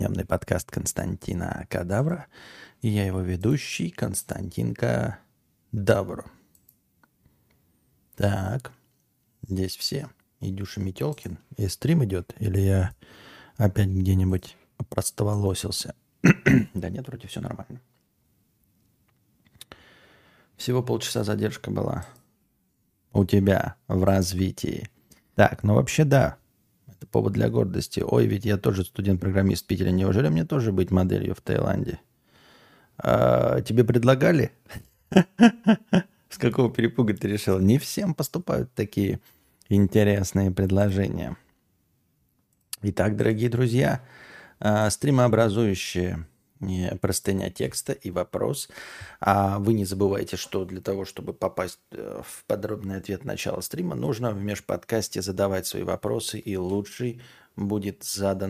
ежедневный подкаст Константина Кадавра. И я его ведущий Константин Кадавр. Так, здесь все. Идюша Метелкин. И стрим идет? Или я опять где-нибудь простоволосился? Да нет, вроде все нормально. Всего полчаса задержка была у тебя в развитии. Так, ну вообще да. Это повод для гордости. Ой, ведь я тоже студент-программист в Питере. Неужели мне тоже быть моделью в Таиланде? Тебе предлагали? С какого перепуга ты решил? Не всем поступают такие интересные предложения. Итак, дорогие друзья, стримообразующие простыня текста и вопрос. Вы не забывайте, что для того, чтобы попасть в подробный ответ начала стрима, нужно в межподкасте задавать свои вопросы, и лучший будет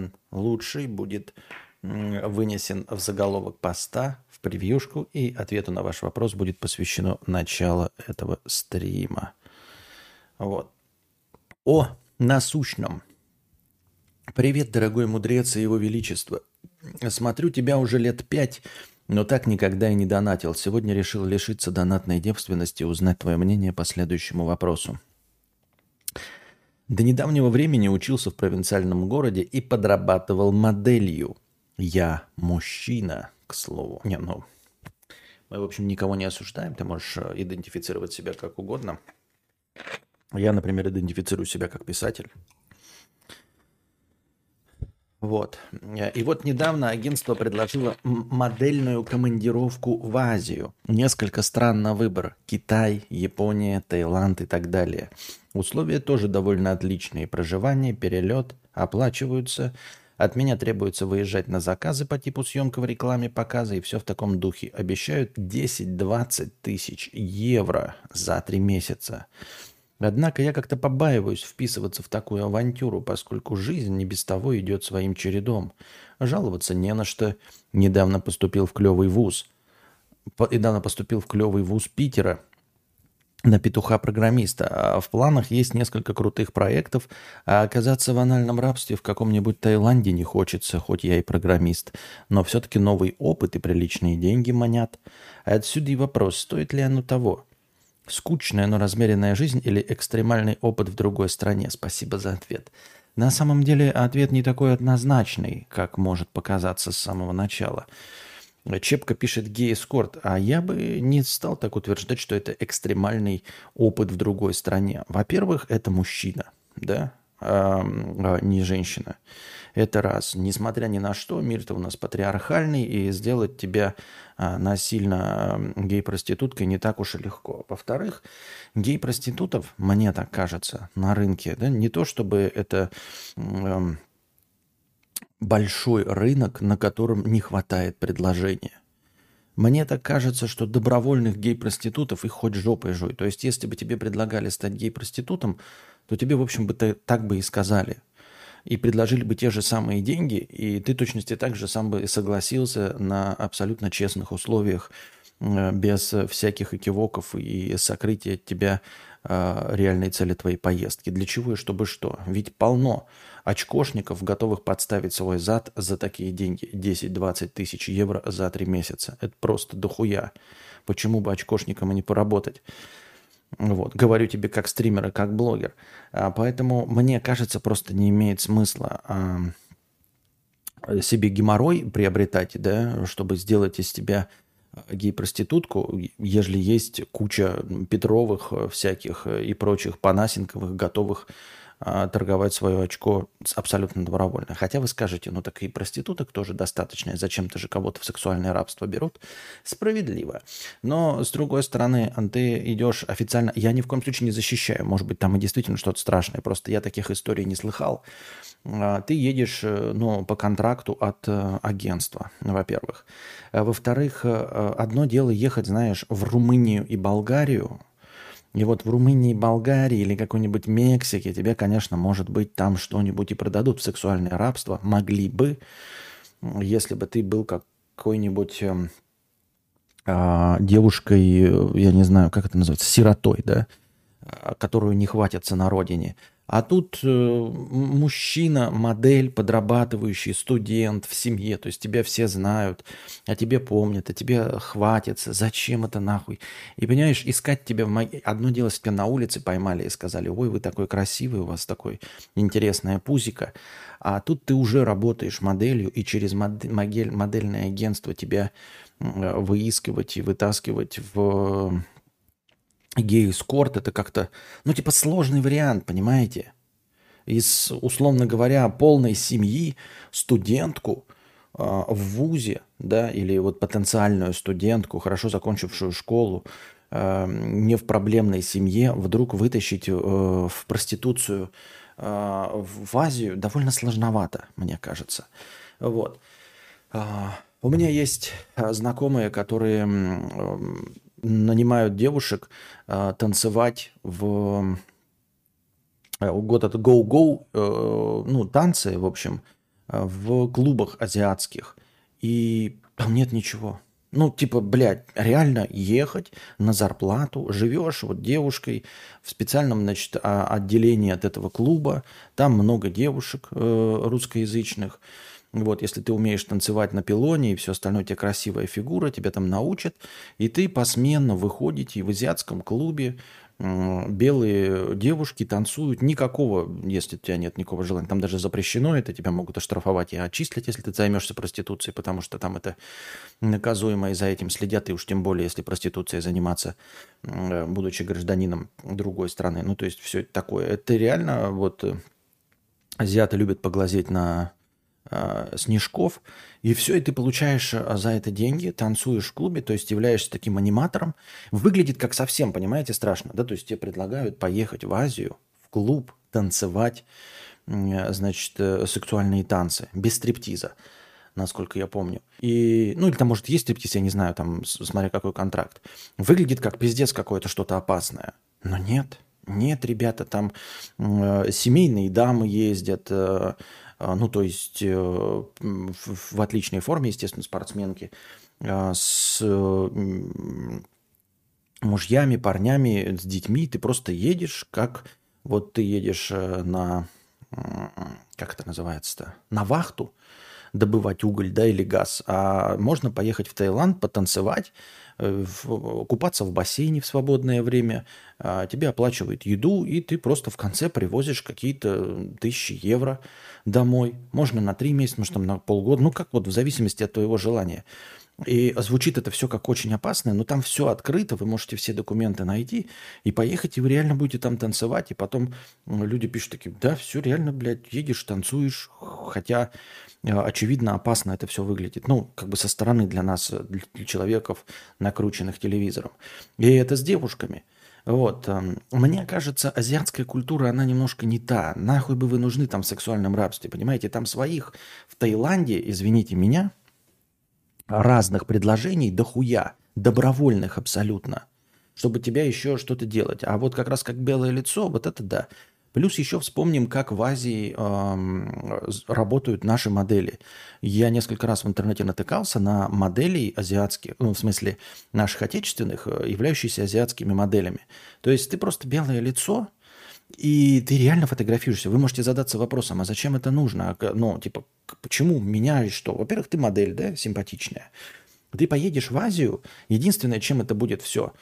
вынесен в заголовок поста, в превьюшку, и ответу на ваш вопрос будет посвящено начало этого стрима. Вот. О насущном. Привет, дорогой мудрец и его величество. Смотрю тебя уже лет 5, но так никогда и не донатил. Сегодня решил лишиться донатной девственности и узнать твое мнение по следующему вопросу. До недавнего времени учился в провинциальном городе и подрабатывал моделью. Я мужчина, к слову. Мы, в общем, никого не осуждаем. Ты можешь идентифицировать себя как угодно. Я, например, идентифицирую себя как писатель. Вот. И вот недавно агентство предложило модельную командировку в Азию. Несколько стран на выбор. Китай, Япония, Таиланд и так далее. Условия тоже довольно отличные. Проживание, перелет оплачиваются. От меня требуется выезжать на заказы по типу съемка в рекламе, показа и все в таком духе. Обещают 10-20 тысяч евро за 3 месяца. Однако я как-то побаиваюсь вписываться в такую авантюру, поскольку жизнь не без того идет своим чередом. Жаловаться не на что. Недавно поступил в клевый вуз Питера на петуха-программиста. А в планах есть несколько крутых проектов, а оказаться в анальном рабстве в каком-нибудь Таиланде не хочется, хоть я и программист. Но все-таки новый опыт и приличные деньги манят. Отсюда и вопрос, стоит ли оно того? Скучная, но размеренная жизнь или экстремальный опыт в другой стране? Спасибо за ответ. На самом деле ответ не такой однозначный, как может показаться с самого начала. Чепка пишет гей-эскорт, а я бы не стал так утверждать, что это экстремальный опыт в другой стране. Во-первых, это мужчина, да, не женщина. Это раз. Несмотря ни на что, мир-то у нас патриархальный, и сделать тебя насильно гей-проституткой не так уж и легко. Во-вторых, гей-проститутов, мне так кажется, на рынке, да, не то чтобы это большой рынок, на котором не хватает предложения. Мне так кажется, что добровольных гей-проститутов их хоть жопой жуй. То есть, если бы тебе предлагали стать гей-проститутом, то тебе, в общем, так бы и сказали. И предложили бы те же самые деньги, и ты точности так же сам бы согласился на абсолютно честных условиях, без всяких экивоков и сокрытия от тебя реальной цели твоей поездки. Для чего и чтобы что? Ведь полно очкошников, готовых подставить свой зад за такие деньги. 10-20 тысяч евро за 3 месяца. Это просто дохуя. Почему бы очкошникам и не поработать? Вот. Говорю тебе как стример и как блогер. Поэтому, мне кажется, просто не имеет смысла себе геморрой приобретать, да, чтобы сделать из тебя гей-проститутку, ежели есть куча Петровых всяких и прочих Панасенковых, готовых торговать свое очко абсолютно добровольно. Хотя вы скажете, ну так и проституток тоже достаточно, зачем-то же кого-то в сексуальное рабство берут. Справедливо. Но, с другой стороны, ты идешь официально... Я ни в коем случае не защищаю. Может быть, там и действительно что-то страшное. Просто я таких историй не слыхал. Ты едешь, по контракту от агентства, во-первых. Во-вторых, одно дело ехать, знаешь, в Румынию и Болгарию. И вот в Румынии, Болгарии или какой-нибудь Мексике тебе, конечно, может быть, там что-нибудь и продадут в сексуальное рабство. Могли бы, если бы ты был какой-нибудь девушкой, я не знаю, как это называется, сиротой, да, которую не хватится на родине. А тут мужчина, модель, подрабатывающий, студент в семье, то есть тебя все знают, о тебе помнят, о тебе хватятся, зачем это нахуй? И понимаешь, искать тебя одно дело, если тебя на улице поймали и сказали, ой, вы такой красивый, у вас такой интересное пузико, а тут ты уже работаешь моделью, и через модельное агентство тебя выискивать и вытаскивать в гей-эскорт, это как-то, ну, типа сложный вариант, понимаете? Из, условно говоря, полной семьи студентку в вузе, да, или вот потенциальную студентку, хорошо закончившую школу, не в проблемной семье, вдруг вытащить в проституцию в Азию довольно сложновато, мне кажется. Вот. У меня есть знакомые, которые нанимают девушек танцевать в год это go-go, ну, танцы, в общем, в клубах азиатских. И там нет ничего. Ну, типа, блядь, реально ехать на зарплату, живешь вот девушкой в специальном, значит, отделении от этого клуба, там много девушек русскоязычных. Вот, если ты умеешь танцевать на пилоне и все остальное, у тебя красивая фигура, тебя там научат, и ты посменно выходите в азиатском клубе, белые девушки танцуют, никакого, если у тебя нет никакого желания, там даже запрещено это, тебя могут оштрафовать и отчислить, если ты займешься проституцией, потому что там это наказуемо, и за этим следят, и уж тем более, если проституцией заниматься, будучи гражданином другой страны. Ну, то есть все это такое. Это реально, вот, азиаты любят поглазеть на снежков, и все, и ты получаешь за это деньги, танцуешь в клубе, то есть являешься таким аниматором. Выглядит как совсем, понимаете, страшно, да, то есть тебе предлагают поехать в Азию, в клуб, танцевать, значит, сексуальные танцы, без стриптиза, насколько я помню. И, ну, или там, может, есть стриптиз, я не знаю, там, смотря какой контракт. Выглядит как пиздец какое-то, что-то опасное. Но нет, нет, ребята, там семейные дамы ездят, ну, то есть в отличной форме, естественно, спортсменки, с мужьями, парнями, с детьми. Ты просто едешь, как вот ты едешь как это называется-то, на вахту, добывать уголь, да, или газ. А можно поехать в Таиланд, потанцевать, купаться в бассейне в свободное время, тебе оплачивают еду, и ты просто в конце привозишь какие-то 1000 евро домой. Можно на 3 месяца, может, там на полгода, ну, как вот в зависимости от твоего желания. И звучит это все как очень опасно, но там все открыто, вы можете все документы найти и поехать, и вы реально будете там танцевать, и потом люди пишут такие, да, все реально, блядь, едешь, танцуешь, хотя очевидно опасно это все выглядит. Ну, как бы со стороны для нас, для человеков, накрученных телевизором. И это с девушками. Вот. Мне кажется, азиатская культура, она немножко не та. Нахуй бы вы нужны там в сексуальном рабстве, понимаете? Там своих в Таиланде, извините меня, разных предложений дохуя, добровольных абсолютно, чтобы тебя еще что-то делать. А вот как раз как белое лицо, вот это да. Плюс еще вспомним, как в Азии работают наши модели. Я несколько раз в интернете натыкался на моделей азиатских, ну, в смысле наших отечественных, являющихся азиатскими моделями. То есть ты просто белое лицо, и ты реально фотографируешься. Вы можете задаться вопросом, а зачем это нужно? Ну, типа, почему меня и что? Во-первых, ты модель, да, симпатичная. Ты поедешь в Азию, единственное, чем это будет все.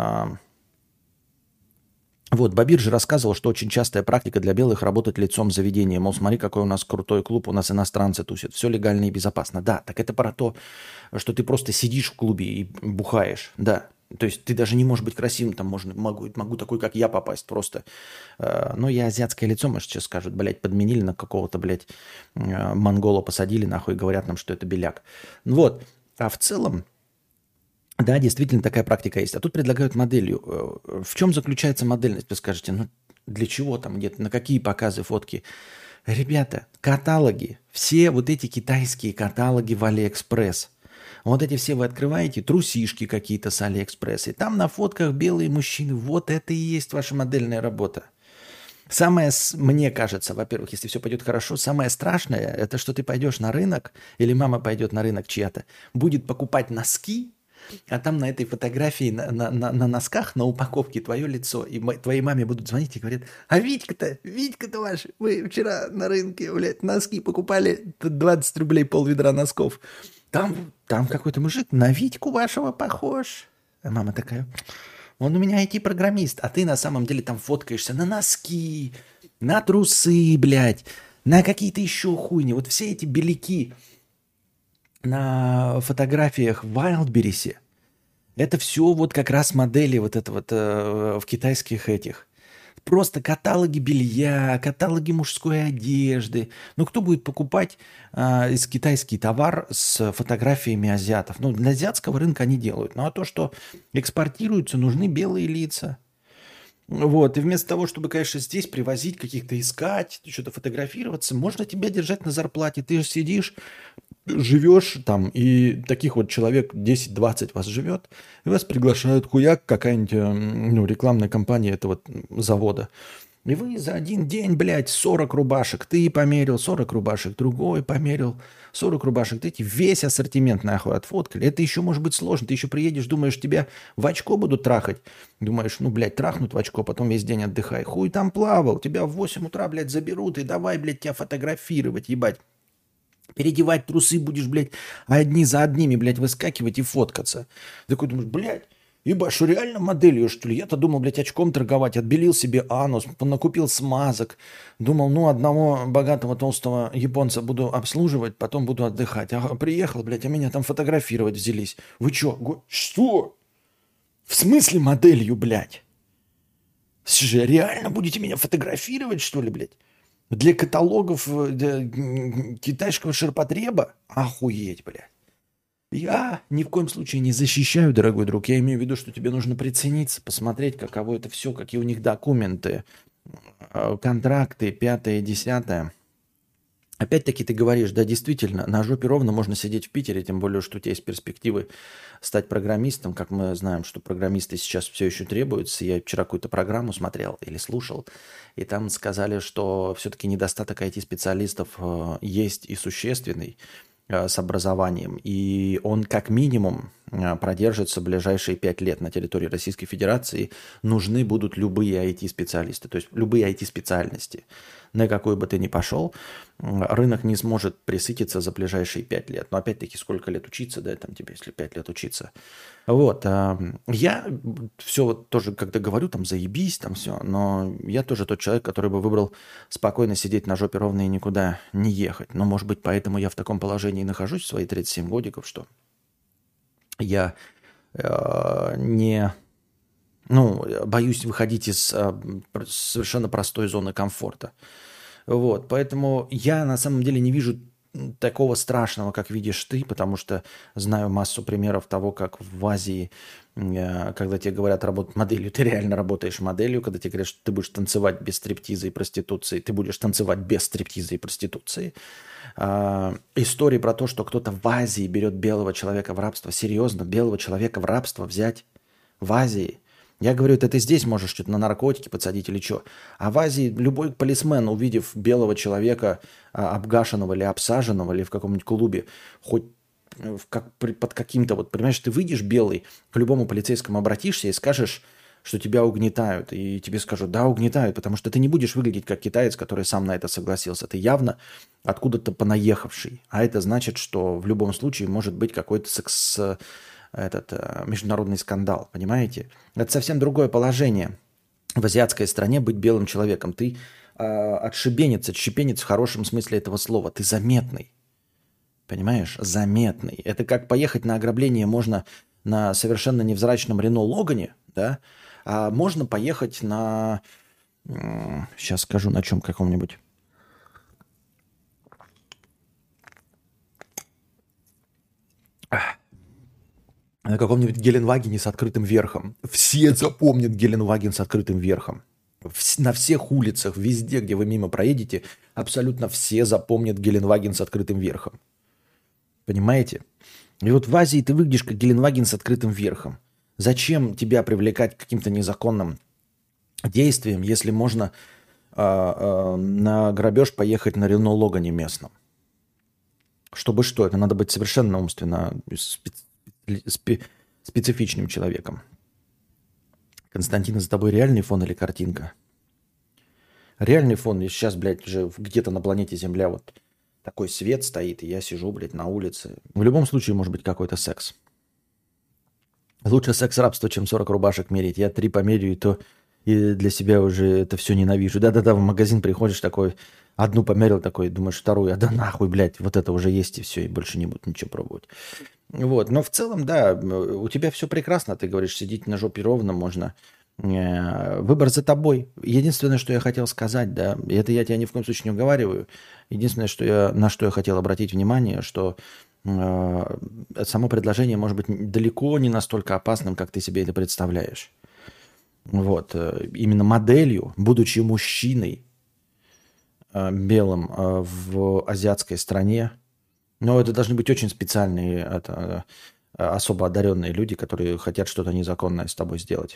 Вот, Бабир же рассказывал, что очень частая практика для белых работать лицом заведения. Мол, смотри, какой у нас крутой клуб, у нас иностранцы тусят. Все легально и безопасно. Да, так это про то, что ты просто сидишь в клубе и бухаешь. Да, то есть ты даже не можешь быть красивым, там могу такой, как я, попасть просто. Но я азиатское лицо, может, сейчас скажут, блядь, подменили на какого-то, блядь, монгола посадили, нахуй, и говорят нам, что это беляк. Вот, а в целом, да, действительно такая практика есть. А тут предлагают моделью. В чем заключается модельность? Вы скажете, ну для чего там, где-то, на какие показы, фотки? Ребята, каталоги, все вот эти китайские каталоги в Алиэкспресс. Вот эти все вы открываете, трусишки какие-то с Алиэкспресс, и там на фотках белые мужчины. Вот это и есть ваша модельная работа. Самое, мне кажется, во-первых, если все пойдет хорошо, самое страшное, это что ты пойдешь на рынок, или мама пойдет на рынок чья-то, будет покупать носки, А там на этой фотографии на носках, на упаковке твое лицо. И твоей маме будут звонить и говорят, а Витька-то ваш, вы вчера на рынке, блядь, носки покупали, 20 рублей полведра носков. Там какой-то мужик на Витьку вашего похож. А мама такая, он у меня IT-программист, а ты на самом деле там фоткаешься на носки, на трусы, блядь, на какие-то еще хуйни. Вот все эти беляки на фотографиях в Wildberries, это все вот как раз модели вот это вот в китайских этих. Просто каталоги белья, каталоги мужской одежды. Ну, кто будет покупать из китайский товар с фотографиями азиатов? Ну, для азиатского рынка они делают. Ну, а то, что экспортируются, нужны белые лица. Вот, и вместо того, чтобы, конечно, здесь привозить каких-то, искать, что-то фотографироваться, можно тебя держать на зарплате. Ты же сидишь, живешь там, и таких вот человек 10-20 вас живет, и вас приглашают хуяк, какая-нибудь ну, рекламная кампания этого завода. И вы за один день, блядь, 40 рубашек. Ты померил 40 рубашек, другой померил 40 рубашек. Эти весь ассортимент нахуй отфоткали. Это еще может быть сложно. Ты еще приедешь, думаешь, тебя в очко будут трахать. Думаешь, ну, блядь, трахнут в очко, потом весь день отдыхай. Хуй там плавал. Тебя в 8 утра, блядь, заберут и давай, блядь, тебя фотографировать, ебать. Переодевать трусы будешь, блядь, одни за одними, блядь, выскакивать и фоткаться. Такой думаешь, блядь, ебать, что реально моделью, что ли? Я-то думал, блядь, очком торговать, отбелил себе анус, накупил смазок. Думал, ну, одного богатого толстого японца буду обслуживать, потом буду отдыхать. А приехал, блядь, а меня там фотографировать взялись. Вы чё? Что? В смысле моделью, блядь? Реально будете меня фотографировать, что ли, блядь? Для каталогов китайского ширпотреба? Охуеть, блядь. Я ни в коем случае не защищаю, дорогой друг. Я имею в виду, что тебе нужно прицениться, посмотреть, каково это все, какие у них документы, контракты, пятое, десятое. Опять-таки ты говоришь, да, действительно, на жопе ровно можно сидеть в Питере, тем более, что у тебя есть перспективы стать программистом. Как мы знаем, что программисты сейчас все еще требуются. Я вчера какую-то программу смотрел или слушал, и там сказали, что все-таки недостаток IT-специалистов есть и существенный с образованием. И он как минимум продержится ближайшие 5 лет на территории Российской Федерации. Нужны будут любые IT-специалисты, то есть любые IT-специальности. На какой бы ты ни пошел, рынок не сможет пресытиться за ближайшие 5 лет. Но опять-таки, сколько лет учиться, да, там тебе, если 5 лет учиться. Вот. Я все вот тоже, когда говорю, там, заебись, там все, но я тоже тот человек, который бы выбрал спокойно сидеть на жопе ровно и никуда не ехать. Но, может быть, поэтому я в таком положении нахожусь в свои 37 годиков, что я не... Ну, боюсь выходить из совершенно простой зоны комфорта. Вот, поэтому я на самом деле не вижу такого страшного, как видишь ты, потому что знаю массу примеров того, как в Азии, когда тебе говорят работать моделью, ты реально работаешь моделью, когда тебе говорят, что ты будешь танцевать без стриптиза и проституции, ты будешь танцевать без стриптиза и проституции. Истории про то, что кто-то в Азии берет белого человека в рабство. Серьезно, белого человека в рабство взять в Азии? Я говорю, это ты здесь можешь что-то на наркотики подсадить или что. А в Азии любой полисмен, увидев белого человека, обгашенного или обсаженного, или в каком-нибудь клубе, хоть под каким-то, вот, понимаешь, ты выйдешь белый, к любому полицейскому обратишься и скажешь, что тебя угнетают. И тебе скажут, да, угнетают, потому что ты не будешь выглядеть как китаец, который сам на это согласился. Ты явно откуда-то понаехавший. А это значит, что в любом случае может быть какой-то международный скандал, понимаете? Это совсем другое положение в азиатской стране быть белым человеком. Ты отщепенец в хорошем смысле этого слова. Ты заметный, понимаешь? Заметный. Это как поехать на ограбление можно на совершенно невзрачном Рено Логане, да? А можно поехать на... Сейчас скажу, на чем каком-нибудь... На каком-нибудь Геленвагене с открытым верхом. Все запомнят Геленваген с открытым верхом. На всех улицах, везде, где вы мимо проедете, абсолютно все запомнят Геленваген с открытым верхом. Понимаете? И вот в Азии ты выглядишь как Геленваген с открытым верхом. Зачем тебя привлекать к каким-то незаконным действиям, если можно на грабеж поехать на Рено Логане местном? Чтобы что? Это надо быть совершенно умственно специфичным человеком. Константин, за тобой реальный фон или картинка? Реальный фон. И сейчас, блядь, уже где-то на планете Земля вот такой свет стоит, и я сижу, блядь, на улице. В любом случае может быть какой-то секс. Лучше секс-рабство, чем 40 рубашек мерить. Я 3 померю, и то и для себя уже это все ненавижу. Да-да-да, в магазин приходишь такой, одну померил такой, думаешь, вторую, а да нахуй, блядь, вот это уже есть, и все, и больше не буду ничего пробовать. Вот, но в целом, да, у тебя все прекрасно, ты говоришь, сидеть на жопе ровно можно. Выбор за тобой. Единственное, что я хотел сказать, да, и это я тебя ни в коем случае не уговариваю. Единственное, на что я хотел обратить внимание, что само предложение может быть далеко не настолько опасным, как ты себе это представляешь. Вот. Именно моделью, будучи мужчиной белым в азиатской стране, но это должны быть очень специальные, особо одаренные люди, которые хотят что-то незаконное с тобой сделать.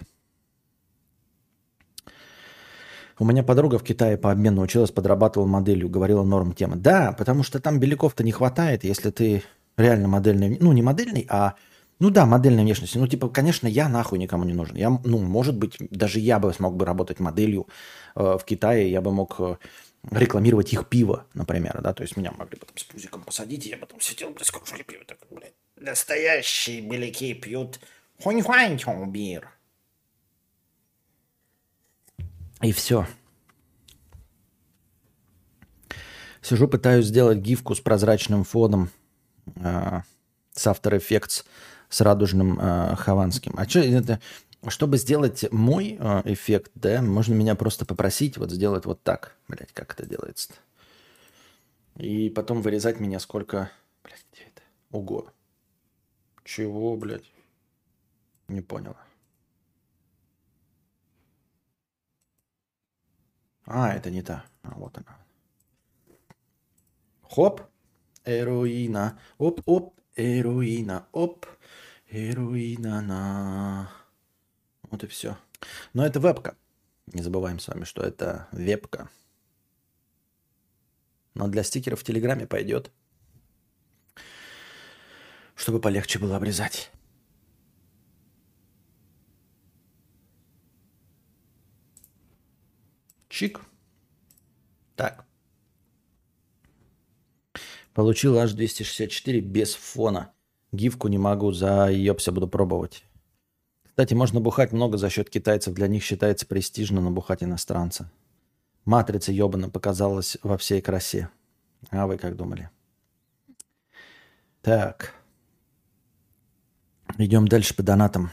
У меня подруга в Китае по обмену училась, подрабатывала моделью, говорила норм тема. Да, потому что там беляков-то не хватает, если ты реально модельный, ну не модельный, а, ну да, модельной внешности. Ну типа, конечно, я нахуй никому не нужен. Я, ну, может быть, даже я бы смог бы работать моделью в Китае, я бы мог рекламировать их пиво, например, да, то есть меня могли бы там с пузиком посадить, и я потом сидел, блядь, скушали пиво, так, блядь, настоящие беляки пьют хунь-хуань бир. И все. Сижу, пытаюсь сделать гифку с прозрачным фоном с After Effects с радужным хованским. А что это? Чтобы сделать мой эффект, да, можно меня просто попросить вот сделать вот так. Блять, как это делается-то? И потом вырезать меня сколько... Блять, где это? Ого. Чего, блядь? Не понял. Это не та. Вот она. Хоп. Эруина. Оп-оп. Эруина. Оп. Эруина на. Вот и все. Но это вебка. Не забываем с вами, что это вебка. Но для стикеров в Телеграме пойдет. Чтобы полегче было обрезать. Чик. Так. Получил аж 264 без фона. Гифку не могу, за ёпся буду пробовать. Кстати, можно бухать много за счет китайцев. Для них считается престижно набухать иностранца. Матрица ёбана показалась во всей красе. А вы как думали? Так. Идем дальше по донатам.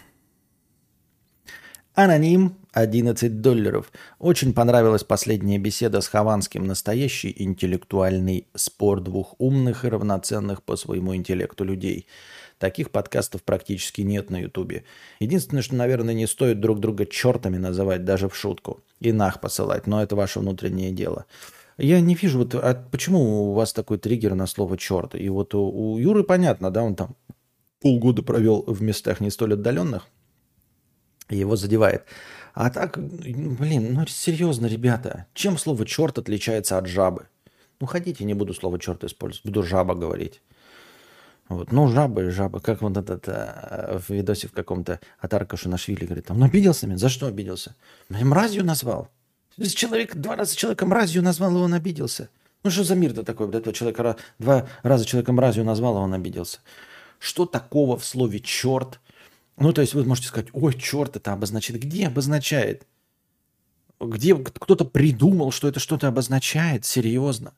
Аноним, $11. Очень понравилась последняя беседа с Хованским. Настоящий интеллектуальный спор двух умных и равноценных по своему интеллекту людей. Таких подкастов практически нет на Ютубе. Единственное, что, наверное, не стоит друг друга чертами называть даже в шутку. И нах посылать, но это ваше внутреннее дело. Я не вижу, вот, почему у вас такой триггер на слово «черт». И вот у Юры понятно, да, он там полгода провел в местах не столь отдаленных. Его задевает. А так, блин, ну серьезно, ребята, чем слово «черт» отличается от «жабы»? Ну, хотите, не буду слово «черт» использовать, буду «жаба» говорить. Вот. Ну, жабы, как вот этот в видосе в каком-то от Аркаша Нашвили говорит, он обиделся, за что обиделся? Мразью назвал. Человек 2 раза человека мразью назвал, и он обиделся. Ну, что за мир-то такой? Этого человека 2 раза человека мразью назвал, и он обиделся. Что такого в слове «черт»? Ну, то есть вы можете сказать, ой, черт, это обозначает. Где обозначает? Где кто-то придумал, что это что-то обозначает? Серьезно?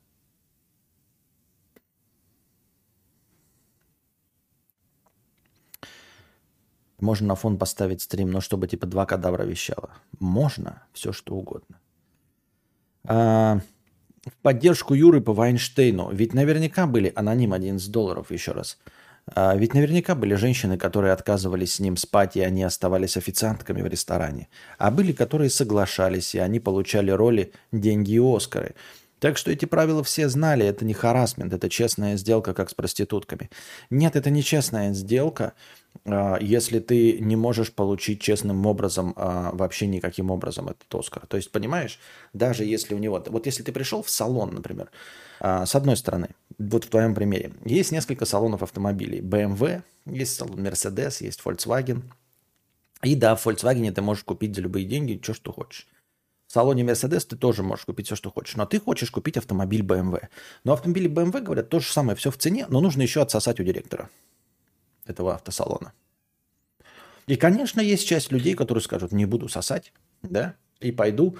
Можно на фон поставить стрим, но чтобы типа 2 кадавра вещало. Можно, все что угодно. В поддержку Юры по Вайнштейну. Ведь наверняка были аноним $11 еще раз. Ведь наверняка были женщины, которые отказывались с ним спать, и они оставались официантками в ресторане. А были, которые соглашались, и они получали роли, деньги и Оскары. Так что эти правила все знали, это не харассмент, это честная сделка, как с проститутками. Нет, это не честная сделка, если ты не можешь получить честным образом, вообще никаким образом этот Оскар. То есть, понимаешь, даже если у него... Вот если ты пришел в салон, например, с одной стороны, вот в твоем примере, есть несколько салонов автомобилей. BMW, есть салон Mercedes, есть Volkswagen. И да, в Volkswagen ты можешь купить за любые деньги, что хочешь. В салоне Mercedes ты тоже можешь купить все, что хочешь. Но ты хочешь купить автомобиль BMW. Но автомобили BMW, говорят, то же самое, все в цене, но нужно еще отсосать у директора этого автосалона. И, конечно, есть часть людей, которые скажут, не буду сосать, да, и пойду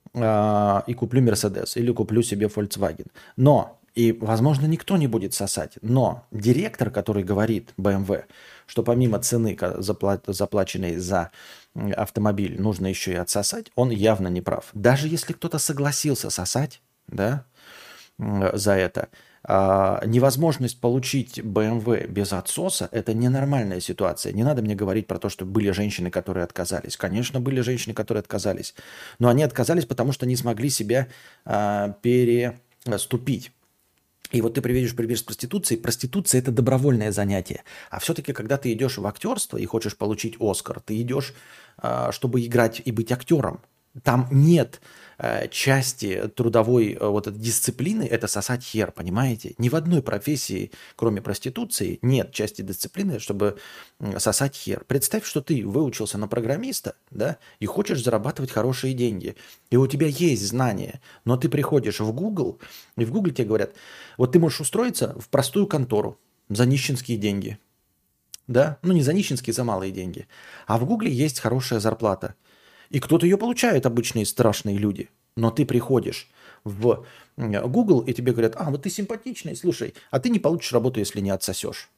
и куплю Mercedes или куплю себе Volkswagen. Но, и, возможно, никто не будет сосать, но директор, который говорит BMW, что помимо цены, заплаченной за автомобиль, нужно еще и отсосать, он явно не прав. Даже если кто-то согласился сосать, да, за это, невозможность получить BMW без отсоса – это ненормальная ситуация. Не надо мне говорить про то, что были женщины, которые отказались. Конечно, были женщины, которые отказались. Но они отказались, потому что не смогли себя переступить. И вот ты приведешь пример с проституцией. Проституция – это добровольное занятие. А все-таки, когда ты идешь в актерство и хочешь получить Оскар, ты идешь, чтобы играть и быть актером. Там нет части трудовой вот этой дисциплины – это сосать хер, понимаете? Ни в одной профессии, кроме проституции, нет части дисциплины, чтобы сосать хер. Представь, что ты выучился на программиста, да, и хочешь зарабатывать хорошие деньги. И у тебя есть знания, но ты приходишь в Google, и в Google тебе говорят, вот ты можешь устроиться в простую контору за нищенские деньги. Да? Ну, не за нищенские, за малые деньги. А в Гугле есть хорошая зарплата. И кто-то ее получает, обычные страшные люди. Но ты приходишь в Google, и тебе говорят, вот ты симпатичный, слушай, а ты не получишь работу, если не отсосешь.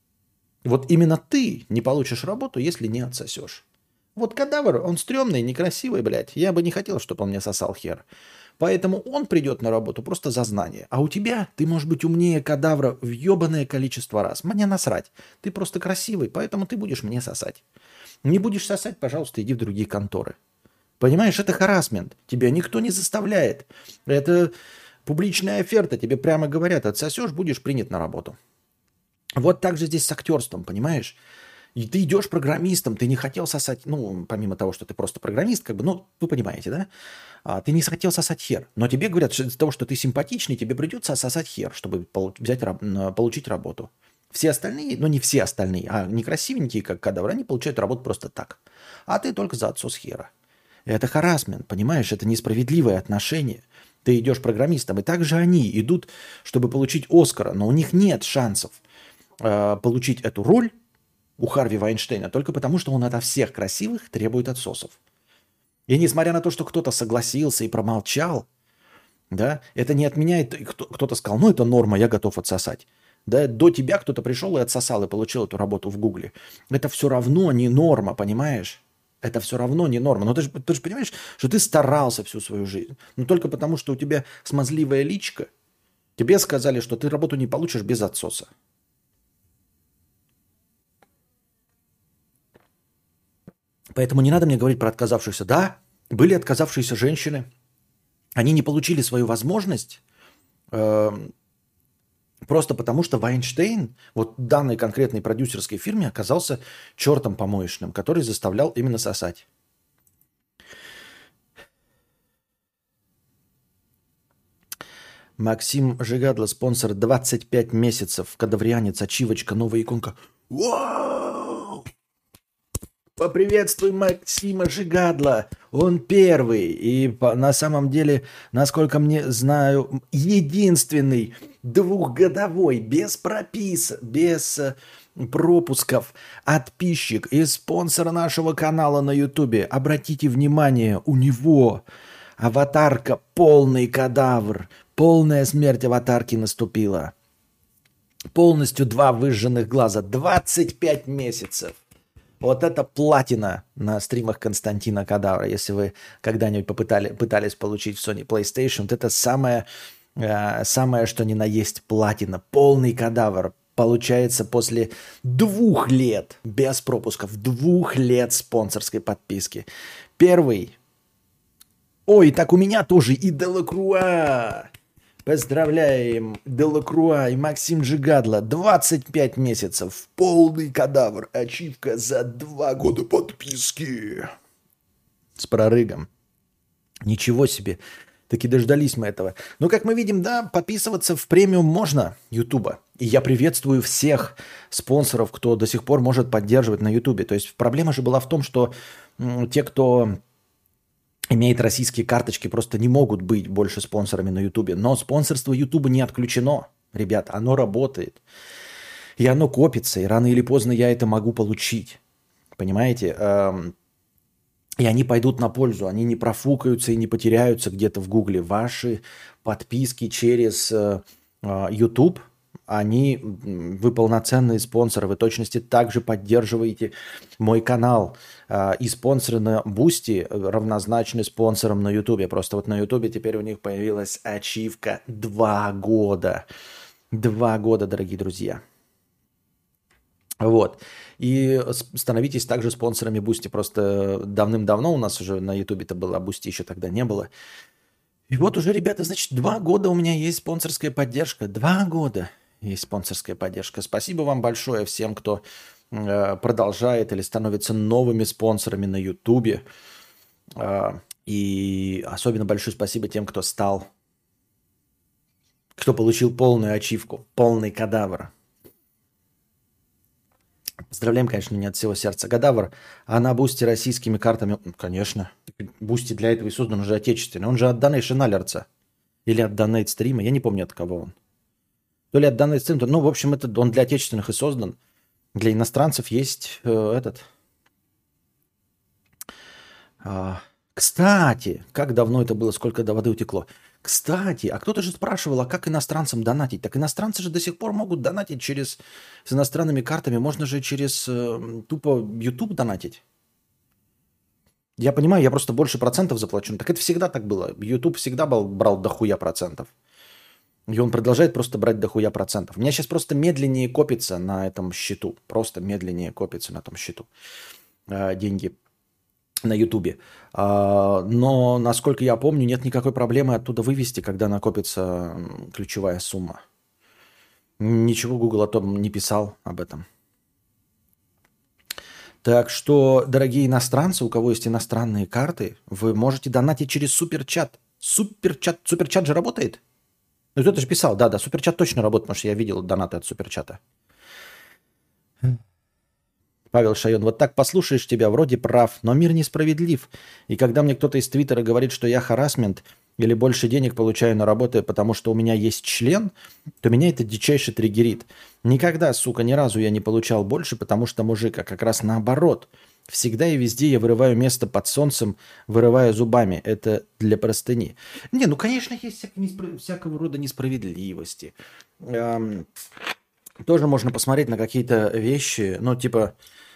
Вот именно ты не получишь работу, если не отсосешь. Вот кадавр, он стрёмный, некрасивый, блядь. Я бы не хотел, чтобы он мне сосал хер. Поэтому он придет на работу просто за знание. А у тебя, ты можешь быть умнее кадавра в ебаное количество раз. Мне насрать. Ты просто красивый, поэтому ты будешь мне сосать. Не будешь сосать, пожалуйста, иди в другие конторы. Понимаешь, это харассмент. Тебя никто не заставляет. Это публичная оферта. Тебе прямо говорят, отсосешь, будешь принят на работу. Вот так же здесь с актерством, понимаешь? И ты идешь программистом, ты не хотел сосать, ну, помимо того, что ты просто программист, как бы, ну, вы понимаете, да? Ты не хотел сосать хер. Но тебе говорят, что из-за того, что ты симпатичный, тебе придется сосать хер, чтобы получить работу. Все остальные, ну не все остальные, а некрасивенькие, как кадавры, они получают работу просто так. А ты только за отсос хера. Это харассмент, понимаешь? Это несправедливое отношение. Ты идешь программистом, и также они идут, чтобы получить Оскара, но у них нет шансов получить эту роль у Харви Вайнштейна только потому, что он ото всех красивых требует отсосов. И несмотря на то, что кто-то согласился и промолчал, да, это не отменяет, кто-то сказал, ну это норма, я готов отсосать. Да, до тебя кто-то пришел и отсосал и получил эту работу в Гугле. Это все равно не норма, понимаешь? Это все равно не норма. Но ты же понимаешь, что ты старался всю свою жизнь. Но только потому, что у тебя смазливая личка, тебе сказали, что ты работу не получишь без отсоса. Поэтому не надо мне говорить про отказавшихся. Да, были отказавшиеся женщины. Они не получили свою возможность просто потому, что Вайнштейн вот данной конкретной продюсерской фирме оказался чертом помоечным, который заставлял именно сосать. Максим Жигадло, спонсор, 25 месяцев. Кадаврианец, ачивочка, новая иконка. Вау! Поприветствуй Максима Жигадла. Он первый. И на самом деле, насколько мне знаю, единственный двухгодовой, без без пропусков, подписчик и спонсор нашего канала на Ютубе. Обратите внимание, у него аватарка полный кадавр. Полная смерть аватарки наступила. Полностью 2 выжженных глаза. 25 месяцев. Вот это платина на стримах Константина Кадавра. Если вы когда-нибудь пытались получить в Sony PlayStation, вот это самое, что ни на есть платина. Полный кадавр. Получается после 2 лет без пропусков, 2 лет спонсорской подписки. Первый. Ой, так у меня тоже и Делакруа. Поздравляем Делакруа и Максим Жигадло. 25 месяцев. Полный кадавр. Ачивка за 2 года подписки. С прорыгом. Ничего себе. Таки дождались мы этого. Но, как мы видим, да, подписываться в премиум можно Ютуба. И я приветствую всех спонсоров, кто до сих пор может поддерживать на Ютубе. То есть проблема же была в том, что те, кто имеет российские карточки, просто не могут быть больше спонсорами на Ютубе. Но спонсорство Ютуба не отключено, ребят. Оно работает. И оно копится. И рано или поздно я это могу получить. Понимаете? И они пойдут на пользу, они не профукаются и не потеряются где-то в Гугле. Ваши подписки через YouTube, вы полноценные спонсоры. Вы точности также поддерживаете мой канал. И спонсоры на Бусти равнозначны спонсорам на YouTube. Просто вот на YouTube теперь у них появилась ачивка 2 года. 2 года, дорогие друзья. Вот. И становитесь также спонсорами Бусти. Просто давным-давно у нас уже на Ютубе-то было, а Бусти еще тогда не было. И вот уже, ребята, значит, 2 года у меня есть спонсорская поддержка. 2 года есть спонсорская поддержка. Спасибо вам большое всем, кто продолжает или становится новыми спонсорами на Ютубе. И особенно большое спасибо тем, кто получил полную ачивку, полный кадавр. Поздравляем, конечно, не от всего сердца. Кадавр, а на Бусти российскими картами? Конечно. Бусти для этого и создан уже отечественный. Он же от Donation Alerts. Или от Donate Stream. Я не помню, от кого он. То ли от Donate Stream. Ну, в общем, он для отечественных и создан. Для иностранцев есть Кстати, как давно это было, сколько до воды утекло. Кстати, а кто-то же спрашивал, а как иностранцам донатить? Так иностранцы же до сих пор могут донатить с иностранными картами. Можно же через тупо YouTube донатить. Я понимаю, я просто больше процентов заплачу. Так это всегда так было. YouTube всегда брал дохуя процентов. И он продолжает просто брать дохуя процентов. У меня сейчас просто медленнее копится на этом счету. Просто медленнее копится на том счету деньги на Ютубе. Но, насколько я помню, нет никакой проблемы оттуда вывести, когда накопится ключевая сумма. Ничего Google о том не писал об этом. Так что, дорогие иностранцы, у кого есть иностранные карты, вы можете донатить через суперчат. Суперчат же работает? Ну, кто-то же писал, да, суперчат точно работает, потому что я видел донаты от суперчата. Павел Шайон, вот так послушаешь тебя, вроде прав, но мир несправедлив. И когда мне кто-то из Твиттера говорит, что я харассмент или больше денег получаю на работу, потому что у меня есть член, то меня это дичайше триггерит. Никогда, сука, ни разу я не получал больше, потому что мужик, а как раз наоборот. Всегда и везде я вырываю место под солнцем, вырывая зубами. Это для простыни. Не, ну, конечно, есть всякого рода несправедливости. Тоже можно посмотреть на какие-то вещи, ну, типа...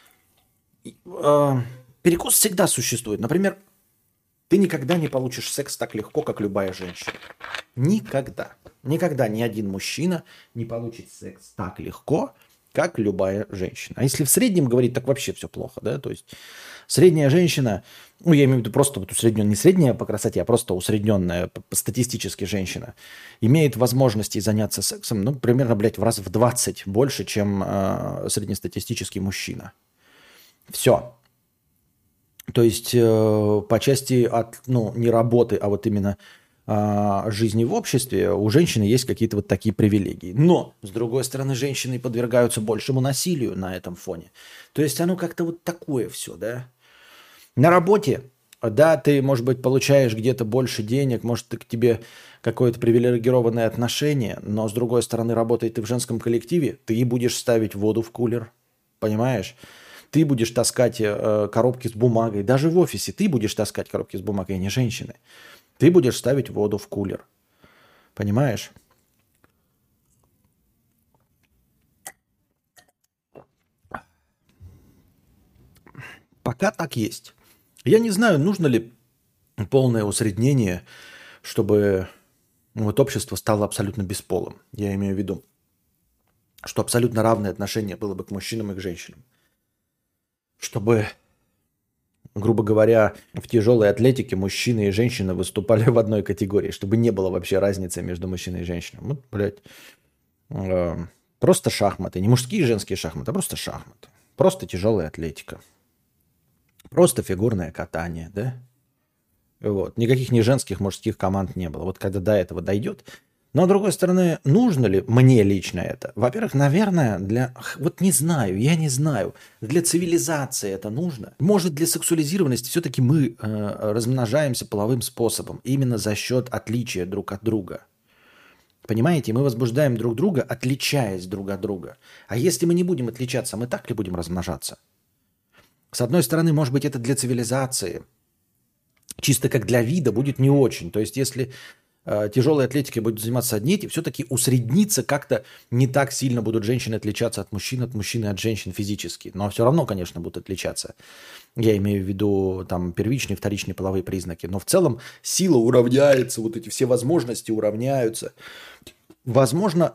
перекос всегда существует. Например, ты никогда не получишь секс так легко, как любая женщина. Никогда. Никогда ни один мужчина не получит секс так легко, как любая женщина. А если в среднем говорить, так вообще все плохо, да? То есть средняя женщина, ну, я имею в виду просто вот усредненная, не средняя по красоте, а просто усредненная статистически женщина, имеет возможности заняться сексом, ну, примерно, блядь, в 20 больше, чем среднестатистический мужчина. Все. То есть по части не работы, а вот именно жизни в обществе у женщины есть какие-то вот такие привилегии. Но, с другой стороны, женщины подвергаются большему насилию на этом фоне. То есть оно как-то вот такое все, да. На работе, да, ты, может быть, получаешь где-то больше денег, может, к тебе какое-то привилегированное отношение, но, с другой стороны, работая ты в женском коллективе, ты будешь ставить воду в кулер, понимаешь? Ты будешь таскать коробки с бумагой. Даже в офисе ты будешь таскать коробки с бумагой, а не женщины. Ты будешь ставить воду в кулер. Понимаешь? Пока так есть. Я не знаю, нужно ли полное усреднение, чтобы вот общество стало абсолютно бесполым. Я имею в виду, что абсолютно равное отношение было бы к мужчинам и к женщинам. Чтобы грубо говоря, в тяжелой атлетике мужчины и женщины выступали в одной категории, чтобы не было вообще разницы между мужчиной и женщиной. Вот, блядь, э, просто шахматы. Не мужские и женские шахматы, а просто шахматы. Просто тяжелая атлетика. Просто фигурное катание, да? Вот. Никаких ни женских, мужских команд не было. Вот когда до этого дойдет. Но, с другой стороны, нужно ли мне лично это? Во-первых, наверное, Вот не знаю, я не знаю. Для цивилизации это нужно. Может, для сексуализированности все-таки мы размножаемся половым способом. Именно за счет отличия друг от друга. Понимаете, мы возбуждаем друг друга, отличаясь друг от друга. А если мы не будем отличаться, мы так ли будем размножаться? С одной стороны, может быть, это для цивилизации. Чисто как для вида будет не очень. То есть, если тяжелой атлетикой будут заниматься одни, все-таки усредниться как-то не так сильно будут женщины отличаться от мужчин и от женщин физически. Но все равно, конечно, будут отличаться. Я имею в виду там первичные, вторичные половые признаки. Но в целом сила уравняется, вот эти все возможности уравняются. Возможно,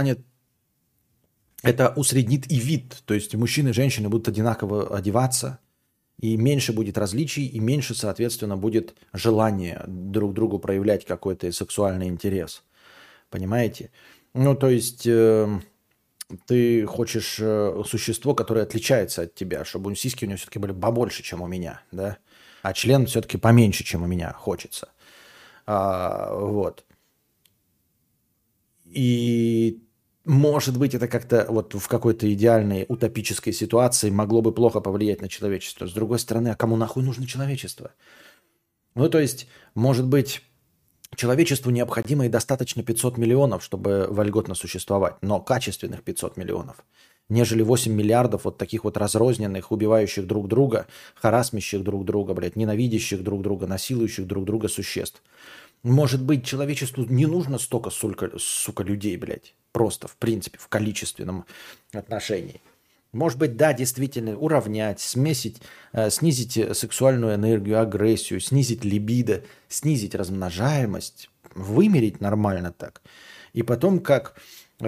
это усреднит и вид. То есть мужчины и женщины будут одинаково одеваться, и меньше будет различий, и меньше, соответственно, будет желания друг другу проявлять какой-то сексуальный интерес. Понимаете? Ну, то есть ты хочешь существо, которое отличается от тебя, чтобы сиськи у него все-таки были побольше, чем у меня, да? А член все-таки поменьше, чем у меня хочется. Вот. И может быть, это как-то вот в какой-то идеальной утопической ситуации могло бы плохо повлиять на человечество. С другой стороны, а кому нахуй нужно человечество? Ну, то есть, может быть, человечеству необходимо и достаточно 500 миллионов, чтобы вольготно существовать, но качественных 500 миллионов, нежели 8 миллиардов вот таких вот разрозненных, убивающих друг друга, харассмящих друг друга, блядь, ненавидящих друг друга, насилующих друг друга существ. Может быть, человечеству не нужно столько, сука, людей, блядь. Просто, в принципе, в количественном отношении. Может быть, да, действительно, уравнять, снизить сексуальную энергию, агрессию, снизить либидо, снизить размножаемость, вымерить нормально так. И потом, как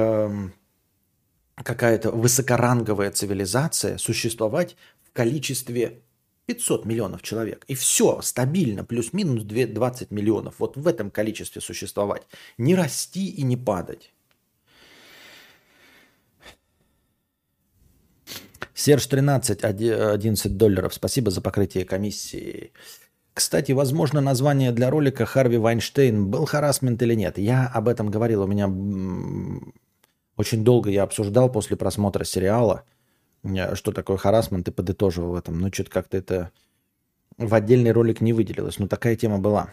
какая-то высокоранговая цивилизация, существовать в количестве 500 миллионов человек. И все, стабильно, плюс-минус 20 миллионов. Вот в этом количестве существовать. Не расти и не падать. Серж 13, $11. Спасибо за покрытие комиссии. Кстати, возможно, название для ролика Харви Вайнштейн был харассмент или нет. Я об этом говорил. У меня очень долго я обсуждал после просмотра сериала, что такое харассмент, и подытоживал в этом. Но что-то как-то это в отдельный ролик не выделилось. Но такая тема была.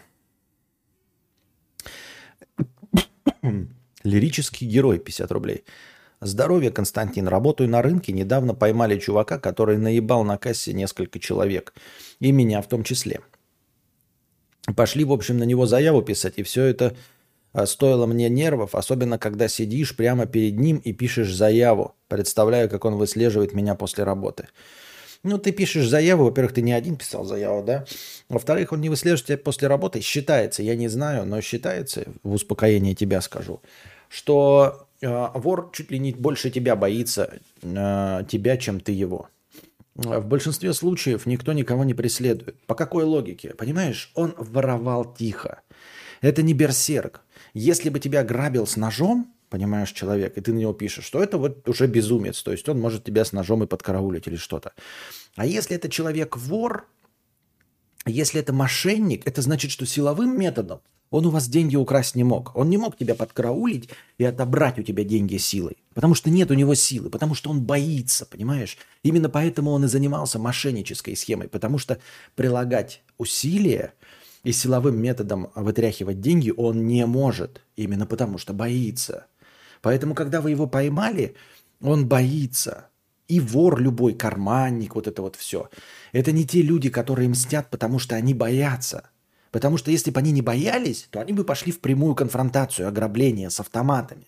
Лирический герой, 50 рублей. Здоровье, Константин. Работаю на рынке. Недавно поймали чувака, который наебал на кассе несколько человек. И меня в том числе. Пошли, в общем, на него заяву писать. И все это стоило мне нервов. Особенно, когда сидишь прямо перед ним и пишешь заяву. Представляю, как он выслеживает меня после работы. Ну, ты пишешь заяву. Во-первых, ты не один писал заяву, да? Во-вторых, он не выслеживает тебя после работы. Считается, я не знаю, но считается, в успокоение тебя скажу, что вор чуть ли не больше тебя боится, тебя, чем ты его. В большинстве случаев никто никого не преследует. По какой логике? Понимаешь, он воровал тихо. Это не берсерк. Если бы тебя грабил с ножом, понимаешь, человек, и ты на него пишешь, что это вот уже безумец, то есть он может тебя с ножом и подкараулить или что-то. А если это человек-вор, если это мошенник, это значит, что силовым методом он у вас деньги украсть не мог. Он не мог тебя подкараулить и отобрать у тебя деньги силой. Потому что нет у него силы, потому что он боится, понимаешь? Именно поэтому он и занимался мошеннической схемой, потому что прилагать усилия и силовым методом вытряхивать деньги он не может, именно потому что боится. Поэтому, когда вы его поймали, он боится. И вор любой, карманник, вот это вот все. Это не те люди, которые мстят, потому что они боятся. Потому что если бы они не боялись, то они бы пошли в прямую конфронтацию, ограбление с автоматами.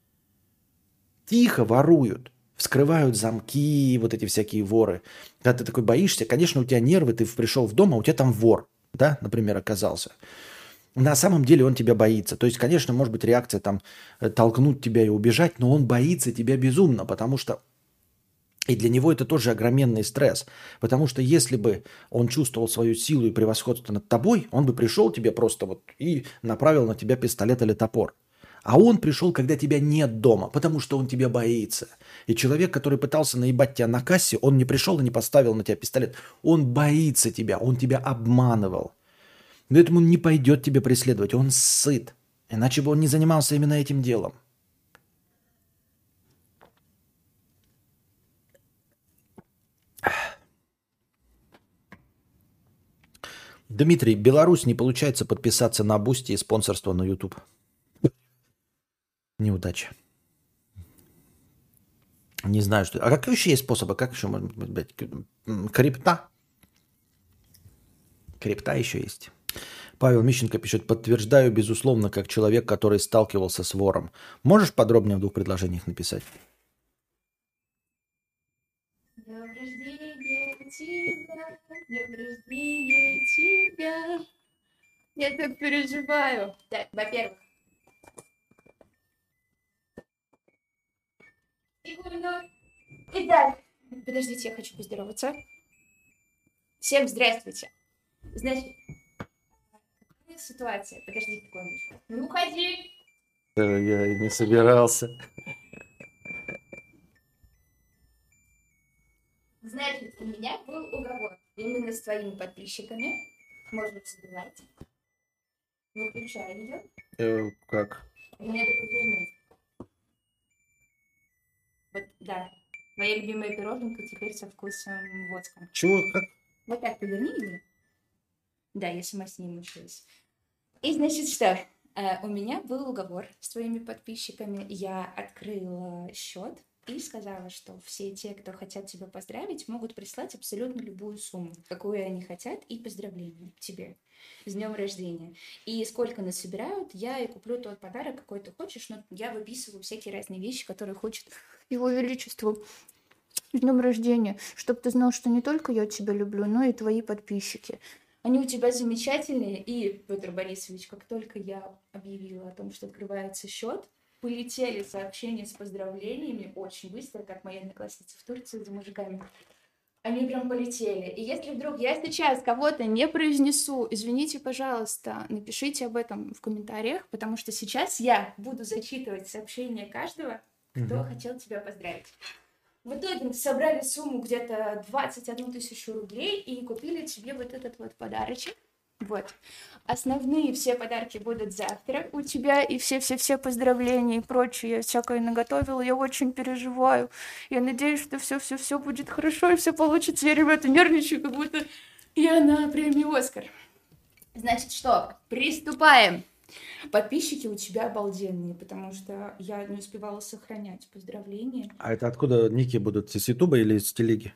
Тихо воруют, вскрывают замки, вот эти всякие воры. Когда ты такой боишься, конечно, у тебя нервы, ты пришел в дом, а у тебя там вор, да, например, оказался. На самом деле он тебя боится. То есть, конечно, может быть реакция там толкнуть тебя и убежать, но он боится тебя безумно, потому что И для него это тоже огроменный стресс. Потому что если бы он чувствовал свою силу и превосходство над тобой, он бы пришел тебе просто вот и направил на тебя пистолет или топор. А он пришел, когда тебя нет дома, потому что он тебя боится. И человек, который пытался наебать тебя на кассе, он не пришел и не поставил на тебя пистолет. Он боится тебя, он тебя обманывал. Поэтому он не пойдет тебя преследовать, он сыт. Иначе бы он не занимался именно этим делом. Дмитрий, Беларусь, не получается подписаться на Бусти и спонсорство на YouTube. Неудача. Не знаю, что... А какие еще есть способы? Как еще можно быть? Крипта? Крипта еще есть. Павел Мищенко пишет: подтверждаю, безусловно, как человек, который сталкивался с вором. Можешь подробнее в 2 предложениях написать? Днем рождения тебя, днем рождения тебя. Я так переживаю. Так, во-первых. Секунду. Итак, подождите, я хочу поздороваться. Всем здравствуйте. Значит, какая ситуация? Подожди секундочку. Ну, уходи. Я и не собирался. Значит, у меня был уговор именно с твоими подписчиками. Можно забывать. Выключай ее. Как? Мне это повернуть. Вот, да. Моя любимая пироженка теперь со вкусом водка. Чего? Как? Вот так поверни ее. Да, я сама с ней мучилась. И, значит, что? У меня был уговор с твоими подписчиками. Я открыла счет и сказала, что все те, кто хотят тебя поздравить, могут прислать абсолютно любую сумму, какую они хотят, и поздравления тебе с днем рождения. И сколько насобирают, я и куплю тот подарок, какой ты хочешь, но я выписываю всякие разные вещи, которые хочет его величество. С днем рождения, чтобы ты знал, что не только я тебя люблю, но и твои подписчики. Они у тебя замечательные. И, Петр Борисович, как только я объявила о том, что открывается счет, полетели сообщения с поздравлениями очень быстро, как моя одноклассница в Турции за мужиками. Они прям полетели. И если вдруг я сейчас кого-то не произнесу, извините, пожалуйста, напишите об этом в комментариях, потому что сейчас я буду зачитывать сообщения каждого, кто хотел тебя поздравить. В итоге мы собрали сумму где-то 21 тысячу рублей и купили тебе вот этот вот подарочек. Вот. Основные все подарки будут завтра у тебя, и все поздравления и прочее я всякое наготовила. Я очень переживаю. Я надеюсь, что все будет хорошо и все получится. Я, ребята, нервничаю, как будто я на премии «Оскар». Значит, что? Приступаем. Подписчики у тебя обалденные, потому что я не успевала сохранять поздравления. А это откуда ники будут? С Ютуба или с телеги?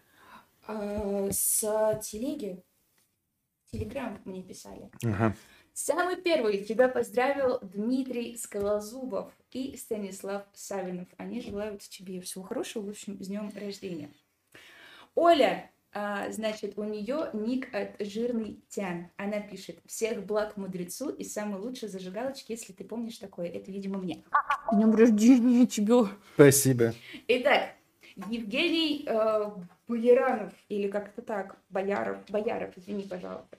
С телеги. Телеграм мне писали. Ага. Самый первый тебя поздравил Дмитрий Скалозубов и Станислав Савинов. Они желают тебе всего хорошего, в общем, с днем рождения. Оля, значит, у нее ник от Жирный Тян. Она пишет: всех благ мудрецу и самой лучшей зажигалочки, если ты помнишь такое. Это, видимо, мне. С днем рождения тебе. Спасибо. Итак, Евгений Бояранов, или как-то так, Бояров, извини, пожалуйста,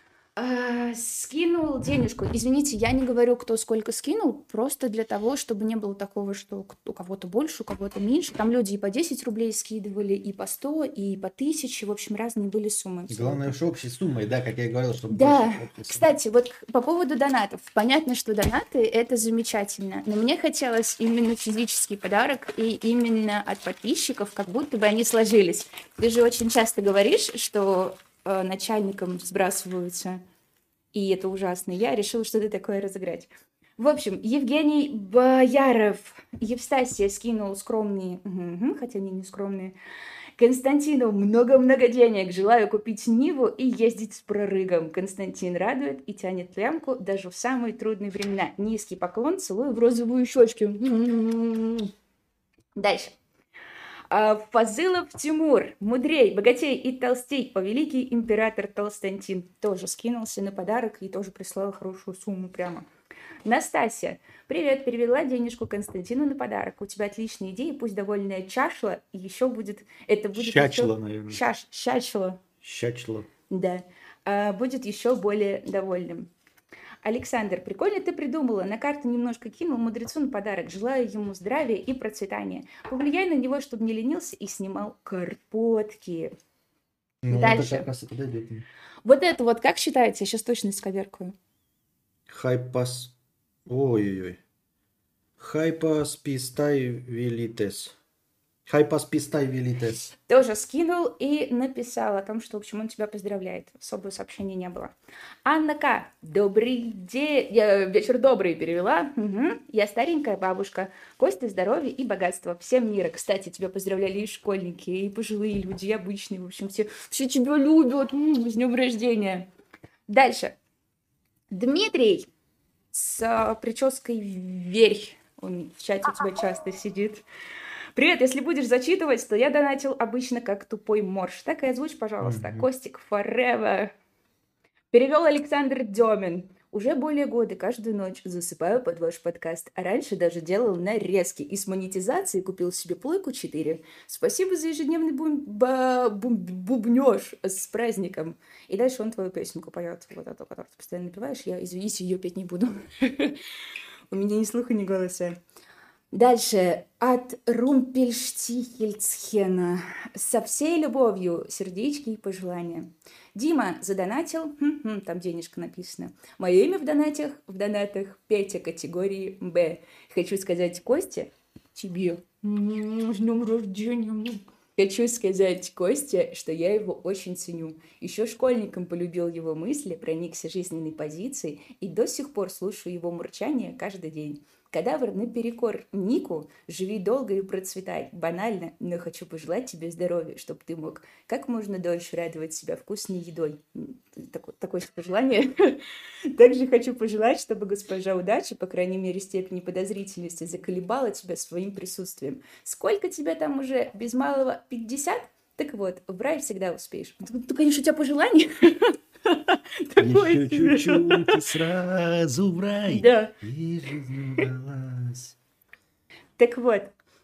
скинул денежку. Извините, я не говорю, кто сколько скинул, просто для того, чтобы не было такого, что у кого-то больше, у кого-то меньше. Там люди и по 10 рублей скидывали, и по 100, и по 1000. В общем, разные были суммы. Главное, что общей суммой, да, как я говорил, чтобы да, больше. кстати, вот по поводу донатов. Понятно, что донаты – это замечательно, но мне хотелось именно физический подарок и именно от подписчиков, как будто бы они сложились. Ты же очень часто говоришь, что начальникам сбрасываются, и это ужасно. Я решила что-то такое разыграть. В общем, Евгений Бояров, Евстасия скинул скромные, хотя они не скромные. Константину много-много денег. Желаю купить Ниву и ездить с прорыгом. Константин радует и тянет лямку даже в самые трудные времена. Низкий поклон, целую в розовую щечку. Дальше. Фазылов Тимур, мудрей, богатей и толстей, о великий император Толстантин, тоже скинулся на подарок и тоже прислал хорошую сумму прямо. Настасья, привет, перевела денежку Константину на подарок. У тебя отличные идеи, пусть довольная чашла, и еще будет, это будет Щачло, еще... наверное. Щачло, Щачло. да. Будет еще более довольным. Александр, прикольно ты придумала. На карту немножко кинул мудрецу на подарок. Желаю ему здравия и процветания. Повлияй на него, чтобы не ленился и снимал карпотки. Ну, Дальше. это как раз и подойдет. Вот это вот как считается? Я сейчас точно исковеркаю. Хайпас. Ой-ой-ой. Хайпас пистай велитес. Хайпас пистай велитес. Тоже скинул и написал о том, что, в общем, он тебя поздравляет. Особого сообщения не было. Анна К. Добрый день. Вечер добрый перевела. Угу. Я старенькая бабушка. Костя, здоровья и богатства. Всем мира. Кстати, тебя поздравляли и школьники, и пожилые люди, и обычные. В общем, все тебя любят. С днем рождения. Дальше. Дмитрий с прической «Верь». Он в чате у тебя часто сидит. Привет, если будешь зачитывать, то я донатил обычно как тупой морж. Так и озвучь, пожалуйста. Костик forever. Перевел Александр Демин. Уже более года каждую ночь засыпаю под ваш подкаст, а раньше даже делал нарезки и с монетизацией купил себе плойку 4. Спасибо за ежедневный бубнёж с праздником. И дальше он твою песенку поет, вот эту, которую ты постоянно напеваешь. Я, извините, ее петь не буду. У меня ни слуха, ни голоса. Дальше. От Румпельштихельцхена. Со всей любовью, сердечки и пожелания. Дима задонатил, там денежка написано. Мое имя в донатах Петя категории Б. Хочу сказать Косте, тебе, с днем рождения. Хочу сказать Косте, что я его очень ценю. Еще школьником полюбил его мысли, проникся жизненной позицией и до сих пор слушаю его мурчание каждый день. Кадавр наперекор Нику, живи долго и процветай. Банально, но хочу пожелать тебе здоровья, чтобы ты мог как можно дольше радовать себя вкусной едой. Такое пожелание. Также хочу пожелать, чтобы госпожа удачи, по крайней мере, степени подозрительности, заколебала тебя своим присутствием. Сколько тебя там уже, без малого 50? Так вот, в рай всегда успеешь. Ну, конечно, у тебя пожелание. Еще чуть-чуть и сразу в рай. Да. И жизнь удалась. Так вот,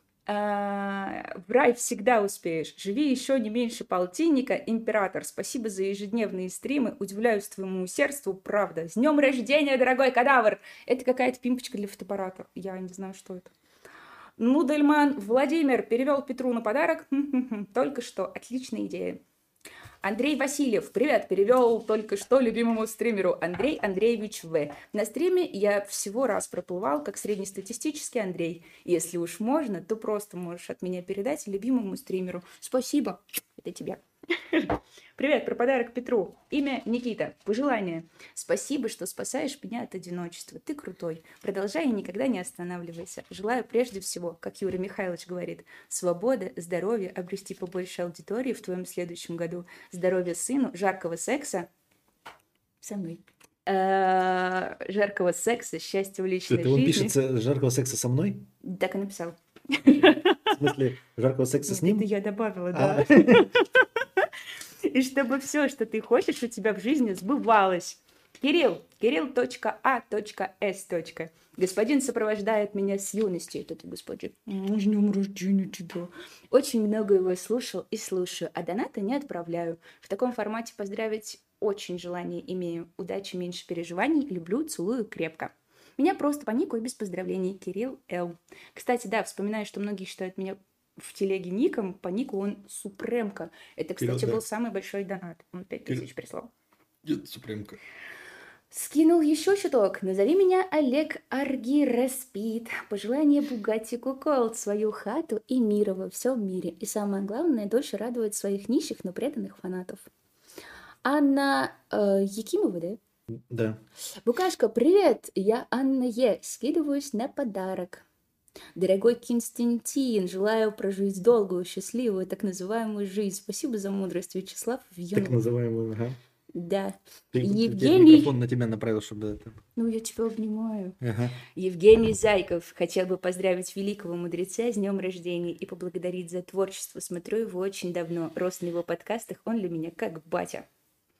в рай всегда успеешь. Живи еще не меньше полтинника, император. Спасибо за ежедневные стримы. Удивляюсь твоему усердству, правда. С днем рождения, дорогой кадавр! Это какая-то пимпочка для фотоаппарата. Я не знаю, что это. Нудельман Владимир перевел Петру на подарок. Только что. Отличная идея. Андрей Васильев, привет, перевел только что любимому стримеру Андрей Андреевич В. На стриме я всего раз проплывал как среднестатистический Андрей. Если уж можно, то просто можешь от меня передать любимому стримеру. Спасибо, это тебе. Привет, про подарок Петру. Имя Никита. Пожелание. Спасибо, что спасаешь меня от одиночества. Ты крутой. Продолжай и никогда не останавливайся. Желаю прежде всего, как Юрий Михайлович говорит, свободы, здоровья, обрести побольше аудитории в твоем следующем году, здоровья сыну, жаркого секса со мной. Жаркого секса, счастья в личной жизни. Это он пишется жаркого секса со мной? Так и написал. В смысле, жаркого секса с ним? Это я добавила, да. И чтобы все, что ты хочешь, у тебя в жизни сбывалось. Кирилл.а.с. Господин сопровождает меня с юности. Это ты, господин. С днем рождения тебя. Очень много его слушал и слушаю, а донаты не отправляю. В таком формате поздравить очень желание имею. Удачи, меньше переживаний. Люблю, целую крепко. Меня просто по нику и без поздравлений. Кирилл Л. Кстати, да, вспоминаю, что многие считают меня в телеге ником, по нику он Супремка. Это, кстати, был самый большой донат. Он 5000 прислал. Нет, Супремка. Скинул еще чуток. Назови меня Олег Аргиреспит. Пожелание Бугатти Куколд, свою хату и мира во всем мире. И самое главное, дольше радовать своих нищих, но преданных фанатов. Анна Якимова, да? Да. Букашка, привет! Я Анна Е. Скидываюсь на подарок. Дорогой Константин, желаю прожить долгую, счастливую, так называемую жизнь. Спасибо за мудрость, Вячеслав Вьюнов. Так называемую, ага. Да. Евгений... Микрофон на тебя направил, чтобы это... Ну, я тебя обнимаю. Ага. Евгений Зайков. Хотел бы поздравить великого мудреца с днем рождения и поблагодарить за творчество. Смотрю его очень давно. Рос на его подкастах, он для меня как батя.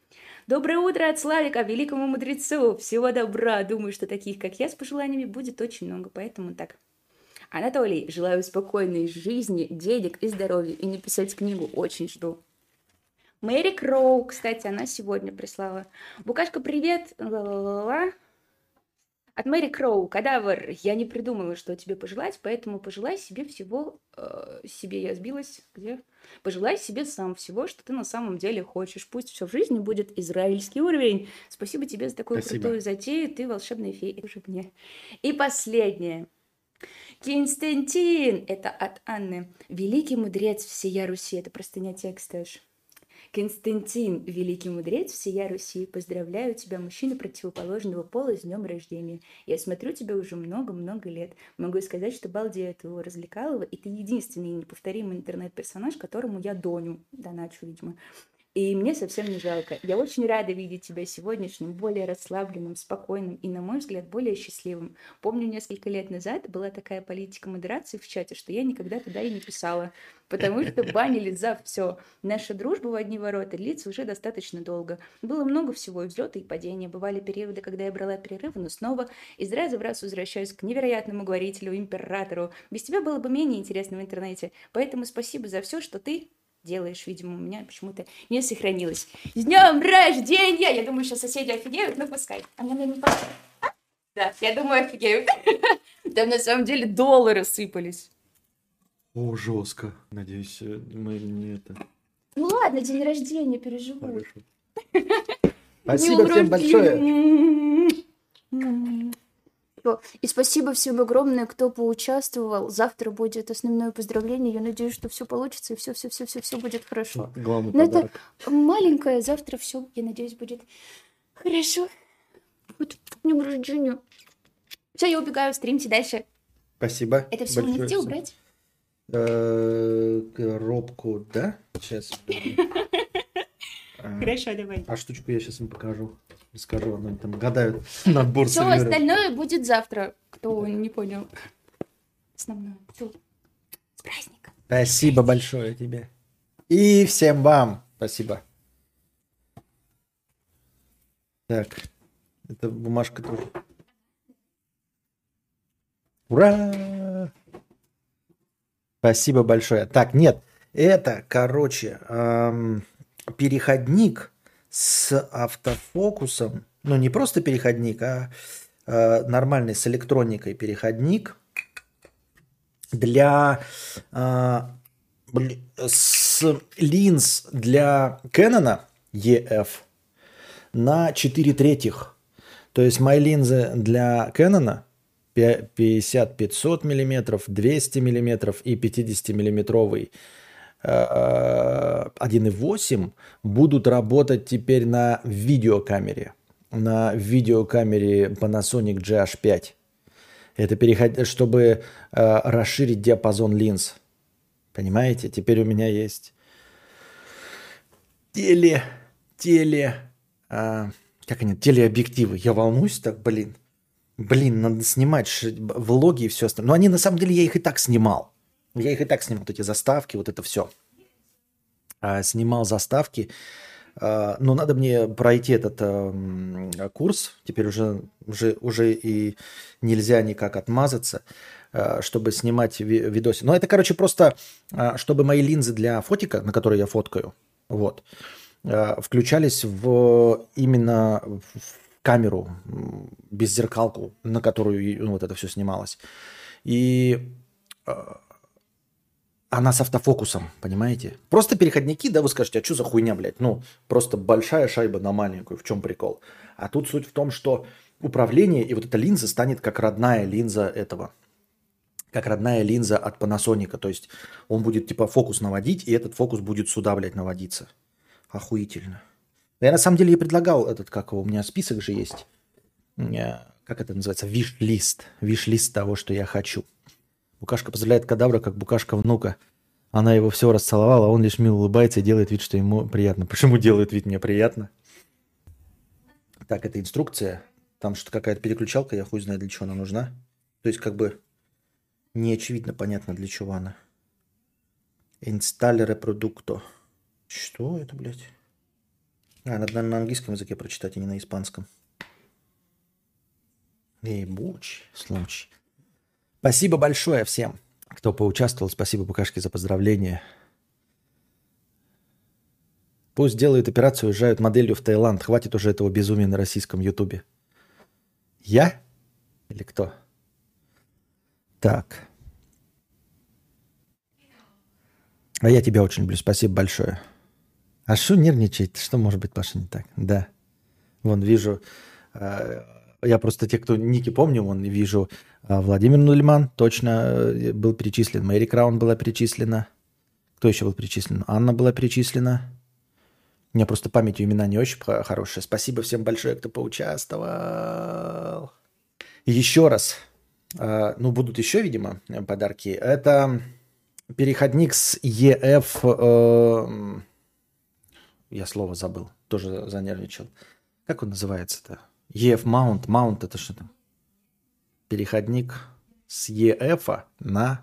Доброе утро от Славика, великому мудрецу. Всего добра. Думаю, что таких, как я, с пожеланиями будет очень много, поэтому так. Анатолий, желаю спокойной жизни, денег и здоровья. И написать книгу очень жду. Мэри Кроу, кстати, она сегодня прислала. Букашка, привет. Ла-ла-ла-ла. От Мэри Кроу, кадавр, я не придумала, что тебе пожелать, поэтому пожелай себе всего, себе я сбилась, где? Пожелай себе сам всего, что ты на самом деле хочешь. Пусть все в жизни будет израильский уровень. Спасибо тебе за такую Спасибо. крутую затею, ты волшебная фея. Это уже мне. И последнее. Константин, это от Анны. Великий мудрец всея Руси, это простыня текста аж. Константин, великий мудрец всея Руси, поздравляю тебя, мужчина противоположного пола, с днем рождения. Я смотрю тебя уже много-много лет. Могу сказать, что балдею от твоего развлекалого, и ты единственный неповторимый интернет-персонаж, которому я доню, доначу, видимо. И мне совсем не жалко. Я очень рада видеть тебя сегодняшним, более расслабленным, спокойным и, на мой взгляд, более счастливым. Помню, несколько лет назад была такая политика модерации в чате, что я никогда туда и не писала, потому что банили за все. Наша дружба в одни ворота длится уже достаточно долго. Было много всего, и взлеты, и падения. Бывали периоды, когда я брала перерывы, но снова из раза в раз возвращаюсь к невероятному говорителю, императору. Без тебя было бы менее интересно в интернете. Поэтому спасибо за все, что ты делаешь, видимо, у меня почему-то не сохранилось. С днем рождения! Я думаю, сейчас соседи офигеют, ну пускай. А мне, наверное, пускай. Да, я думаю, офигеют. Там на самом деле доллары сыпались. О, жестко. Надеюсь, мы не это... Ну ладно, день рождения, переживу. Хорошо. Спасибо всем большое. И спасибо всем огромное, кто поучаствовал. Завтра будет основное поздравление. Я надеюсь, что все получится и все будет хорошо. Главный Но подарок. это маленькое, завтра все, я надеюсь, будет хорошо. Вот к днем рождения. Все, я убегаю, стримьте дальше. Спасибо. Это все унести, убрать? Коробку, да? Сейчас. Хорошо, давай. А штучку я сейчас им покажу. Скажу, они там гадают набор Все остальное будет завтра, кто не понял. Основное. Все. С праздником. Спасибо большое тебе. И всем вам спасибо. Так, эта бумажка тоже. Ура! Спасибо большое. Так, нет, это, короче, переходник с автофокусом. Ну, не просто переходник, а нормальный с электроникой переходник для с линз для Canon EF на 4/3. То есть мои линзы для Canon 50-500 мм, 200 мм и 50-миллиметровый 1.8 будут работать теперь на видеокамере. На видеокамере Panasonic GH5. Это чтобы расширить диапазон линз. Понимаете? Теперь у меня есть телеобъективы. Я волнуюсь так, блин. Блин, надо снимать влоги и все остальное. Но они, на самом деле, я их и так снимал. Вот эти заставки, вот это все. Снимал заставки. Но надо мне пройти этот курс. Теперь уже и нельзя никак отмазаться, чтобы снимать видосы. Но это, короче, просто, чтобы мои линзы для фотика, на которые я фоткаю, вот, включались именно в камеру, беззеркалку, на которую вот это все снималось. И она с автофокусом, понимаете? Просто переходники, да, вы скажете, а что за хуйня, блядь? Ну, просто большая шайба на маленькую, в чем прикол? А тут суть в том, что управление и вот эта линза станет как родная линза этого. Как родная линза от Panasonic. То есть он будет типа фокус наводить, и этот фокус будет сюда, блядь, наводиться. Охуительно. Я на самом деле и предлагал у меня список же есть. Как это называется? Виш-лист. Виш-лист того, что я хочу. Букашка поздравляет кадавра, как букашка внука. Она его все расцеловала, а он лишь мило улыбается и делает вид, что ему приятно. Почему делает вид, мне приятно? Так, это инструкция. Там что-то какая-то переключалка, я хуй знаю, для чего она нужна. То есть как бы не очевидно, понятно, для чего она. Installere продукто. Что это, блядь? Надо, наверное, на английском языке прочитать, а не на испанском. Ебучий случай. Спасибо большое всем, кто поучаствовал. Спасибо, Букашки, за поздравления. Пусть делают операцию, уезжают моделью в Таиланд. Хватит уже этого безумия на российском Ютубе. Я? Или кто? Так. А я тебя очень люблю. Спасибо большое. А что нервничает? Что может быть, Паша, не так? Да. Вон вижу... Я просто те, кто ники помню, вон вижу Владимир Нульман точно был перечислен. Мэри Краун была перечислена. Кто еще был перечислен? Анна была перечислена. У меня просто памятью имена не очень хорошая. Спасибо всем большое, кто поучаствовал. И еще раз. Ну, будут еще, видимо, подарки. Это переходник с EF... я слово забыл. Тоже занервничал. Как он называется-то? EF Mount. Mount это что-то. Переходник с EF на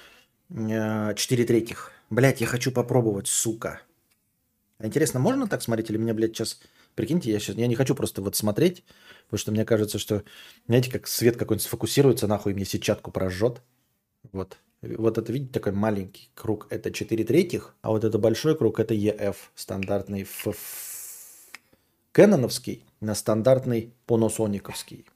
4/3. Блять, я хочу попробовать, сука. А интересно, можно так смотреть? Или мне, блядь, сейчас... Прикиньте, я не хочу просто вот смотреть, потому что мне кажется, что, знаете, как свет какой-нибудь сфокусируется, нахуй мне сетчатку прожжет. Вот. Вот это, видите, такой маленький круг, это 4/3, а вот это большой круг, это EF, стандартный кэноновский на стандартный панасониковский.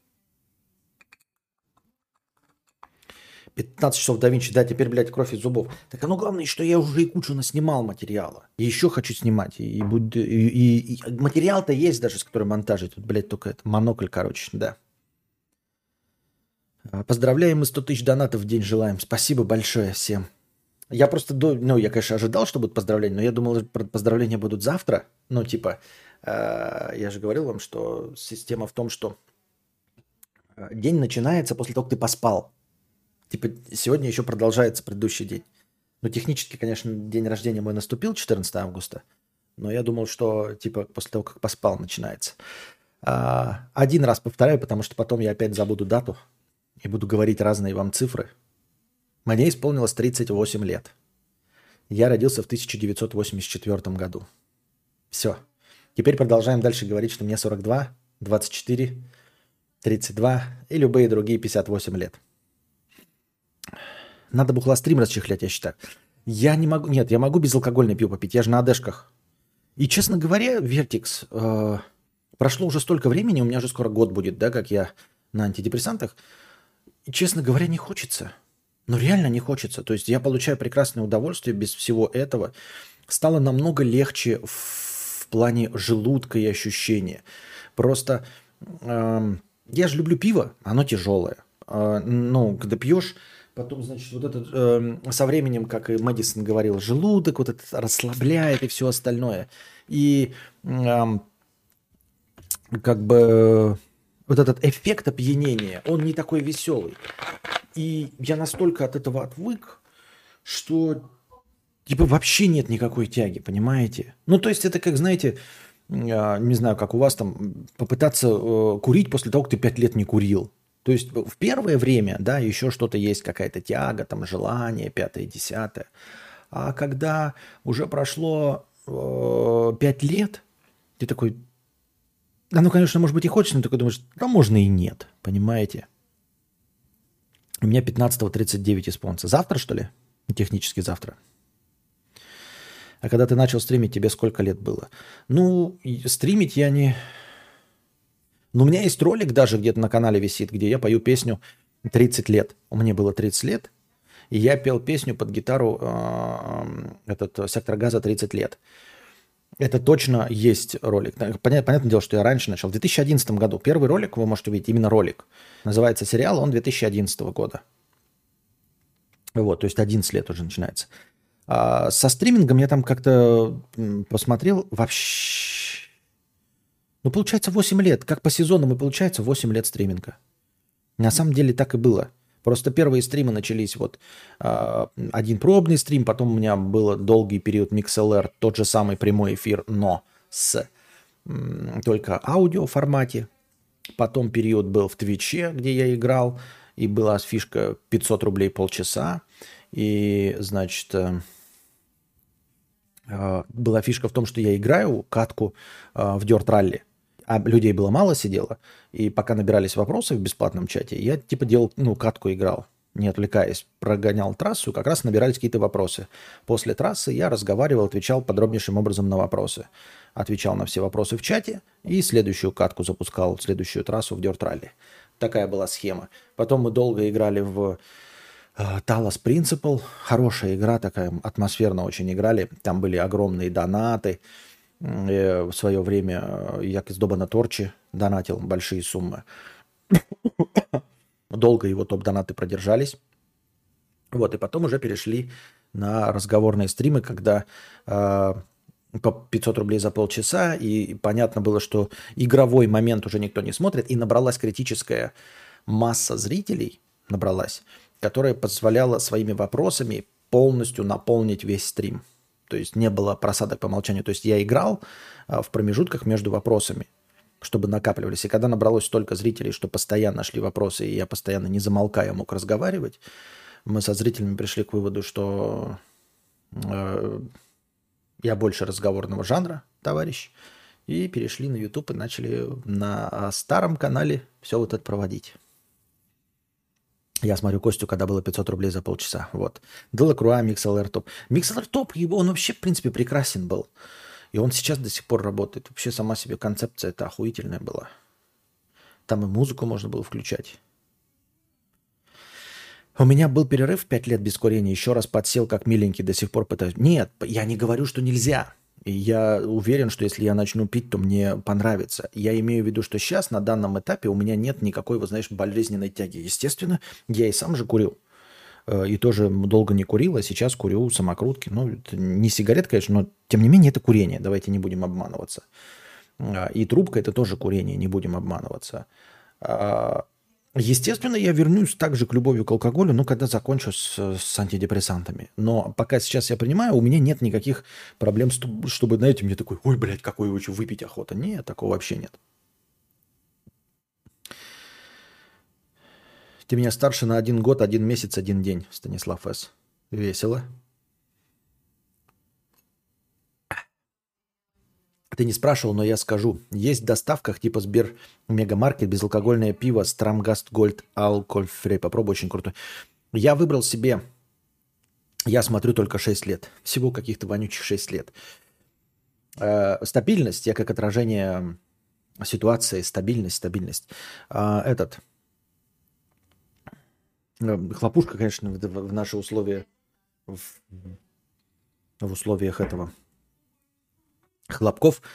15 часов да Винчи, да, теперь, блядь, кровь из зубов. Так оно главное, что я уже и кучу наснимал материала. И еще хочу снимать. И материал-то есть даже, с которым монтажить. Тут, блядь, только это монокль, короче, да. Поздравляем, мы 100 тысяч донатов в день желаем. Спасибо большое всем. Я просто, я, конечно, ожидал, что будут поздравления, но я думал, поздравления будут завтра. Ну, типа, я же говорил вам, что система в том, что день начинается после того, как ты поспал. Типа, сегодня еще продолжается предыдущий день. Ну, технически, конечно, день рождения мой наступил, 14 августа. Но я думал, что, типа, после того, как поспал, начинается. Один раз повторяю, потому что потом я опять забуду дату и буду говорить разные вам цифры. Мне исполнилось 38 лет. Я родился в 1984 году. Все. Теперь продолжаем дальше говорить, что мне 42, 24, 32 и любые другие 58 лет. Надо бухлострим расчехлять, я считаю. Я не могу... Нет, я могу безалкогольное пиво попить. Я же на АДшках. И, честно говоря, Вертикс, прошло уже столько времени, у меня же скоро год будет, да, как я на антидепрессантах. И, честно говоря, не хочется. Ну, реально не хочется. То есть я получаю прекрасное удовольствие без всего этого. Стало намного легче в плане желудка и ощущения. Просто я же люблю пиво, оно тяжелое. Когда пьешь... Потом, значит, вот этот со временем, как и Мэдисон говорил, желудок вот этот расслабляет и все остальное. И как бы вот этот эффект опьянения, он не такой веселый. И я настолько от этого отвык, что типа вообще нет никакой тяги, понимаете? Ну, то есть это как, знаете, не знаю, как у вас там, попытаться курить после того, как ты 5 лет не курил. То есть в первое время, да, еще что-то есть, какая-то тяга, там, желание, 5-е, 10-е. А когда уже прошло 5 лет, ты такой, ну, конечно, может быть и хочешь, но такой думаешь, да можно и нет, понимаете? У меня 15-го 39 исполнится. Завтра, что ли? Технически завтра. А когда ты начал стримить, тебе сколько лет было? Ну, стримить я не... Но у меня есть ролик даже где-то на канале висит, где я пою песню 30 лет. Мне было 30 лет, и я пел песню под гитару «Сектор газа 30 лет». Это точно есть ролик. Понятное дело, что я раньше начал. В 2011 году. Первый ролик, вы можете увидеть, именно ролик. Называется сериал, он 2011 года. Вот, то есть 11 лет уже начинается. Со стримингом я там как-то посмотрел вообще... Ну, получается 8 лет. Как по сезонам и получается 8 лет стриминга. На самом деле так и было. Просто первые стримы начались вот один пробный стрим, потом у меня был долгий период MixLR, тот же самый прямой эфир, но с только аудио формате. Потом период был в Твиче, где я играл, и была фишка 500 рублей полчаса. И, значит, Была фишка в том, что я играю катку в Dirt Rally, а людей было мало сидело, и пока набирались вопросы в бесплатном чате, я типа делал, катку играл, не отвлекаясь, прогонял трассу, как раз набирались какие-то вопросы. После трассы я разговаривал, отвечал подробнейшим образом на вопросы. Отвечал на все вопросы в чате и следующую катку запускал, следующую трассу в Dirt Rally. Такая была схема. Потом мы долго играли в Talos Principle. Хорошая игра такая, атмосферно очень играли. Там были огромные донаты. В свое время я из Доба на Торче донатил большие суммы. Долго его топ-донаты продержались. Вот, и потом уже перешли на разговорные стримы, когда по 500 рублей за полчаса, и понятно было, что игровой момент уже никто не смотрит, и набралась критическая масса зрителей, которая позволяла своими вопросами полностью наполнить весь стрим. То есть не было просадок по умолчанию. То есть я играл в промежутках между вопросами, чтобы накапливались. И когда набралось столько зрителей, что постоянно шли вопросы, и я постоянно не замолкая мог разговаривать, мы со зрителями пришли к выводу, что я больше разговорного жанра, товарищ, и перешли на YouTube и начали на старом канале все вот это проводить. Я смотрю Костю, когда было 500 рублей за полчаса. Вот. Делакруа, MixLR Top. MixLR Top, он вообще, в принципе, прекрасен был. И он сейчас до сих пор работает. Вообще сама себе концепция это охуительная была. Там и музыку можно было включать. У меня был перерыв 5 лет без курения. Еще раз подсел как миленький, до сих пор пытаюсь. Нет, я не говорю, что нельзя. И я уверен, что если я начну пить, то мне понравится. Я имею в виду, что сейчас, на данном этапе, у меня нет никакой, болезненной тяги. Естественно, я и сам же курил. И тоже долго не курил, а сейчас курю самокрутки. Это не сигарет, конечно, но тем не менее это курение. Давайте не будем обманываться. И трубка – это тоже курение, не будем обманываться. Естественно, я вернусь также к любови к алкоголю, когда закончу с антидепрессантами. Но пока сейчас я принимаю, у меня нет никаких проблем, чтобы, знаете, мне такой, ой, блядь, какой очень выпить охота. Нет, такого вообще нет. Ты меня старше на 1 год, 1 месяц, 1 день, Станислав С. Весело. Ты не спрашивал, но я скажу. Есть в доставках типа Сбер Мегамаркет безалкогольное пиво Страмгаст Гольд Алкоголь Фри. Попробуй, очень круто. Я выбрал себе, я смотрю только 6 лет. Всего каких-то вонючих 6 лет. Стабильность, я как отражение ситуации, стабильность. Хлопушка, конечно, в наши условия, в условиях этого хлопков.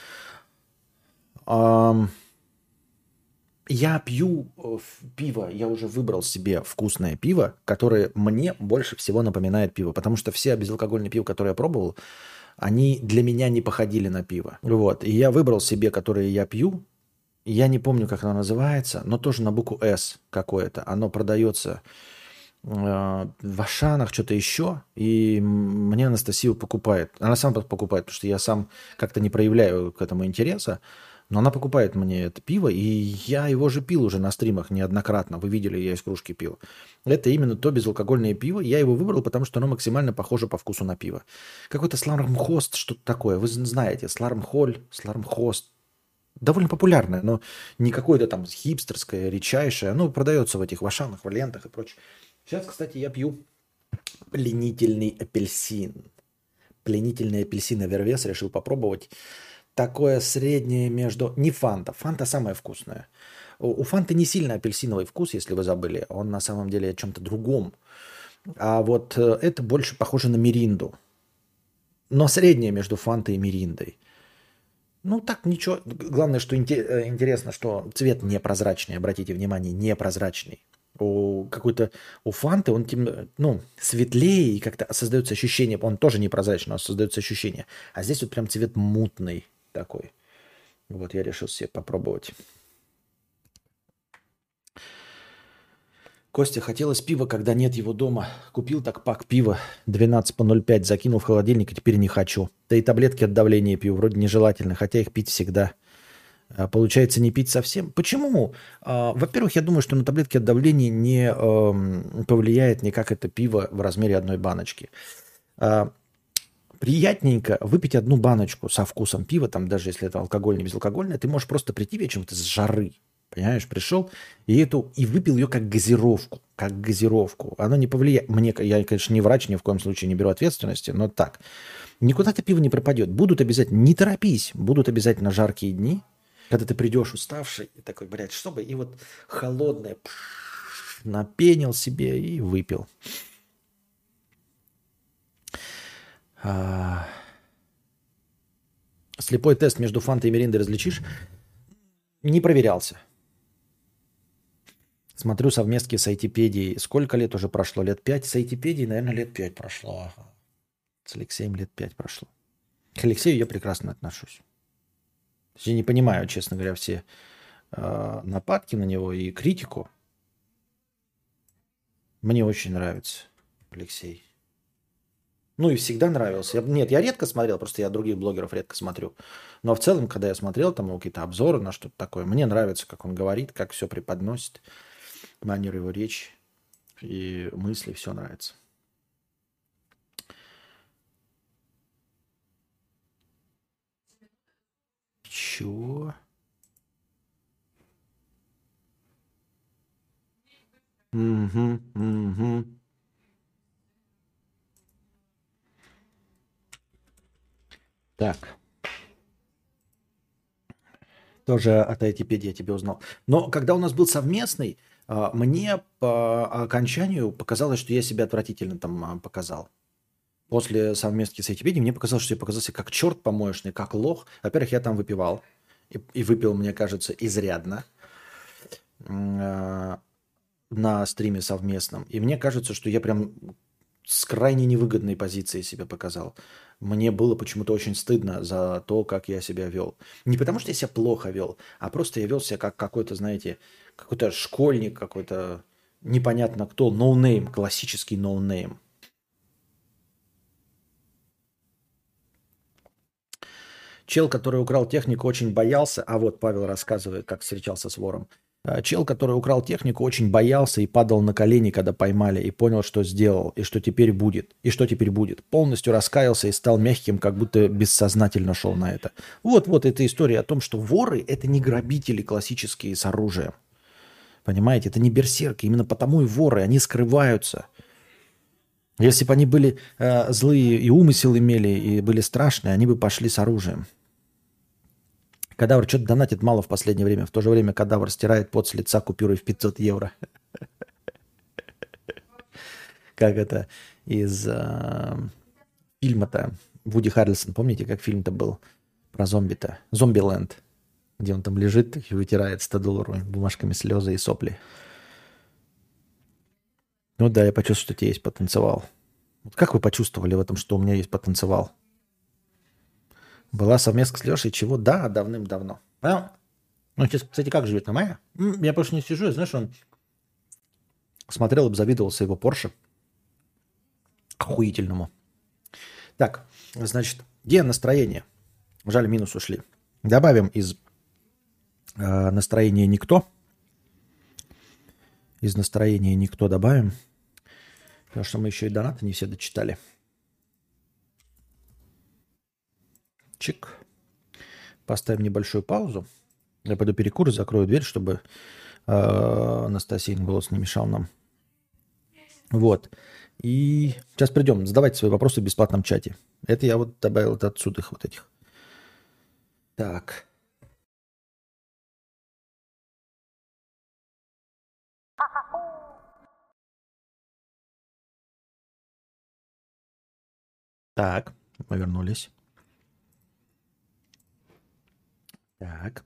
Я пью пиво, я уже выбрал себе вкусное пиво, которое мне больше всего напоминает пиво, потому что все безалкогольные пиво, которые я пробовал, они для меня не походили на пиво. Вот, и я выбрал себе, которое я пью, я не помню, как оно называется, но тоже на букву «С» какое-то. Оно продается в Ашанах, что-то еще, и мне Анастасия покупает. Она сама покупает, потому что я сам как-то не проявляю к этому интереса, но она покупает мне это пиво, и я его же пил уже на стримах неоднократно. Вы видели, я из кружки пил. Это именно то безалкогольное пиво. Я его выбрал, потому что оно максимально похоже по вкусу на пиво. Какой-то Слармхост, что-то такое. Вы знаете, Слармхоль, Слармхост. Довольно популярное, но не какое-то там хипстерское, редчайшее. Оно продается в этих Ашанах, в лентах и прочее. Сейчас, кстати, я пью пленительный апельсин. Пленительный апельсин Эвервес решил попробовать. Такое среднее между... Не фанта. Фанта самая вкусная. У фанты не сильно апельсиновый вкус, если вы забыли. Он на самом деле о чем-то другом. А вот это больше похоже на миринду. Но среднее между фантой и мириндой. Так ничего. Главное, что интересно, что цвет непрозрачный. Обратите внимание, непрозрачный. У фанты он светлее и как-то создается ощущение, он тоже непрозрачный, но создается ощущение. А здесь вот прям цвет мутный такой. Вот я решил себе попробовать. Костя, хотелось пива, когда нет его дома. Купил так пак пива 12 по 0,5, закинул в холодильник, и теперь не хочу. Да и таблетки от давления пью, вроде нежелательно, хотя их пить всегда. Получается, не пить совсем. Почему? Во-первых, я думаю, что на таблетки от давления не повлияет никак это пиво в размере одной баночки. приятненько выпить одну баночку со вкусом пива, там даже если это алкогольное, безалкогольное, ты можешь просто прийти вечером ты с жары, понимаешь, пришел и выпил ее как газировку, как газировку. Оно не повлияет. Я, конечно, не врач, ни в коем случае не беру ответственности, но так. Никуда-то пиво не пропадет. Будут обязательно, не торопись, будут обязательно жаркие дни, когда ты придешь уставший и такой, блядь, чтобы, и вот холодное, напенил себе и выпил. Слепой тест между фантой и мериндой различишь? Не проверялся. Смотрю совместки с айтипедией. Сколько лет уже прошло? Лет 5? С айтипедией, наверное, лет 5 прошло. С Алексеем лет 5 прошло. К Алексею я прекрасно отношусь. Я не понимаю, честно говоря, все нападки на него и критику. Мне очень нравится Алексей. Ну и всегда нравился. Нет, я редко смотрел, просто я других блогеров редко смотрю. Но в целом, когда я смотрел там какие-то обзоры на что-то такое, мне нравится, как он говорит, как все преподносит, манера его речи и мысли, все нравится. Чего? Угу. Так. Тоже от айтипедии я тебе узнал. Но когда у нас был совместный, мне по окончанию показалось, что я себя отвратительно там показал. После совместки с айтипедией мне показалось, что я показался как черт помоечный, как лох. Во-первых, я там выпивал. И выпил, мне кажется, изрядно на стриме совместном. И мне кажется, что я прям с крайне невыгодной позиции себя показал. Мне было почему-то очень стыдно за то, как я себя вел. Не потому, что я себя плохо вел, а просто я вел себя как какой-то, знаете, какой-то школьник, какой-то непонятно кто, ноунейм, классический ноунейм. Чел, который украл технику, очень боялся. А вот Павел рассказывает, как встречался с вором. Чел, который украл технику, очень боялся и падал на колени, когда поймали, и понял, что сделал, и что теперь будет. И что теперь будет. Полностью раскаялся и стал мягким, как будто бессознательно шел на это. Вот эта история о том, что воры – это не грабители классические с оружием. Понимаете, это не берсерки. Именно потому и воры, они скрываются. Если бы они были злые и умысел имели, и были страшные, они бы пошли с оружием. Кадавр что-то донатит мало в последнее время. В то же время Кадавр стирает пот с лица купюрой в 500 евро. Как это из фильма-то Вуди Харрельсон. Помните, как фильм-то был про зомби-то? Зомби-ленд. Где он там лежит и вытирает 100-долларовыми бумажками слезы и сопли. Ну да, я почувствовал, что у тебя есть потенциал. Вот как вы почувствовали в этом, что у меня есть потенциал? Была совместка с Лешей, чего? Да, давным-давно. Понял? Ну, сейчас, кстати, как живет на Майя? Я просто не сижу, знаешь, он смотрел, обзавидовался его Порше. Охуительному. Так, значит, где настроение? Жаль, минус ушли. Добавим из настроения никто. Из настроения никто добавим. Потому что мы еще и донаты не все дочитали. Чик. Поставим небольшую паузу. Я пойду перекур и закрою дверь, чтобы Анастасийный голос не мешал нам. Вот. И сейчас придем. Задавайте свои вопросы в бесплатном чате. Это я вот добавил отсюда их вот этих. Так. Так, мы вернулись. Так.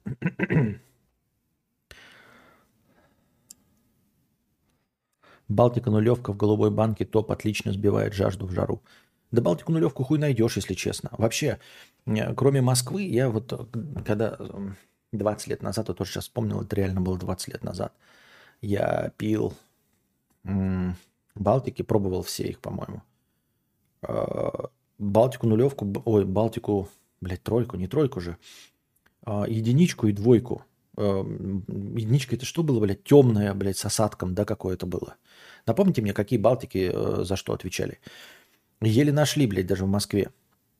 Балтика нулевка в голубой банке топ отлично сбивает жажду в жару. Да Балтику нулевку хуй найдешь, если честно. Вообще, кроме Москвы, я вот когда 20 лет назад, я тоже сейчас вспомнил, это реально было 20 лет назад, я пил Балтики, пробовал все их, по-моему. Балтику нулевку, ой, Балтику, блядь, тройку, не тройку же, единичку и двойку. Единичка это что было, блядь, темное, блядь, с осадком, да, какое-то было. Напомните мне, какие Балтики за что отвечали. Еле нашли, блядь, даже в Москве.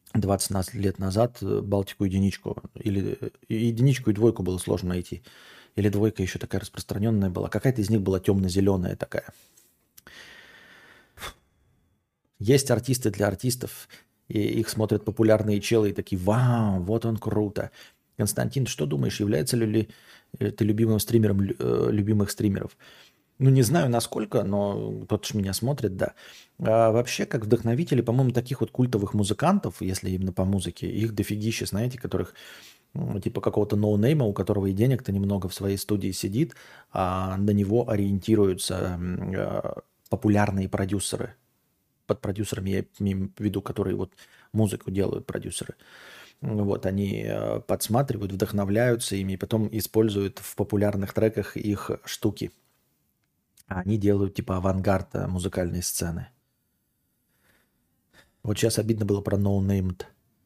20 лет назад Балтику единичку. Или единичку и двойку было сложно найти. Или двойка еще такая распространенная была. Какая-то из них была темно-зеленая такая. Есть артисты для артистов. И их смотрят популярные челы и такие: вау, вот он круто. Константин, что думаешь, является ли ты любимым стримером любимых стримеров? Ну, не знаю, насколько, но тот ж меня смотрит, да. А вообще, как вдохновители, по-моему, таких вот культовых музыкантов, если именно по музыке, их дофигища, знаете, которых, типа какого-то ноунейма, у которого и денег-то немного в своей студии сидит, а на него ориентируются популярные продюсеры. Под продюсерами я имею в виду, которые вот музыку делают, продюсеры. Вот, они подсматривают, вдохновляются ими, и потом используют в популярных треках их штуки. Они делают типа авангард музыкальной сцены. Вот сейчас обидно было про No Named.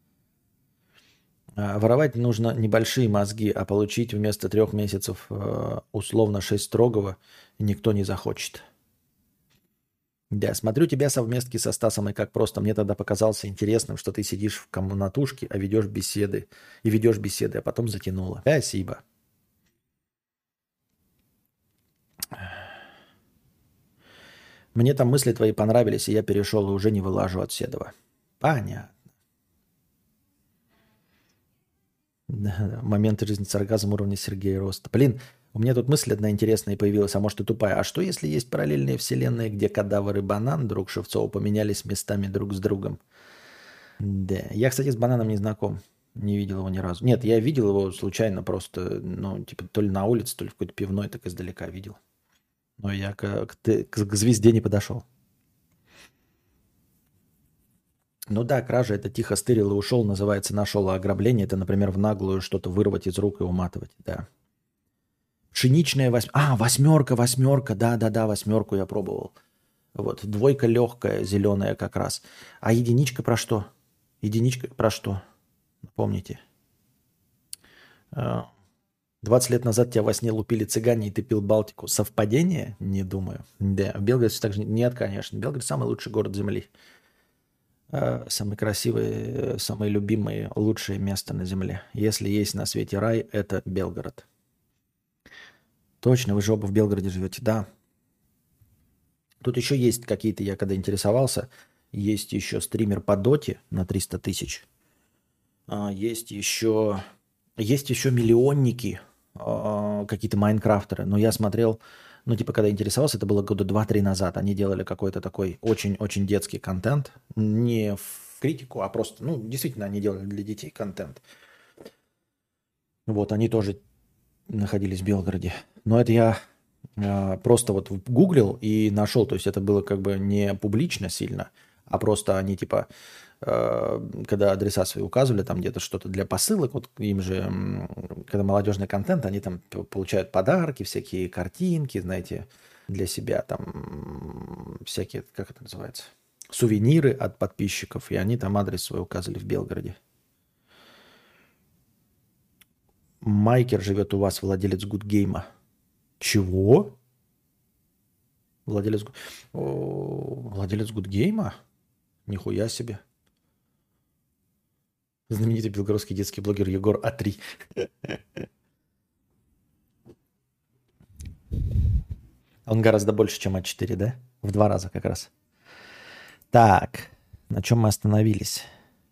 Воровать нужно небольшие мозги, а получить вместо 3 месяцев условно 6 строгого никто не захочет. Да, смотрю тебя совместки со Стасом, и как просто мне тогда показалось интересным, что ты сидишь в комнатушке, а ведешь беседы, а потом затянуло. Спасибо. Мне там мысли твои понравились, и я перешел и уже не вылажу от Седова. Понятно. Да, моменты жизни сарказм уровня Сергея Роста. Блин, у меня тут мысль одна интересная появилась, а может и тупая. А что, если есть параллельные вселенные, где кадавр и банан, друг Шевцова, поменялись местами друг с другом? Да. Я, кстати, с бананом не знаком. Не видел его ни разу. Нет, я видел его случайно просто, ну, типа, то ли на улице, то ли в какой-то пивной, так издалека видел. Но я к звезде не подошел. Ну да, кража – это тихо стырил и ушел, называется нашел, а ограбление – это, например, в наглую что-то вырвать из рук и уматывать, да. Пшеничная восьмерка, да, восьмерку я пробовал. Вот, двойка легкая, зеленая как раз. А единичка про что? Единичка про что? Помните? 20 лет назад тебя во сне лупили цыгане, и ты пил Балтику. Совпадение? Не думаю. Да, в Белграде все так же... Нет, конечно. Белград – самый лучший город Земли. Самый красивый, самое любимое, лучшее место на Земле. Если есть на свете рай, это Белгород. Точно, вы же оба в Белгороде живете, да. Тут еще есть какие-то, я когда интересовался, есть еще стример по доте на 300 тысяч. Есть еще миллионники, какие-то майнкрафтеры. Но я смотрел, ну типа когда интересовался, это было года 2-3 назад. Они делали какой-то такой очень-очень детский контент. Не в критику, а просто, ну действительно они делали для детей контент. Вот, они тоже находились в Белгороде. Но это я просто вот гуглил и нашел. То есть это было как бы не публично сильно, а просто они типа, когда адреса свои указывали, там где-то что-то для посылок, вот им же, когда молодежный контент, они там получают подарки, всякие картинки, знаете, для себя, там всякие, как это называется, сувениры от подписчиков, и они там адрес свой указывали в Белгороде. Майкер живет у вас, владелец Гудгейма. Чего? Владелец Гудгейма? Нихуя себе. Знаменитый белгородский детский блогер Егор А3. Он гораздо больше, чем А4, да? В 2 раза как раз. Так, на чем мы остановились?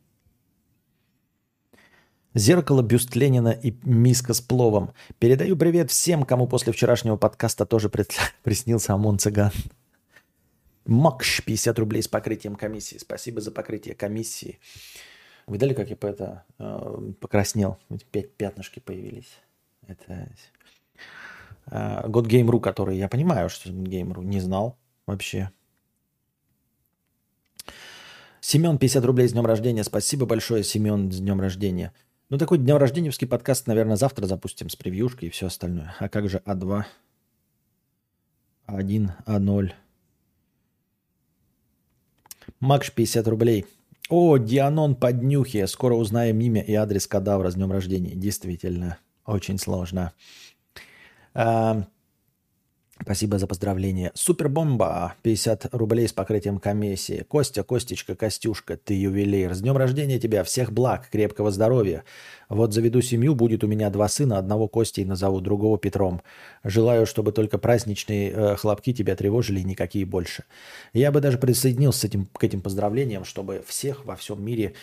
Зеркало, бюст Ленина и миска с пловом. Передаю привет всем, кому после вчерашнего подкаста тоже приснился ОМОН цыган. Макш, 50 рублей с покрытием комиссии. Спасибо за покрытие комиссии. Видали, как я покраснел? 5 пятнышки появились. Это Godgame.ru, который я понимаю, что Godgame.ru не знал вообще. Семен, 50 рублей с днем рождения. Спасибо большое, Семен, с днем рождения. Ну, такой днем рожденевский подкаст, наверное, завтра запустим с превьюшкой и все остальное. А как же А2, А1, А0? Макш, 50 рублей. О, Дианон Поднюхи. Скоро узнаем имя и адрес кадавра с днем рождения. Действительно, очень сложно. Спасибо за поздравление. Супербомба. 50 рублей с покрытием комиссии. Костя, Костечка, Костюшка, ты ювелир. С днем рождения тебя. Всех благ, крепкого здоровья. Вот заведу семью, будет у меня 2 сына. Одного Костей назову, другого Петром. Желаю, чтобы только праздничные хлопки тебя тревожили и никакие больше. Я бы даже присоединился к этим поздравлениям, чтобы всех во всем мире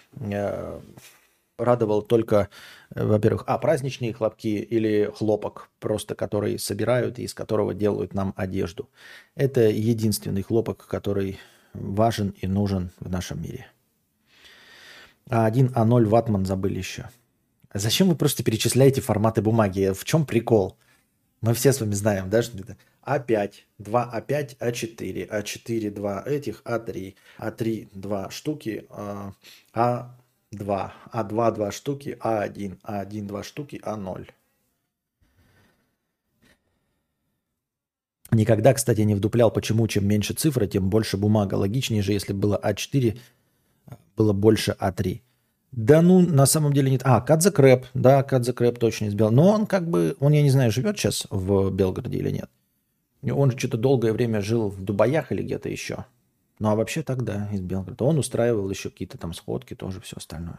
радовал только, во-первых, праздничные хлопки или хлопок, просто который собирают и из которого делают нам одежду. Это единственный хлопок, который важен и нужен в нашем мире. А1, А0 ватман забыли еще. Зачем вы просто перечисляете форматы бумаги? В чем прикол? Мы все с вами знаем, да, что это А5, 2 А5, А4, А4, 2 этих, А3, А3, 2 штуки, А2, А2, 2 штуки, А1, А1, 2 штуки, А0. Никогда, кстати, не вдуплял, почему чем меньше цифры, тем больше бумага. Логичнее же, если было А4, было больше А3. Да ну, на самом деле нет. Кадзе Крэп. Да, Кадзе Крэп точно из Белгорода. Но он как бы, я не знаю, живет сейчас в Белгороде или нет. Он же что-то долгое время жил в Дубаях или где-то еще. Ну, а вообще тогда из Белгорода. Он устраивал еще какие-то там сходки, тоже все остальное.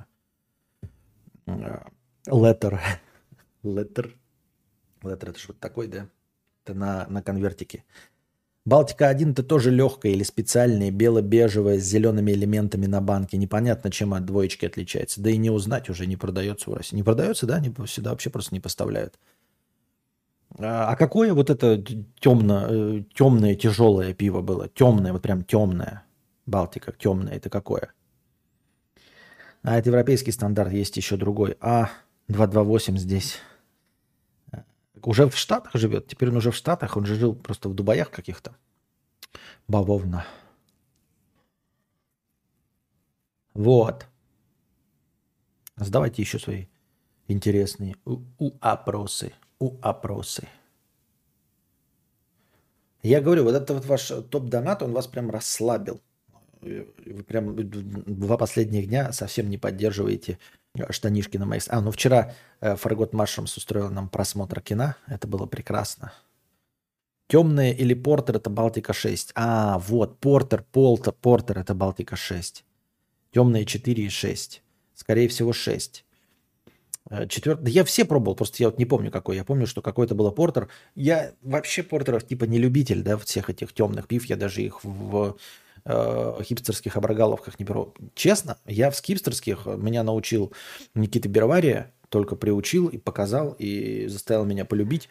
Letter. Letter это что-то такое, да? Это на конвертике. Балтика-1 это тоже легкая или специальная, бело-бежевая, с зелеными элементами на банке. Непонятно, чем от двоечки отличается. Да и не узнать уже, не продается в России. Не продается, да? Сюда вообще просто не поставляют. А какое вот это темное, тяжелое пиво было? Темное, вот прям темное. Балтика темное, это какое? Это европейский стандарт, есть еще другой. 228 здесь. Уже в Штатах живет. Теперь он уже в Штатах. Он же жил просто в Дубаях каких-то. Бавовна. Вот. Задавайте еще свои интересные опросы. Я говорю, вот это вот ваш топ-донат, он вас прям расслабил. Вы прям 2 последних дня совсем не поддерживаете штанишки на моих... вчера Фаргот Машрамс устроил нам просмотр кино. Это было прекрасно. Темное или Портер – это Балтика-6. Вот, Портер – это Балтика-6. Темное 4 и 6. Скорее всего, 6. Четвертый. Да я все пробовал, просто я вот не помню какой. Я помню, что какой-то был Портер. Я вообще Портеров типа не любитель, да, всех этих темных пив. Я даже их в хипстерских обрагаловках не беру. Честно, я в хипстерских меня научил Никита Бервария, только приучил и показал, и заставил меня полюбить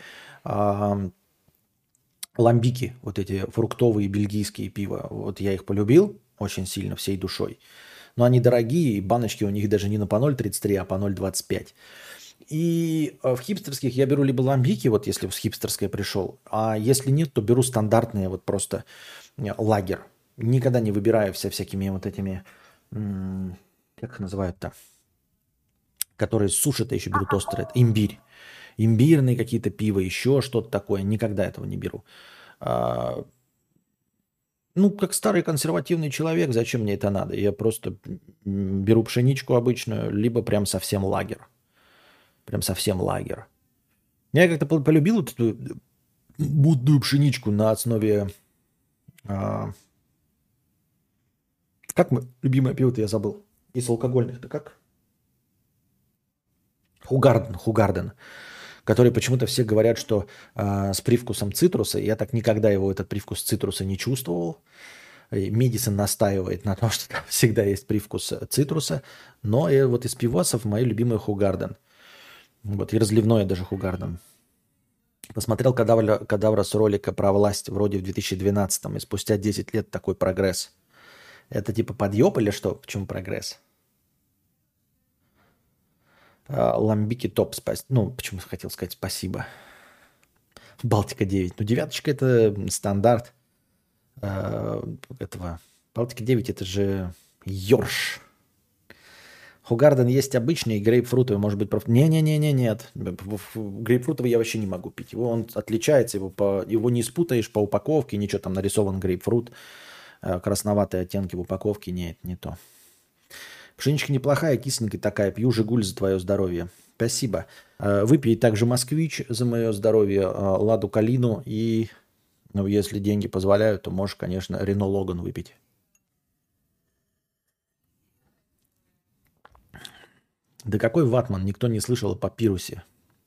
ламбики, вот эти фруктовые бельгийские пива. Вот я их полюбил очень сильно, всей душой. Но они дорогие, и баночки у них даже не на по 0,33, а по 0,25. И в хипстерских я беру либо ламбики, вот если в хипстерское пришел, а если нет, то беру стандартные вот просто лагер. Никогда не выбираю всякими вот этими, как их называют-то, которые сушат, я еще беру тостеры. Это имбирь. Имбирные какие-то пиво, еще что-то такое. Никогда этого не беру. Как старый консервативный человек, зачем мне это надо? Я просто беру пшеничку обычную, либо прям совсем лагер. Прям совсем лагер. Я как-то полюбил эту будную пшеничку на основе... Как мы... Любимое пиво-то я забыл. Из алкогольных-то как? Хугарден. Который почему-то все говорят, что с привкусом цитруса. Я так никогда этот привкус цитруса не чувствовал. Медисон настаивает на том, что там всегда есть привкус цитруса. Но вот из пивосов мой любимый Хугарден. Вот, и разливное даже Хугарден. Посмотрел кадавра с ролика про власть вроде в 2012-м. И спустя 10 лет такой прогресс. Это типа подъеб или что? Почему прогресс? Ламбики топ. Почему хотел сказать спасибо. Балтика 9. Девяточка это стандарт этого. Балтика 9 это же Йорш. Хугарден есть обычный, грейпфрутовый, может быть... Нет. Грейпфрутовый я вообще не могу пить. Он отличается, его не спутаешь по упаковке, ничего там нарисован грейпфрут. Красноватые оттенки в упаковке, нет, не то. Пшеничка неплохая, кисленькая такая. Пью «Жигуль» за твое здоровье. Спасибо. Выпей также «Москвич» за мое здоровье, «Ладу Калину» и Ну, если деньги позволяют, то можешь, конечно, Рено Логан выпить. Да какой ватман? Никто не слышал о папирусе.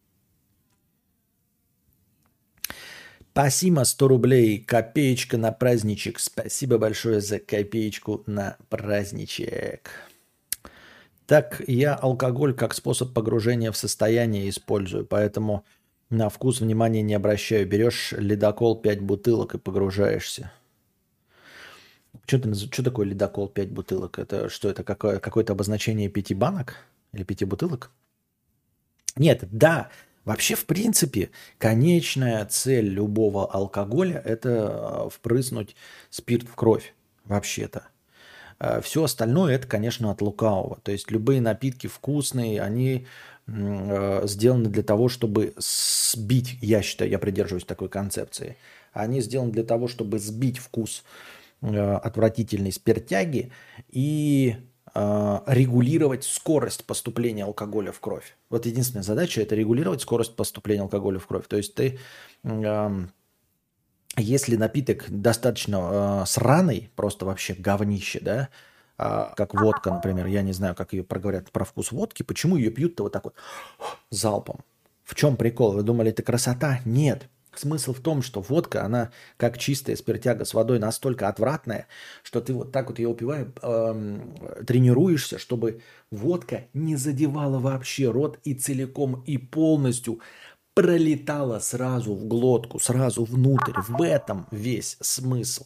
Спасибо, 100 рублей. Копеечка на праздничек. Спасибо большое за копеечку на праздничек. Так, я алкоголь как способ погружения в состояние использую, поэтому на вкус внимания не обращаю. Берешь ледокол 5 бутылок и погружаешься. Что такое ледокол 5 бутылок? Это что, это какое-то обозначение 5 банок или 5 бутылок? Нет, да, вообще в принципе конечная цель любого алкоголя – это впрыснуть спирт в кровь, вообще-то. Все остальное это, конечно, от лукавого. То есть любые напитки вкусные, они сделаны для того, чтобы сбить, я считаю, я придерживаюсь такой концепции, они сделаны для того, чтобы сбить вкус отвратительной спиртяги и регулировать скорость поступления алкоголя в кровь. Вот единственная задача – это регулировать скорость поступления алкоголя в кровь. То есть ты, если напиток достаточно сраный, просто вообще говнище, да, как водка, например, я не знаю, как ее проговорят про вкус водки, почему ее пьют-то вот так вот залпом? В чем прикол? Вы думали, это красота? Нет. Смысл в том, что водка, она как чистая спиртяга с водой настолько отвратная, что ты вот так вот ее упивая, тренируешься, чтобы водка не задевала вообще рот и целиком и полностью пролетала сразу в глотку, сразу внутрь. В этом весь смысл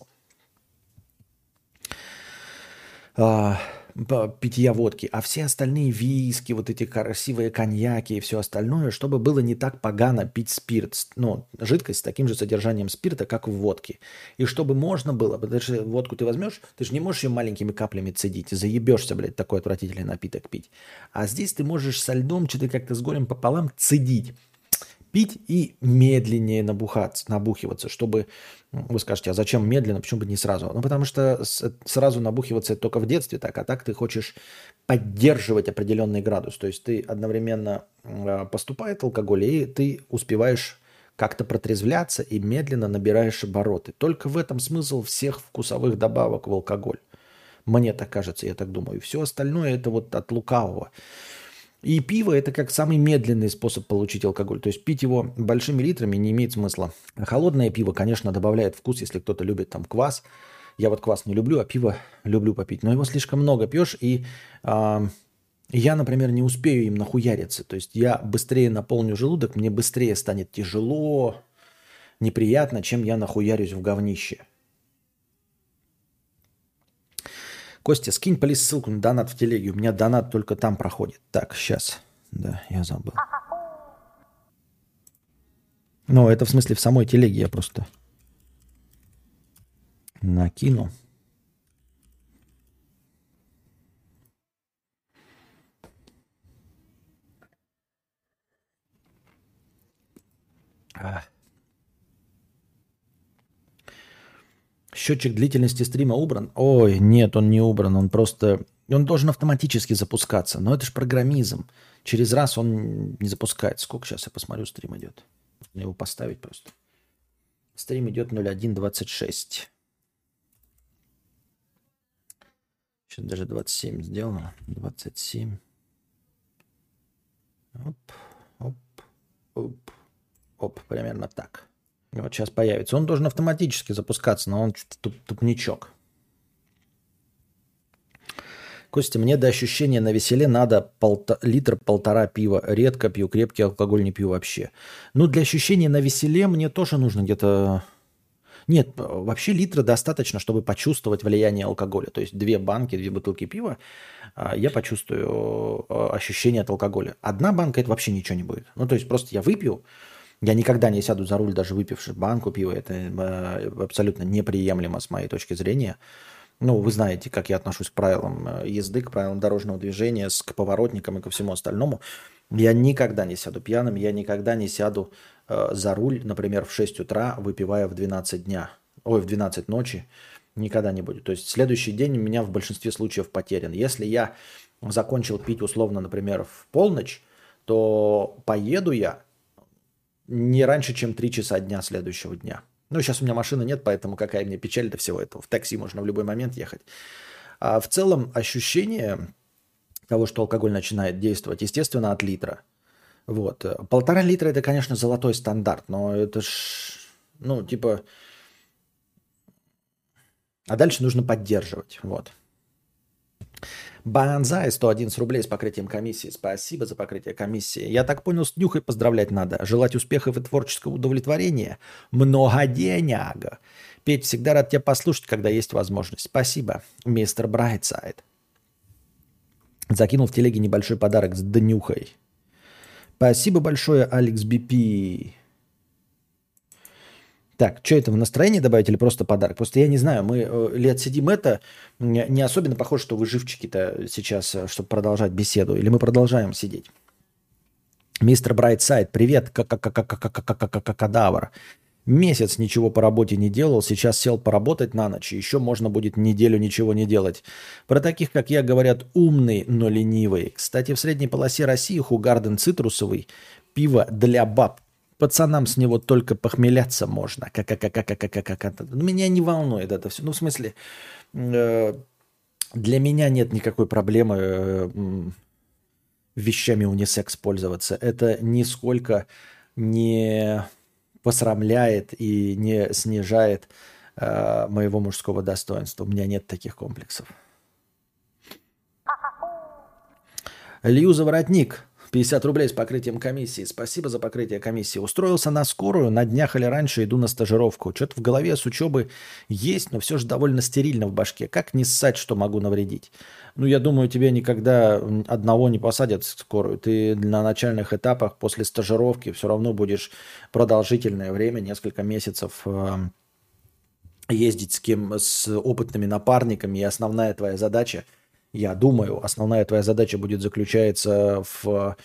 питья водки, а все остальные виски, вот эти красивые коньяки и все остальное, чтобы было не так погано пить спирт, ну, жидкость с таким же содержанием спирта, как в водке. И чтобы можно было, потому что водку ты возьмешь, ты же не можешь ее маленькими каплями цедить, заебешься, блядь, такой отвратительный напиток пить. А здесь ты можешь со льдом что-то как-то с горем пополам цедить. Пить и медленнее набухиваться, чтобы, вы скажете, а зачем медленно, почему бы не сразу? Ну, потому что сразу набухиваться это только в детстве так, а так ты хочешь поддерживать определенный градус. То есть ты одновременно поступает алкоголь, и ты успеваешь как-то протрезвляться и медленно набираешь обороты. Только в этом смысл всех вкусовых добавок в алкоголь. Мне так кажется, я так думаю. Все остальное это вот от лукавого. И пиво – это как самый медленный способ получить алкоголь. То есть пить его большими литрами не имеет смысла. Холодное пиво, конечно, добавляет вкус, если кто-то любит там квас. Я вот квас не люблю, а пиво люблю попить. Но его слишком много пьешь, и я, например, не успею им нахуяриться. То есть я быстрее наполню желудок, мне быстрее станет тяжело, неприятно, чем я нахуярюсь в говнище. Костя, скинь, плиз, ссылку на донат в телеге. У меня донат только там проходит. Так, сейчас. Да, я забыл. Ну, это в смысле в самой телеге я просто накину. Счетчик длительности стрима убран? Ой, нет, он не убран, он просто... Он должен автоматически запускаться, но это же программизм. Через раз он не запускается. Сколько сейчас я посмотрю, стрим идет? Нужно его поставить просто. Стрим идет 01:26. Сейчас даже 27 сделано. 27. Оп, оп, оп, оп, примерно так. И вот сейчас появится. Он должен автоматически запускаться, но он тупничок. Костя, мне до ощущения навеселе надо литр-полтора пива. Редко пью, крепкий алкоголь не пью вообще. Ну, для ощущения навеселе мне тоже нужно где-то... Нет, вообще литра достаточно, чтобы почувствовать влияние алкоголя. То есть 2 банки, 2 бутылки пива, я почувствую ощущение от алкоголя. 1 банка – это вообще ничего не будет. Ну, то есть просто я выпью, я никогда не сяду за руль, даже выпивши банку пива. Это абсолютно неприемлемо с моей точки зрения. Ну, вы знаете, как я отношусь к правилам езды, к правилам дорожного движения, к поворотникам и ко всему остальному. Я никогда не сяду пьяным, я никогда не сяду за руль, например, в 6 утра, выпивая в 12 дня. Ой, в 12 ночи. Никогда не будет. То есть следующий день у меня в большинстве случаев потерян. Если я закончил пить условно, например, в полночь, то поеду я не раньше, чем 3 часа дня следующего дня. Ну, сейчас у меня машины нет, поэтому какая мне печаль до всего этого. В такси можно в любой момент ехать. А в целом ощущение того, что алкоголь начинает действовать, естественно, от литра. Вот. 1,5 литра – это, конечно, золотой стандарт, но это ж, ну, типа… А дальше нужно поддерживать. Вот. Банзай, 111 рублей с покрытием комиссии. Спасибо за покрытие комиссии. Я так понял, с Днюхой поздравлять надо. Желать успехов и творческого удовлетворения. Много денег. Петь, всегда рад тебя послушать, когда есть возможность. Спасибо, мистер Брайтсайд. Закинул в телеге небольшой подарок с Днюхой. Спасибо большое, Алекс БП. Так, что это, в настроении добавить или просто подарок? Просто я не знаю, мы лет сидим это, не особенно похоже, что вы живчики-то сейчас, чтобы продолжать беседу. Или мы продолжаем сидеть? Мистер Брайтсайд, привет, кадавр. Месяц ничего по работе не делал, сейчас сел поработать на ночь, еще можно будет неделю ничего не делать. Про таких, как я, говорят, умный, но ленивый. Кстати, в средней полосе России Хугарден цитрусовый, пиво для баб. Пацанам с него только похмеляться можно. Меня не волнует это все. Ну, в смысле, для меня нет никакой проблемы вещами унисекс пользоваться. Это нисколько не посрамляет и не снижает моего мужского достоинства. У меня нет таких комплексов. Лью Заворотник. 50 рублей с покрытием комиссии. Спасибо за покрытие комиссии. Устроился на скорую, на днях или раньше иду на стажировку. Что-то в голове с учебы есть, но все же довольно стерильно в башке. Как не ссать, что могу навредить? Ну, я думаю, тебе никогда одного не посадят в скорую. Ты на начальных этапах после стажировки все равно будешь продолжительное время, несколько месяцев ездить с опытными напарниками. И основная твоя задача, я думаю, основная твоя задача будет заключаться в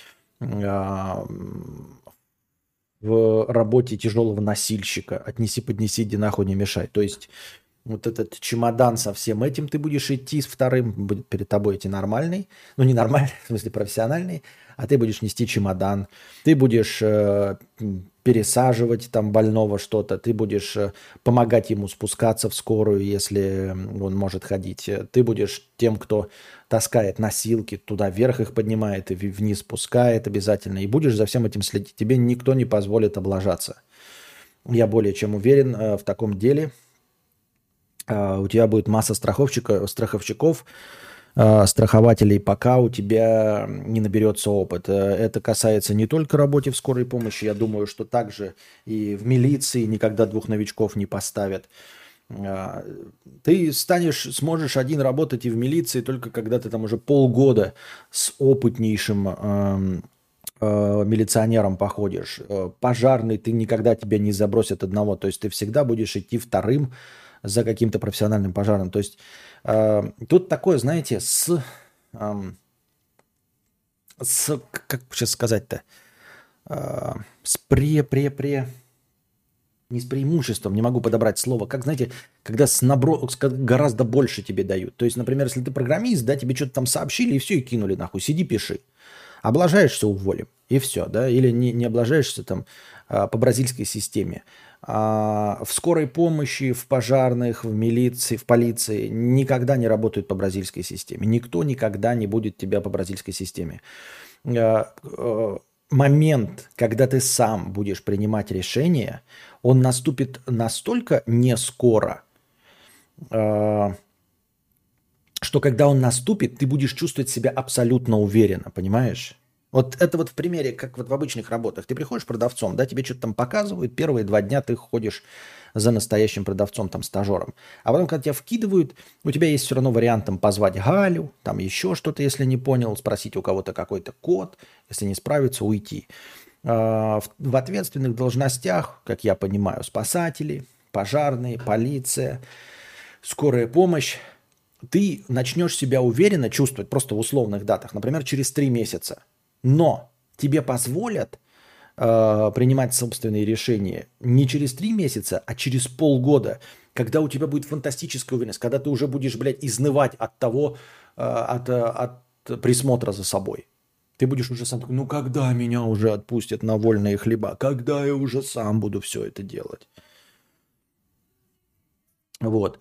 работе тяжелого носильщика. Отнеси, поднеси, иди нахуй, не мешай. То есть вот этот чемодан со всем этим ты будешь идти с вторым, будет перед тобой идти нормальный, ну не нормальный, в смысле профессиональный, а ты будешь нести чемодан, ты будешь пересаживать там больного что-то, ты будешь помогать ему спускаться в скорую, если он может ходить, ты будешь тем, кто таскает носилки, туда вверх их поднимает и вниз спускает обязательно, и будешь за всем этим следить. Тебе никто не позволит облажаться. Я более чем уверен в таком деле. У тебя будет масса страховщиков, страхователей, пока у тебя не наберется опыт. Это касается не только работы в скорой помощи, я думаю, что также и в милиции никогда двух новичков не поставят. Ты сможешь один работать и в милиции только когда ты там уже полгода с опытнейшим милиционером походишь. Пожарный, ты никогда тебя не забросят одного, то есть ты всегда будешь идти вторым за каким-то профессиональным пожарным. То есть тут такое, знаете, как сейчас сказать-то, не с преимуществом, не могу подобрать слово, как, знаете, когда гораздо больше тебе дают. То есть, например, если ты программист, да, тебе что-то там сообщили и все, и кинули нахуй, сиди, пиши. Облажаешься — уволим, и все, да, или не облажаешься там по бразильской системе. В скорой помощи, в пожарных, в милиции, в полиции никогда не работают по бразильской системе. Никто никогда не будет тебя по бразильской системе. Момент, когда ты сам будешь принимать решение, он наступит настолько не скоро, что когда он наступит, ты будешь чувствовать себя абсолютно уверенно, понимаешь? Вот это вот в примере, как вот в обычных работах. Ты приходишь продавцом, да, тебе что-то там показывают, первые 2 дня ты ходишь за настоящим продавцом, там, стажером. А потом, когда тебя вкидывают, у тебя есть все равно вариант там позвать Галю, там еще что-то, если не понял, спросить у кого-то какой-то код, если не справиться, уйти. В ответственных должностях, как я понимаю, спасатели, пожарные, полиция, скорая помощь, ты начнешь себя уверенно чувствовать просто в условных датах, например, через 3 месяца. Но тебе позволят принимать собственные решения не через 3 месяца, а через полгода, когда у тебя будет фантастическая уверенность, когда ты уже будешь, блядь, изнывать от того, от присмотра за собой. Ты будешь уже сам такой, ну когда меня уже отпустят на вольные хлеба? Когда я уже сам буду все это делать? Вот.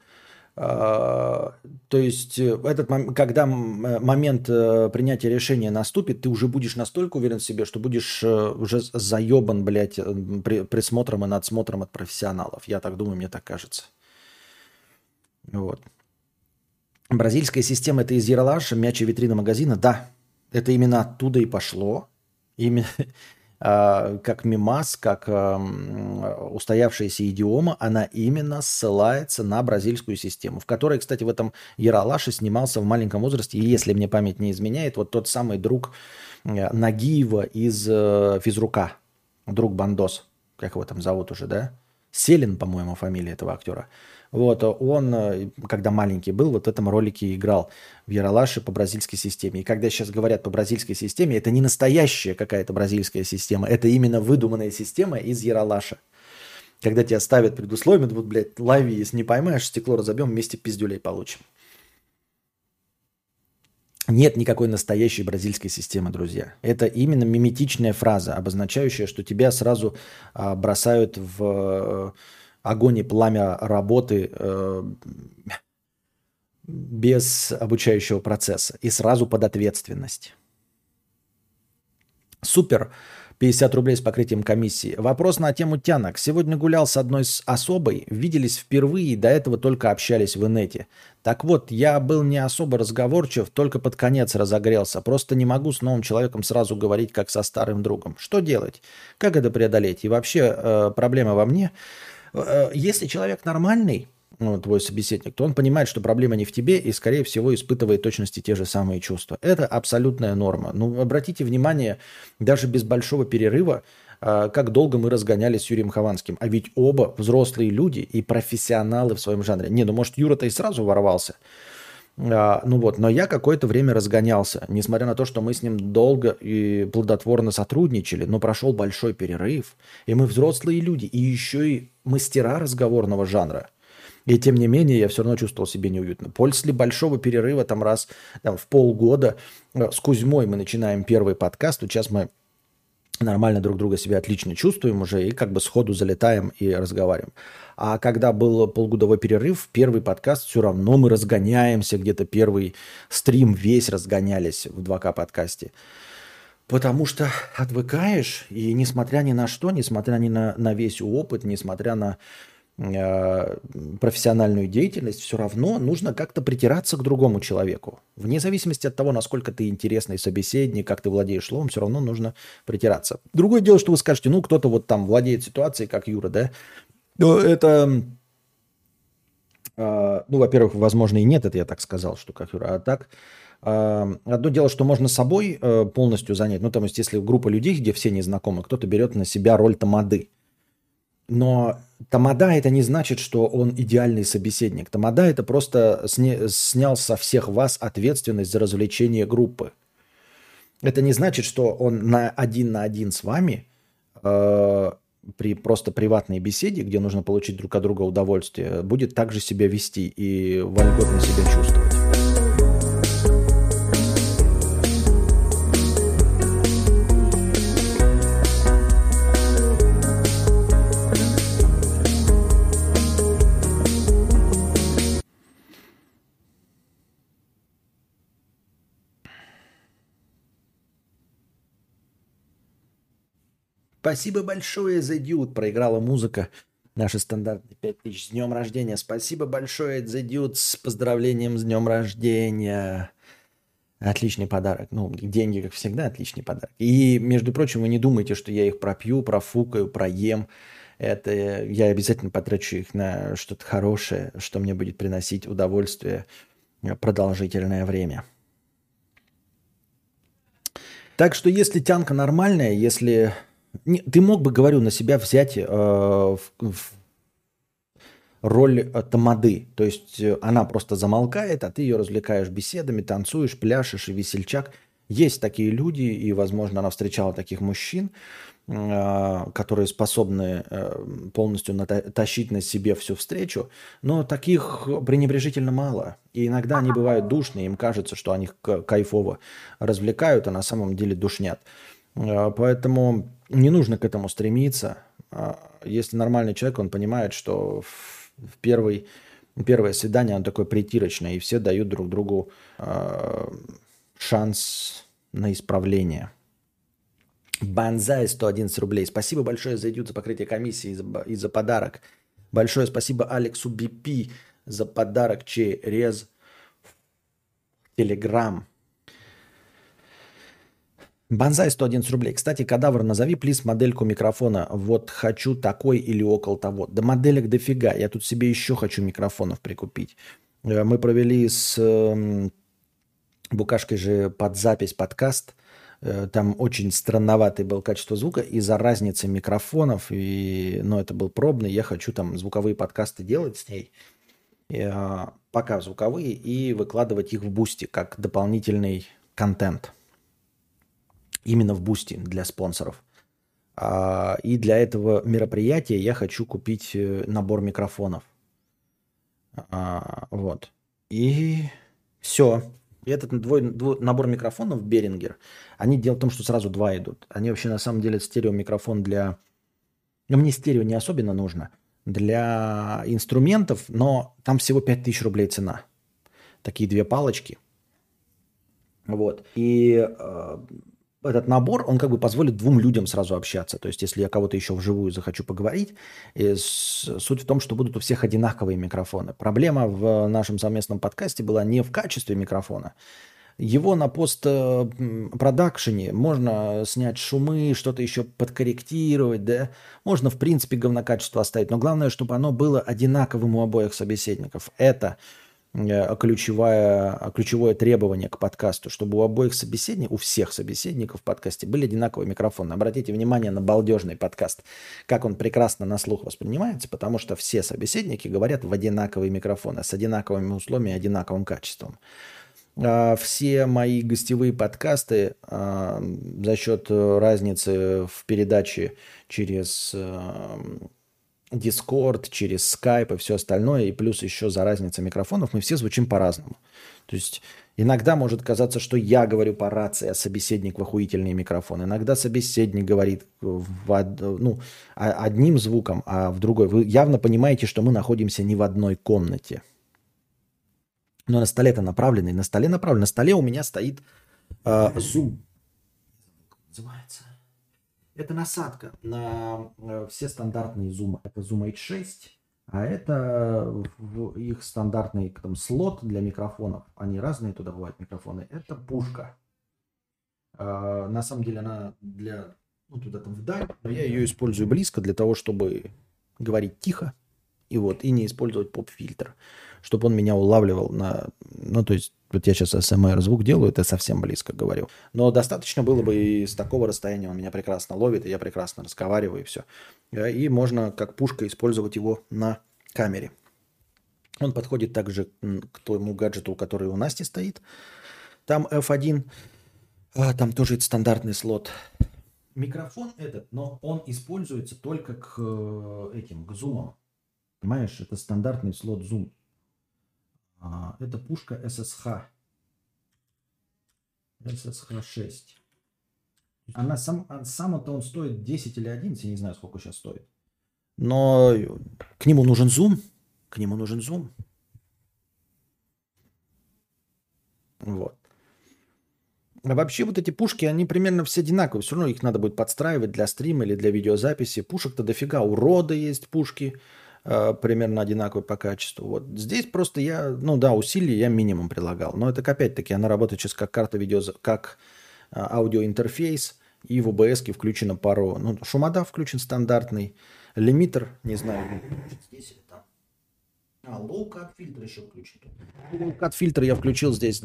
То есть, когда момент принятия решения наступит, ты уже будешь настолько уверен в себе, что будешь уже заебан, блядь, присмотром и надсмотром от профессионалов. Я так думаю, мне так кажется. Вот. Бразильская система – это из Ералаша, мяч и витрина магазина? Да, это именно оттуда и пошло. Именно как мимас, как устоявшаяся идиома, она именно ссылается на бразильскую систему, в которой, кстати, в этом Ералаше снимался в маленьком возрасте, и если мне память не изменяет, вот тот самый друг Нагиева из «Физрука», друг Бандос, как его там зовут уже, да? Селин, по-моему, фамилия этого актера. Вот, он, когда маленький был, вот в этом ролике играл в Яралаше по бразильской системе. И когда сейчас говорят по бразильской системе, это не настоящая какая-то бразильская система, это именно выдуманная система из Яралаша. Когда тебя ставят перед условием, вот, блядь, лови, если не поймаешь, стекло разобьем, вместе пиздюлей получим. Нет никакой настоящей бразильской системы, друзья. Это именно миметичная фраза, обозначающая, что тебя сразу бросают в огонь и пламя работы без обучающего процесса и сразу под ответственность. Супер. 50 рублей с покрытием комиссии. Вопрос на тему тянок. Сегодня гулял с одной особой. Виделись впервые, до этого только общались в инете. Так вот, я был не особо разговорчив, только под конец разогрелся. Просто не могу с новым человеком сразу говорить, как со старым другом. Что делать? Как это преодолеть? И вообще проблема во мне. Если человек нормальный, ну, твой собеседник, то он понимает, что проблема не в тебе и, скорее всего, испытывает в точности те же самые чувства. Это абсолютная норма. Ну, обратите внимание, даже без большого перерыва, как долго мы разгонялись с Юрием Хованским. А ведь оба взрослые люди и профессионалы в своем жанре. Не, ну, может, Юра-то и сразу ворвался. Ну вот, но я какое-то время разгонялся, несмотря на то, что мы с ним долго и плодотворно сотрудничали, но прошел большой перерыв, и мы взрослые люди, и еще и мастера разговорного жанра. И тем не менее, я все равно чувствовал себя неуютно. После большого перерыва, там раз в полгода, с Кузьмой мы начинаем первый подкаст. Вот сейчас мы нормально друг друга себя отлично чувствуем уже и как бы сходу залетаем и разговариваем. А когда был полугодовой перерыв, первый подкаст все равно мы разгоняемся, где-то первый стрим весь разгонялись в 2К подкасте. Потому что отвыкаешь, и несмотря ни на что, несмотря ни на весь опыт, несмотря на профессиональную деятельность, все равно нужно как-то притираться к другому человеку. Вне зависимости от того, насколько ты интересный собеседник, как ты владеешь словом, все равно нужно притираться. Другое дело, что вы скажете, ну, кто-то вот там владеет ситуацией, как Юра, да? Но это, ну, во-первых, возможно, и нет, это я так сказал, что как Юра, а так... Одно дело, что можно собой полностью занять, ну, то есть, если группа людей, где все незнакомы, кто-то берет на себя роль тамады. Но тамада это не значит, что он идеальный собеседник. Тамада это просто снял со всех вас ответственность за развлечение группы. Это не значит, что он на один с вами при просто приватной беседе, где нужно получить друг от друга удовольствие, будет также себя вести и вольготно себя чувствовать. Спасибо большое за Dude. Проиграла музыка. Наши стандартные 5000 с днем рождения. Спасибо большое за Dude с поздравлением с днем рождения. Отличный подарок. Ну, деньги, как всегда, отличный подарок. И, между прочим, вы не думайте, что я их пропью, профукаю, проем. Это я обязательно потрачу их на что-то хорошее, что мне будет приносить удовольствие продолжительное время. Так что, если тянка нормальная, если... Ты мог бы, говорю, на себя взять в роль тамады. То есть она просто замолкает, а ты ее развлекаешь беседами, танцуешь, пляшешь и весельчак. Есть такие люди, и, возможно, она встречала таких мужчин, которые способны полностью тащить на себе всю встречу, но таких пренебрежительно мало. И иногда они бывают душные, им кажется, что они кайфово развлекают, а на самом деле душнят. Поэтому не нужно к этому стремиться. Если нормальный человек, он понимает, что в первый Первое свидание, оно такое притирочное, и все дают друг другу шанс на исправление. Банзай 111 рублей. Спасибо большое за идут за покрытие комиссии и за подарок. Большое спасибо Алексу Бипи за подарок через Телеграм. Банзай 111 рублей. Кстати, кадавр, назови, плиз, модельку микрофона. Вот хочу такой или около того. Да моделек дофига. Я тут себе еще хочу микрофонов прикупить. Мы провели с Букашкой же под запись подкаст. Там очень странноватый был качество звука из-за разницы микрофонов. Но это был пробный. Я хочу там звуковые подкасты делать с ней. Пока звуковые. И выкладывать их в Бусти как дополнительный контент. Именно в Бусти для спонсоров. И для этого мероприятия я хочу купить набор микрофонов. Вот. И все. И этот набор микрофонов Behringer, они дело в том, что сразу два идут. Они вообще на самом деле стереомикрофон для... Ну, мне стерео не особенно нужно. Для инструментов, но там всего 5000 рублей цена. Такие две палочки. Вот. И этот набор, он как бы позволит двум людям сразу общаться. То есть, если я кого-то еще вживую захочу поговорить, суть в том, что будут у всех одинаковые микрофоны. Проблема в нашем совместном подкасте была не в качестве микрофона. Его на постпродакшене можно снять шумы, что-то еще подкорректировать, да. Можно, в принципе, говнокачество оставить. Но главное, чтобы оно было одинаковым у обоих собеседников. Это ключевое требование к подкасту, чтобы у обоих собеседников, у всех собеседников в подкасте были одинаковые микрофоны. Обратите внимание на балдежный подкаст, как он прекрасно на слух воспринимается, потому что все собеседники говорят в одинаковые микрофоны, с одинаковыми условиями и одинаковым качеством. Все мои гостевые подкасты за счет разницы в передаче через Discord, через Skype и все остальное, и плюс еще за разницей микрофонов, мы все звучим по-разному. То есть иногда может казаться, что я говорю по рации, а собеседник в охуительный микрофон. Иногда собеседник говорит одним звуком, а в другой. Вы явно понимаете, что мы находимся не в одной комнате. Но на столе-то направленный. На столе направлен. На столе у меня стоит Zoom. Называется. Это насадка на все стандартные Zoom. Это Zoom H6, а это их стандартный там, слот для микрофонов. Они разные туда бывают микрофоны. Это пушка. На самом деле она для туда там вдаль, но я ее использую близко для того, чтобы говорить тихо и не использовать поп-фильтр, чтобы он меня улавливал на... то есть вот я сейчас АСМР звук делаю, это совсем близко говорю. Но достаточно было бы и с такого расстояния, он меня прекрасно ловит, и я прекрасно разговариваю, и все. И можно как пушка использовать его на камере. Он подходит также к тому гаджету, который у Насти стоит. Там F1, там тоже стандартный слот. Микрофон этот, но он используется только к зумам. Понимаешь, это стандартный слот Zoom. Это пушка SSH. SSH6. Она сам-то он стоит 10 или 11, я не знаю, сколько сейчас стоит. Но к нему нужен зум. Вот. А вообще вот эти пушки, они примерно все одинаковые. Все равно их надо будет подстраивать для стрима или для видеозаписи. Пушек-то дофига. У Рода есть пушки. Примерно одинаковый по качеству. Вот здесь просто усилий я минимум прилагал. Но это опять-таки она работает сейчас как карта видео, как аудиоинтерфейс. И в OBS включено пару... шумода включен стандартный. Лимитер, не знаю, здесь или там. Low-cut фильтр еще включен. Low-cut фильтр я включил здесь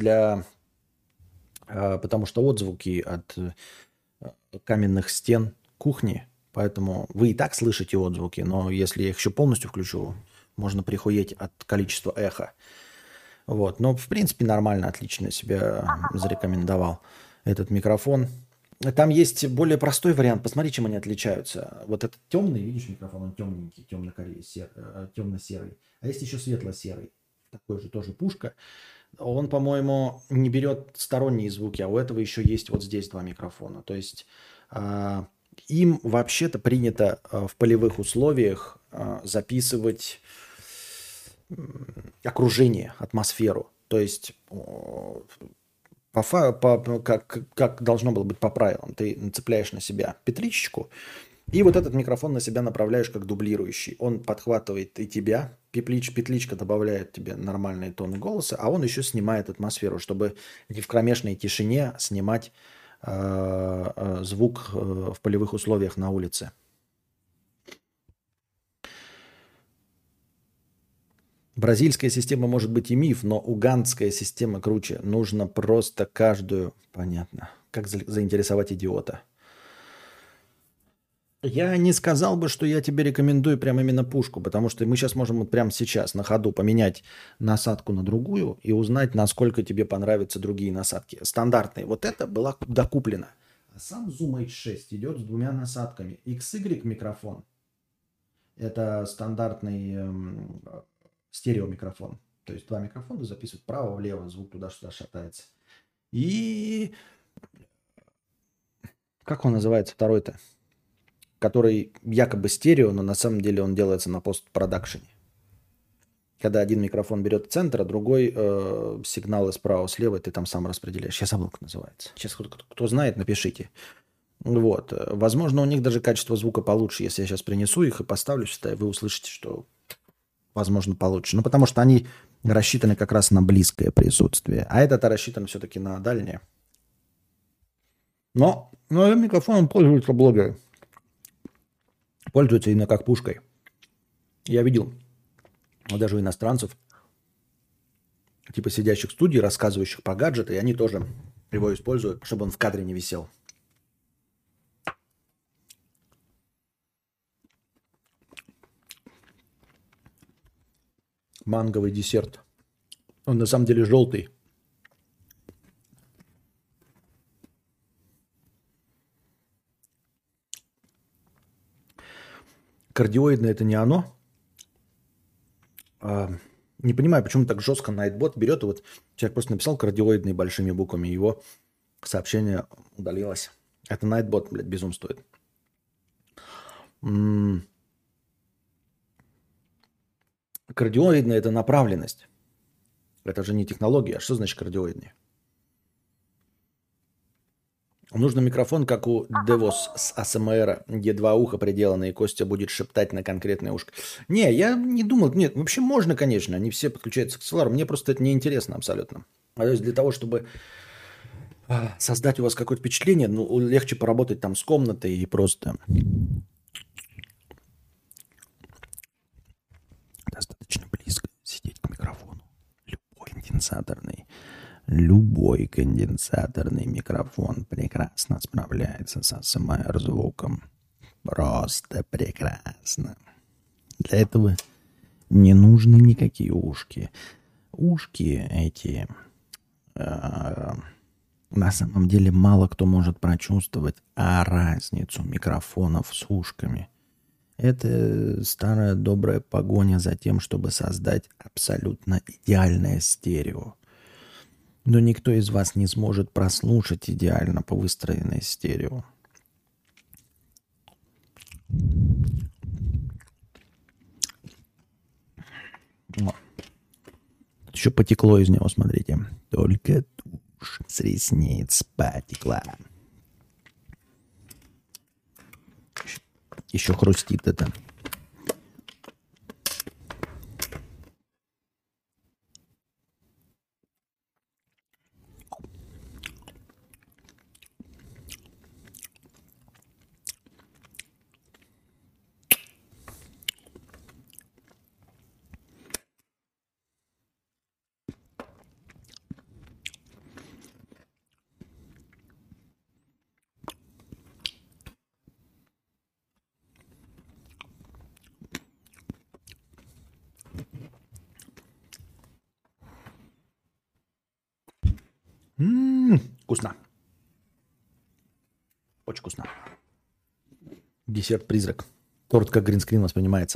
потому что отзвуки от каменных стен кухни. Поэтому вы и так слышите отзвуки, но если я их еще полностью включу, можно прихуеть от количества эха. Вот. Но, в принципе, нормально, отлично себя зарекомендовал этот микрофон. Там есть более простой вариант. Посмотри, чем они отличаются. Вот этот темный, видишь, микрофон, он темненький, темно-серый. А есть еще светло-серый. Такой же тоже пушка. Он, по-моему, не берет сторонние звуки, а у этого еще есть вот здесь два микрофона. То есть... им вообще-то принято в полевых условиях записывать окружение, атмосферу. То есть как должно было быть по правилам. Ты нацепляешь на себя петличку, и вот этот микрофон на себя направляешь как дублирующий. Он подхватывает и тебя, петличка добавляет тебе нормальные тоны голоса, а он еще снимает атмосферу, чтобы не в кромешной тишине снимать звук в полевых условиях на улице. Бразильская система может быть и миф, но угандская система круче. Нужно просто каждую... Понятно. Как заинтересовать идиота? Я не сказал бы, что я тебе рекомендую прям именно пушку, потому что мы сейчас можем вот прямо сейчас на ходу поменять насадку на другую и узнать, насколько тебе понравятся другие насадки. Стандартные. Вот это была докуплена. А сам Zoom H6 идет с двумя насадками. XY микрофон. Это стандартный стереомикрофон. То есть два микрофона записывают вправо-влево, звук туда-сюда шатается. И как он называется второй-то? Который якобы стерео, но на самом деле он делается на постпродакшене. Когда один микрофон берет центр, а другой сигналы справа-слева ты там сам распределяешь. Я забыл, как называется. Сейчас кто знает, напишите. Вот. Возможно, у них даже качество звука получше. Если я сейчас принесу их и поставлю сюда, вы услышите, что возможно получше. Ну, потому что они рассчитаны как раз на близкое присутствие. А этот рассчитан все-таки на дальнее. Но микрофоном пользуются блогеры. Пользуются именно как пушкой. Я видел даже у иностранцев, типа сидящих в студии, рассказывающих по гаджету, и они тоже его используют, чтобы он в кадре не висел. Манговый десерт. Он на самом деле желтый. Кардиоидное это не оно. Не понимаю, почему так жестко Nightbot берет. И вот человек просто написал кардиоидный большими буквами, его сообщение удалилось. Это Nightbot, блядь, безумствует. Кардиоидная – это направленность. Это же не технология. А что значит кардиоидный? Нужен микрофон, как у Девос с АСМР, где два уха приделаны, и Костя будет шептать на конкретное ушко. Не, я не думал. Нет, вообще можно, конечно. Они все подключаются к Solar. Мне просто это неинтересно абсолютно. А то есть для того, чтобы создать у вас какое-то впечатление, ну, легче поработать там с комнатой и просто... Достаточно близко сидеть к микрофону. Любой конденсаторный микрофон прекрасно справляется с АСМР звуком. Просто прекрасно. Для этого не нужны никакие ушки. Ушки эти на самом деле мало кто может прочувствовать разницу микрофонов с ушками. Это старая добрая погоня за тем, чтобы создать абсолютно идеальное стерео. Но никто из вас не сможет прослушать идеально по выстроенной стерео. Еще потекло из него, смотрите. Только тушь с ресниц потекла. Еще хрустит это. Вкусно. Очень вкусно. Десерт-призрак. Торт как гринскрин воспринимается.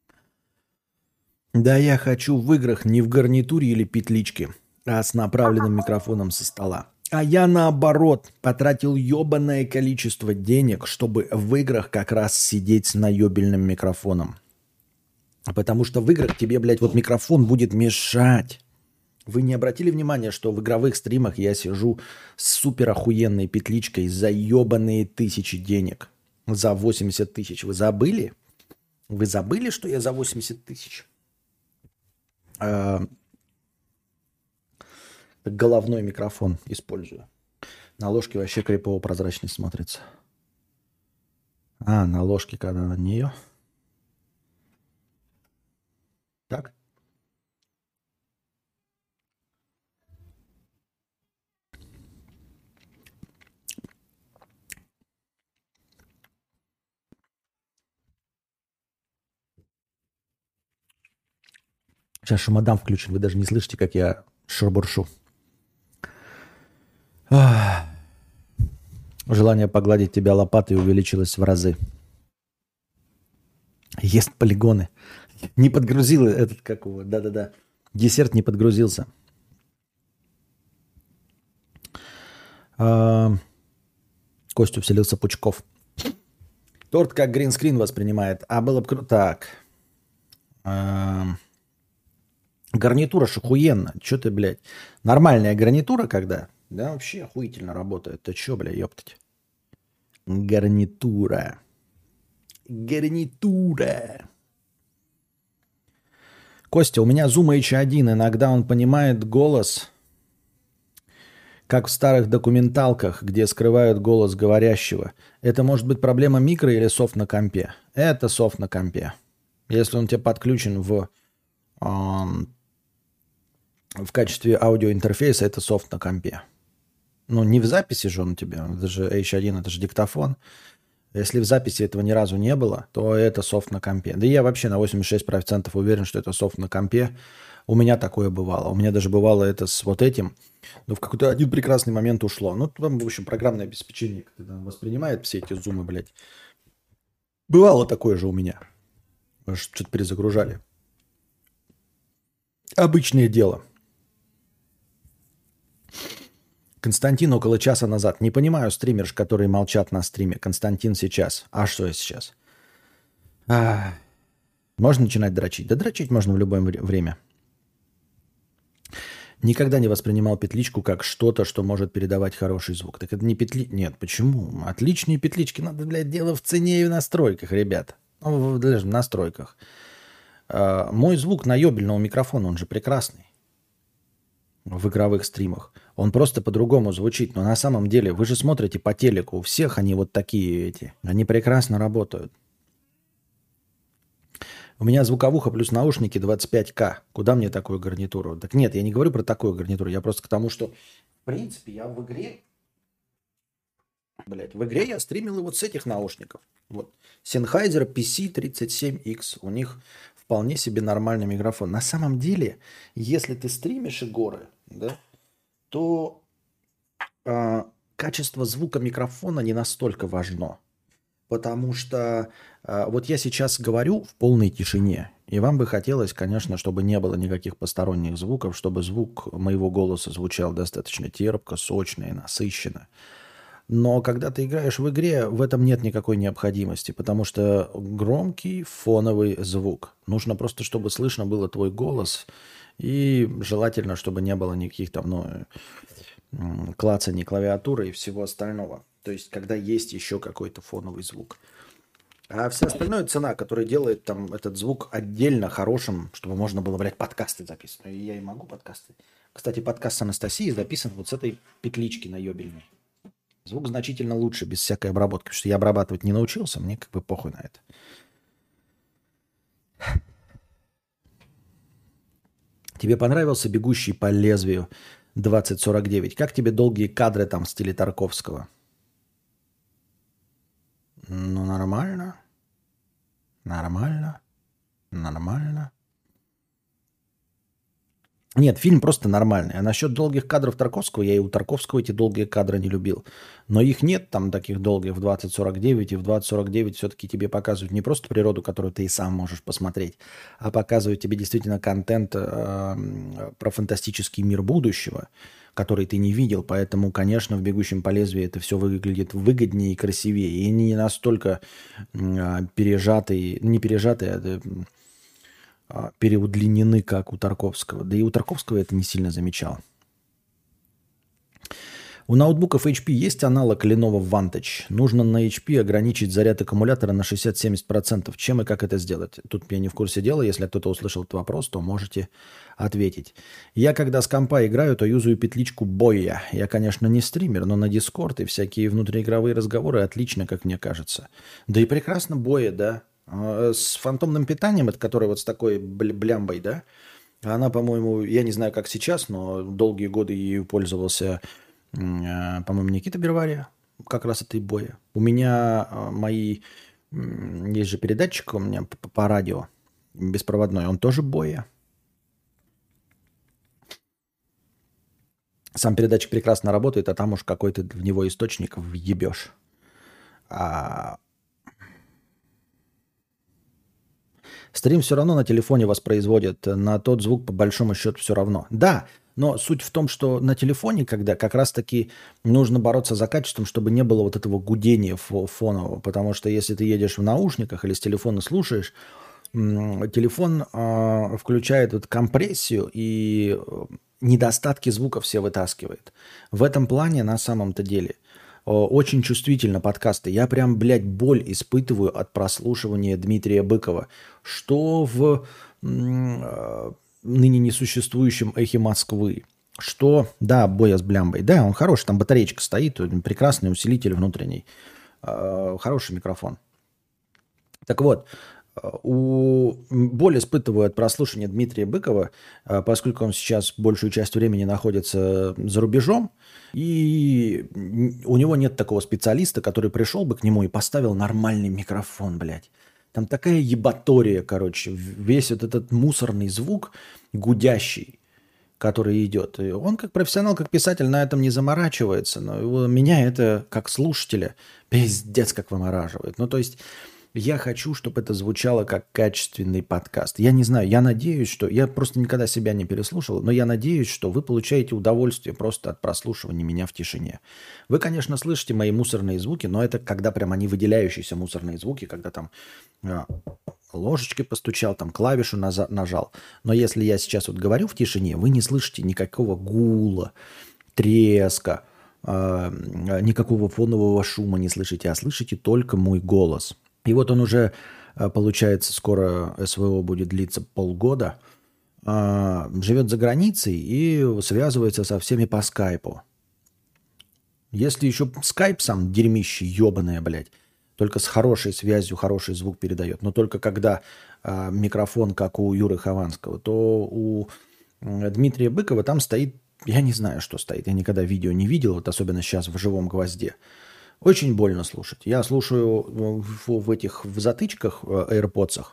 Да я хочу в играх не в гарнитуре или петличке, а с направленным микрофоном со стола. А я наоборот потратил ебаное количество денег, чтобы в играх как раз сидеть с наебельным микрофоном. Потому что в играх тебе, блядь, вот микрофон будет мешать. Вы не обратили внимания, что в игровых стримах я сижу с супер охуенной петличкой за ебаные тысячи денег? За 80 тысяч. Вы забыли? Вы забыли, что я за 80 тысяч? Головной микрофон использую. На ложке вообще крипово прозрачно смотрится. На ложке, когда на нее. Так? Сейчас шумодам включен. Вы даже не слышите, как я шурбуршу. Желание погладить тебя лопатой увеличилось в разы. Ест полигоны. Не подгрузил этот, как его, да-да-да. Десерт не подгрузился. Костю вселился Пучков. Торт как гринскрин воспринимает. Было бы круто. Так. Гарнитура ж охуенно. Че ты, блядь? Нормальная гарнитура когда? Да, вообще охуительно работает. Ты че, бля, ёптать? Гарнитура. Гарнитура. Костя, у меня Zoom H1. Иногда он понимает голос, как в старых документалках, где скрывают голос говорящего. Это может быть проблема микро или софт на компе? Это софт на компе. Если он тебе подключен в качестве аудиоинтерфейса, это софт на компе. Ну, не в записи же он у тебя. Это же H1, это же диктофон. Если в записи этого ни разу не было, то это софт на компе. Да я вообще на 86% уверен, что это софт на компе. У меня такое бывало. У меня даже бывало это с вот этим. Но в какой-то один прекрасный момент ушло. Ну, там, в общем, программное обеспечение когда воспринимает все эти зумы, блядь. Бывало такое же у меня. Что-то перезагружали. Обычное дело. Константин около часа назад. Не понимаю стримерш, которые молчат на стриме. Константин сейчас. А что я сейчас? Можно начинать дрочить? Да дрочить можно в любое время. Никогда не воспринимал петличку как что-то, что может передавать хороший звук. Так это не петли... Нет, почему? Отличные петлички. Надо, блядь, дело в цене и в настройках, ребят. Ну, в настройках. Мой звук на ёбельного микрофона, он же прекрасный. В игровых стримах. Он просто по-другому звучит. Но на самом деле, вы же смотрите по телеку. У всех они вот такие эти. Они прекрасно работают. У меня звуковуха плюс наушники 25К. Куда мне такую гарнитуру? Так нет, я не говорю про такую гарнитуру. Я просто к тому, что в принципе я в игре... в игре я стримил и вот с этих наушников. Вот. Sennheiser PC37X. У них вполне себе нормальный микрофон. На самом деле, если ты стримишь игры, да, то качество звука микрофона не настолько важно. Потому что вот я сейчас говорю в полной тишине, и вам бы хотелось, конечно, чтобы не было никаких посторонних звуков, чтобы звук моего голоса звучал достаточно терпко, сочно и насыщенно. Но когда ты играешь в игре, в этом нет никакой необходимости, потому что громкий фоновый звук. Нужно просто, чтобы слышно было твой голос, и желательно, чтобы не было никаких там, клацаний клавиатуры и всего остального. То есть, когда есть еще какой-то фоновый звук. А все остальное цена, которая делает там этот звук отдельно хорошим, чтобы можно было, подкасты записывать. И я и могу подкасты. Кстати, подкаст с Анастасией записан вот с этой петлички наебельной. Звук значительно лучше, без всякой обработки. Потому что я обрабатывать не научился, мне как бы похуй на это. Тебе понравился «Бегущий по лезвию» 2049? Как тебе долгие кадры там в стиле Тарковского? Ну, нормально. Нормально. Нормально. Нет, фильм просто нормальный. А насчет долгих кадров Тарковского, я и у Тарковского эти долгие кадры не любил. Но их нет там таких долгих в 2049, и в 2049 все-таки тебе показывают не просто природу, которую ты и сам можешь посмотреть, а показывают тебе действительно контент про фантастический мир будущего, который ты не видел. Поэтому, конечно, в «Бегущем по лезвию» это все выглядит выгоднее и красивее. И не настолько пережатый, не пережатый, а переудлинены, как у Тарковского. Да и у Тарковского это не сильно замечал. У ноутбуков HP есть аналог Lenovo Vantage. Нужно на HP ограничить заряд аккумулятора на 60-70%. Чем и как это сделать? Тут я не в курсе дела. Если кто-то услышал этот вопрос, то можете ответить. Я когда с компа играю, то юзаю петличку Boya. Я, конечно, не стример, но на Discord и всякие внутриигровые разговоры отлично, как мне кажется. Да и прекрасно Boya, да. С фантомным питанием, это которое вот с такой блямбой, да. Она, по-моему, я не знаю, как сейчас, но долгие годы ею пользовался... по-моему, Никита Бервария, как раз это и Боя. У меня есть же передатчик у меня по радио, беспроводной, он тоже Боя. Сам передатчик прекрасно работает, а там уж какой-то в него источник въебешь. Стрим все равно на телефоне воспроизводит, на тот звук по большому счету все равно. Да, но суть в том, что на телефоне, когда как раз-таки нужно бороться за качеством, чтобы не было вот этого гудения фонового. Потому что если ты едешь в наушниках или с телефона слушаешь, телефон включает вот компрессию и недостатки звука все вытаскивает. В этом плане на самом-то деле очень чувствительно подкасты. Я прям, блядь, боль испытываю от прослушивания Дмитрия Быкова. Что в ныне несуществующем эхе Москвы. Что, да, Боя с блямбой. Да, он хороший, там батареечка стоит, прекрасный усилитель внутренний. Хороший микрофон. Так вот, боль испытываю от прослушивания Дмитрия Быкова, поскольку он сейчас большую часть времени находится за рубежом, и у него нет такого специалиста, который пришел бы к нему и поставил нормальный микрофон, блядь. Там такая ебатория, короче, весь вот этот мусорный звук гудящий, который идет. И он как профессионал, как писатель на этом не заморачивается, но меня это как слушателя пиздец как вымораживает. Ну, то есть я хочу, чтобы это звучало как качественный подкаст. Я не знаю, я надеюсь, что... Я просто никогда себя не переслушал, но я надеюсь, что вы получаете удовольствие просто от прослушивания меня в тишине. Вы, конечно, слышите мои мусорные звуки, но это когда прям они выделяющиеся мусорные звуки, когда там ложечкой постучал, там клавишу нажал. Но если я сейчас вот говорю в тишине, вы не слышите никакого гула, треска, никакого фонового шума не слышите, а слышите только мой голос. И вот он уже, получается, скоро СВО будет длиться полгода, живет за границей и связывается со всеми по скайпу. Если еще скайп сам дерьмище ебаное, блядь, только с хорошей связью хороший звук передает, но только когда микрофон, как у Юры Хованского, то у Дмитрия Быкова там стоит, я не знаю, что стоит, я никогда видео не видел, вот особенно сейчас в живом гвозде. Очень больно слушать. Я слушаю в затычках, AirPods.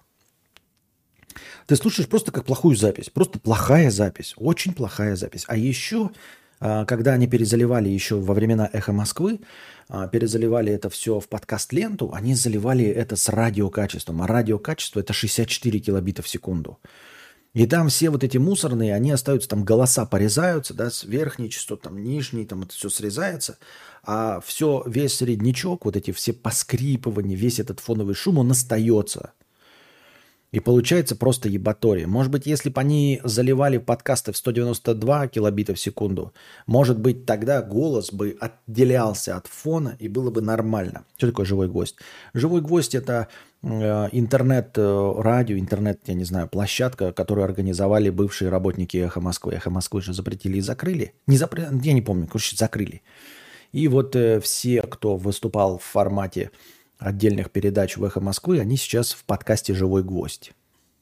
Ты слушаешь просто как плохую запись. Просто плохая запись. Очень плохая запись. А еще, когда они перезаливали еще во времена «Эхо Москвы», перезаливали это все в подкаст-ленту, они заливали это с радиокачеством. А радиокачество – это 64 килобита в секунду. И там все вот эти мусорные, они остаются, там голоса порезаются, да, с верхней частоты, там нижней, там это все срезается, а все, весь среднячок, вот эти все поскрипывания, весь этот фоновый шум, он остается. И получается просто ебатория. Может быть, если бы они заливали подкасты в 192 килобита в секунду, может быть, тогда голос бы отделялся от фона и было бы нормально. Что такое живой гвоздь? Живой гвоздь – это интернет-радио, интернет, я не знаю, площадка, которую организовали бывшие работники «Эхо Москвы». «Эхо Москвы» же запретили и закрыли. Я не помню, короче, закрыли. И вот все, кто выступал в формате отдельных передач в «Эхо Москвы», они сейчас в подкасте «Живой гвоздь».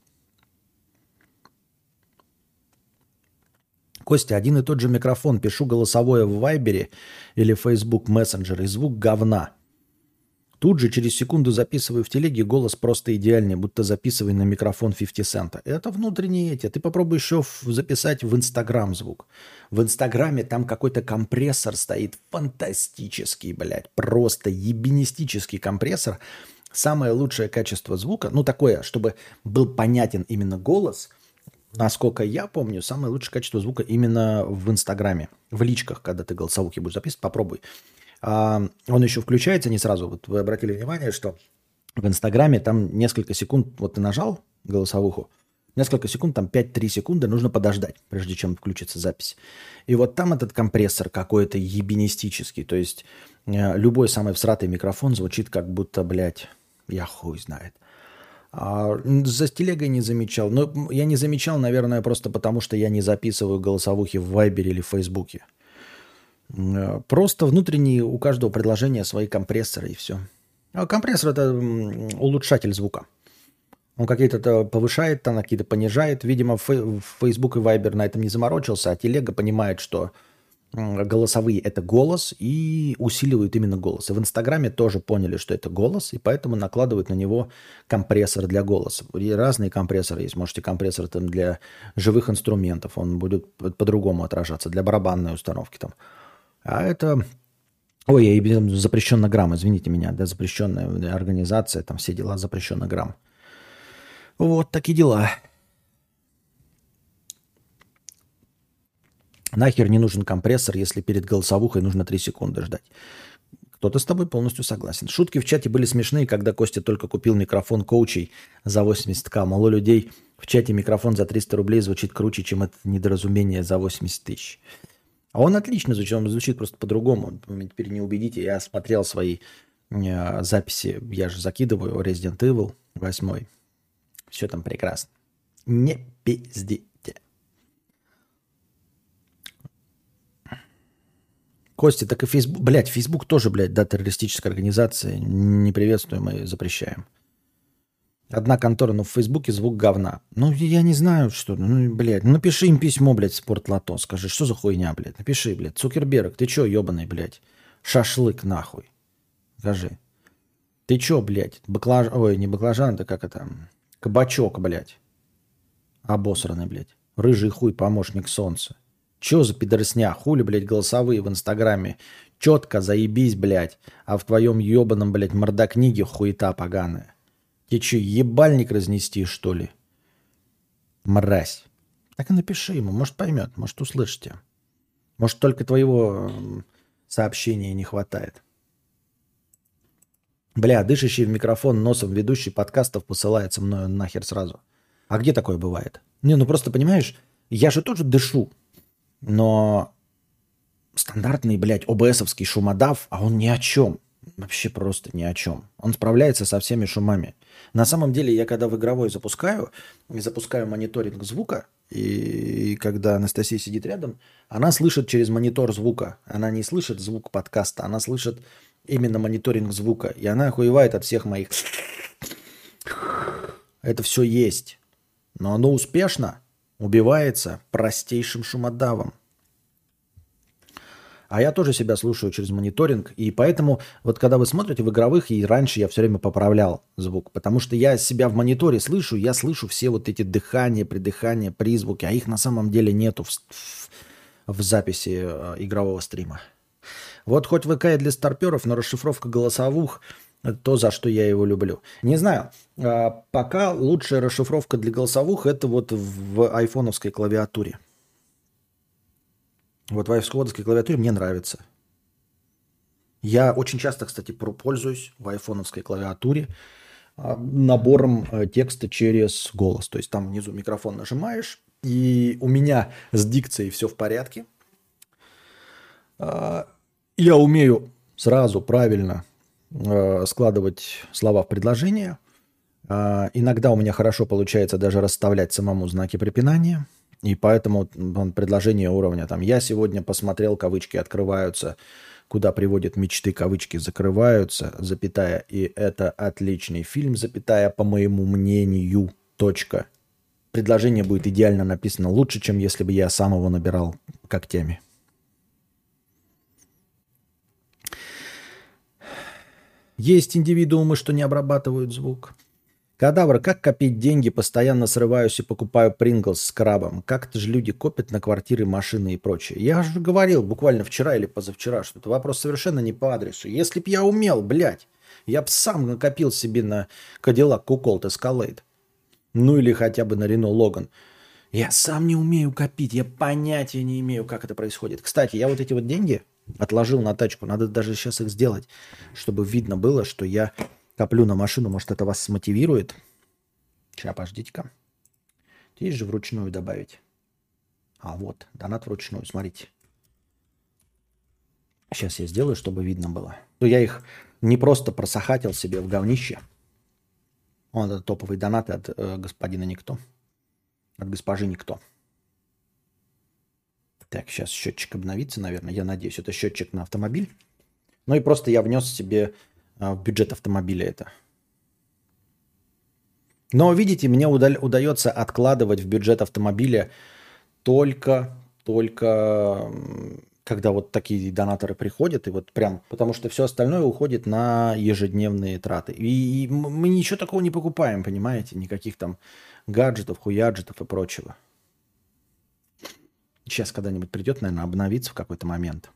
Костя, один и тот же микрофон. Пишу голосовое в Вайбере или Facebook Messenger, и звук говна. Тут же через секунду записываю в телеге, голос просто идеальный, будто записывай на микрофон 50 цента. Это внутренние эти. Ты попробуй еще записать в Инстаграм звук. В Инстаграме там какой-то компрессор стоит фантастический, блядь. Просто ебенистический компрессор. Самое лучшее качество звука, ну такое, чтобы был понятен именно голос. Насколько я помню, самое лучшее качество звука именно в Инстаграме. В личках, когда ты голосовухи будешь записывать, попробуй. Он еще включается не сразу. Вот вы обратили внимание, что в Инстаграме там несколько секунд, вот ты нажал голосовуху, Несколько секунд, там 5-3 секунды нужно подождать, прежде чем включится запись. И вот там этот компрессор какой-то ебенистический. То есть любой самый всратый микрофон звучит как будто, блядь, я хуй знает. За телегой не замечал. Но я не замечал, наверное, просто потому, что я не записываю голосовухи в Вайбере или в Фейсбуке. Просто внутренние у каждого предложения свои компрессоры и все. А компрессор – это улучшатель звука. Он какие-то повышает, там какие-то понижает. Видимо, Facebook и Viber на этом не заморочился, а телега понимает, что голосовые – это голос, и усиливают именно голос. И в Инстаграме тоже поняли, что это голос, и поэтому накладывают на него компрессор для голоса. И разные компрессоры есть. Можете компрессор там для живых инструментов, он будет по-другому отражаться, для барабанной установки там. А это... Ой, я запрещенно грамм, извините меня, да, запрещенная организация, там все дела, запрещенно грамм. Вот такие дела. Нахер не нужен компрессор, если перед голосовухой нужно 3 секунды ждать. Кто-то с тобой полностью согласен. Шутки в чате были смешные, когда Костя только купил микрофон коучей за 80к. Мол, у людей в чате микрофон за 300 рублей звучит круче, чем это недоразумение за 80 тысяч. А он отлично звучит, он звучит просто по-другому. Вы меня теперь не убедите. Я смотрел свои записи, я же закидываю Resident Evil 8. Все там прекрасно. Не пиздите. Костя, так и Facebook... Блядь, Facebook тоже, блядь, да, террористическая организация. Не приветствуем и запрещаем. Одна контора, но в Фейсбуке звук говна. Ну, я не знаю, что. Ну, блядь, ну, напиши им письмо, блядь, Спортлото. Скажи, что за хуйня, блядь. Напиши, блядь. Цукерберг, ты чё, ебаный, блядь? Шашлык, нахуй. Скажи. Ты чё, блядь? Ой, не баклажан, да как это? Кабачок, блядь. Обосранный, блядь. Рыжий хуй, помощник солнца. Чё за пидорсня? Хули, блядь, голосовые в Инстаграме? Четко заебись, блядь. А в твоем ебаном, блядь, мордокниге хуета поганая. Тебе что, ебальник разнести, что ли? Мразь. Так и напиши ему, может поймет, может услышите. Может только твоего сообщения не хватает. Бля, дышащий в микрофон носом ведущий подкастов посылается мною нахер сразу. А где такое бывает? Не, ну просто понимаешь, я же тоже дышу. Но стандартный, блядь, ОБСовский шумодав, а он ни о чем. Вообще просто ни о чем. Он справляется со всеми шумами. На самом деле, я когда в игровой запускаю мониторинг звука, и когда Анастасия сидит рядом, она слышит через монитор звука. Она не слышит звук подкаста, она слышит именно мониторинг звука. И она охуевает от всех моих... Это все есть. Но оно успешно убивается простейшим шумодавом. А я тоже себя слушаю через мониторинг, и поэтому вот когда вы смотрите в игровых, и раньше я все время поправлял звук, потому что я себя в мониторе слышу, я слышу все вот эти дыхания, придыхания, призвуки, а их на самом деле нету в записи игрового стрима. Вот хоть ВК и для старперов, но расшифровка голосовых – то, за что я его люблю. Не знаю, пока лучшая расшифровка для голосовых – это вот в айфоновской клавиатуре. Вот в айфоновской клавиатуре мне нравится. Я очень часто, кстати, пользуюсь в айфоновской клавиатуре набором текста через голос. То есть там внизу микрофон нажимаешь, и у меня с дикцией все в порядке. Я умею сразу правильно складывать слова в предложения. Иногда у меня хорошо получается даже расставлять самому знаки препинания. И поэтому предложение уровня там «я сегодня посмотрел, кавычки открываются, куда приводят мечты, кавычки закрываются, запятая, и это отличный фильм, запятая, по моему мнению, точка». Предложение будет идеально написано лучше, чем если бы я сам его набирал когтями. Есть индивидуумы, что не обрабатывают звук. Кадавр, как копить деньги? Постоянно срываюсь и покупаю Принглс с крабом. Как-то же люди копят на квартиры, машины и прочее. Я же говорил буквально вчера или позавчера, что это вопрос совершенно не по адресу. Если б я умел, блядь, я б сам накопил себе на Cadillac Colt Escalade. Ну или хотя бы на Renault Logan. Я сам не умею копить, я понятия не имею, как это происходит. Кстати, я вот эти вот деньги отложил на тачку. Надо даже сейчас их сделать, чтобы видно было, что я коплю на машину. Может, это вас смотивирует? Сейчас, подождите-ка. Есть же вручную добавить. А, вот, донат вручную, смотрите. Сейчас я сделаю, чтобы видно было. То я их не просто просохатил себе в говнище. Он это топовый донат от господина Никто. От госпожи Никто. Так, сейчас счетчик обновится, наверное. Я надеюсь, это счетчик на автомобиль. Ну и просто я внес себе в бюджет автомобиля это. Но, видите, мне удается откладывать в бюджет автомобиля только когда вот такие донаторы приходят, и вот прям, потому что все остальное уходит на ежедневные траты. И мы ничего такого не покупаем, понимаете? Никаких там гаджетов, хуяджетов и прочего. Сейчас когда-нибудь придет, наверное, обновиться в какой-то момент.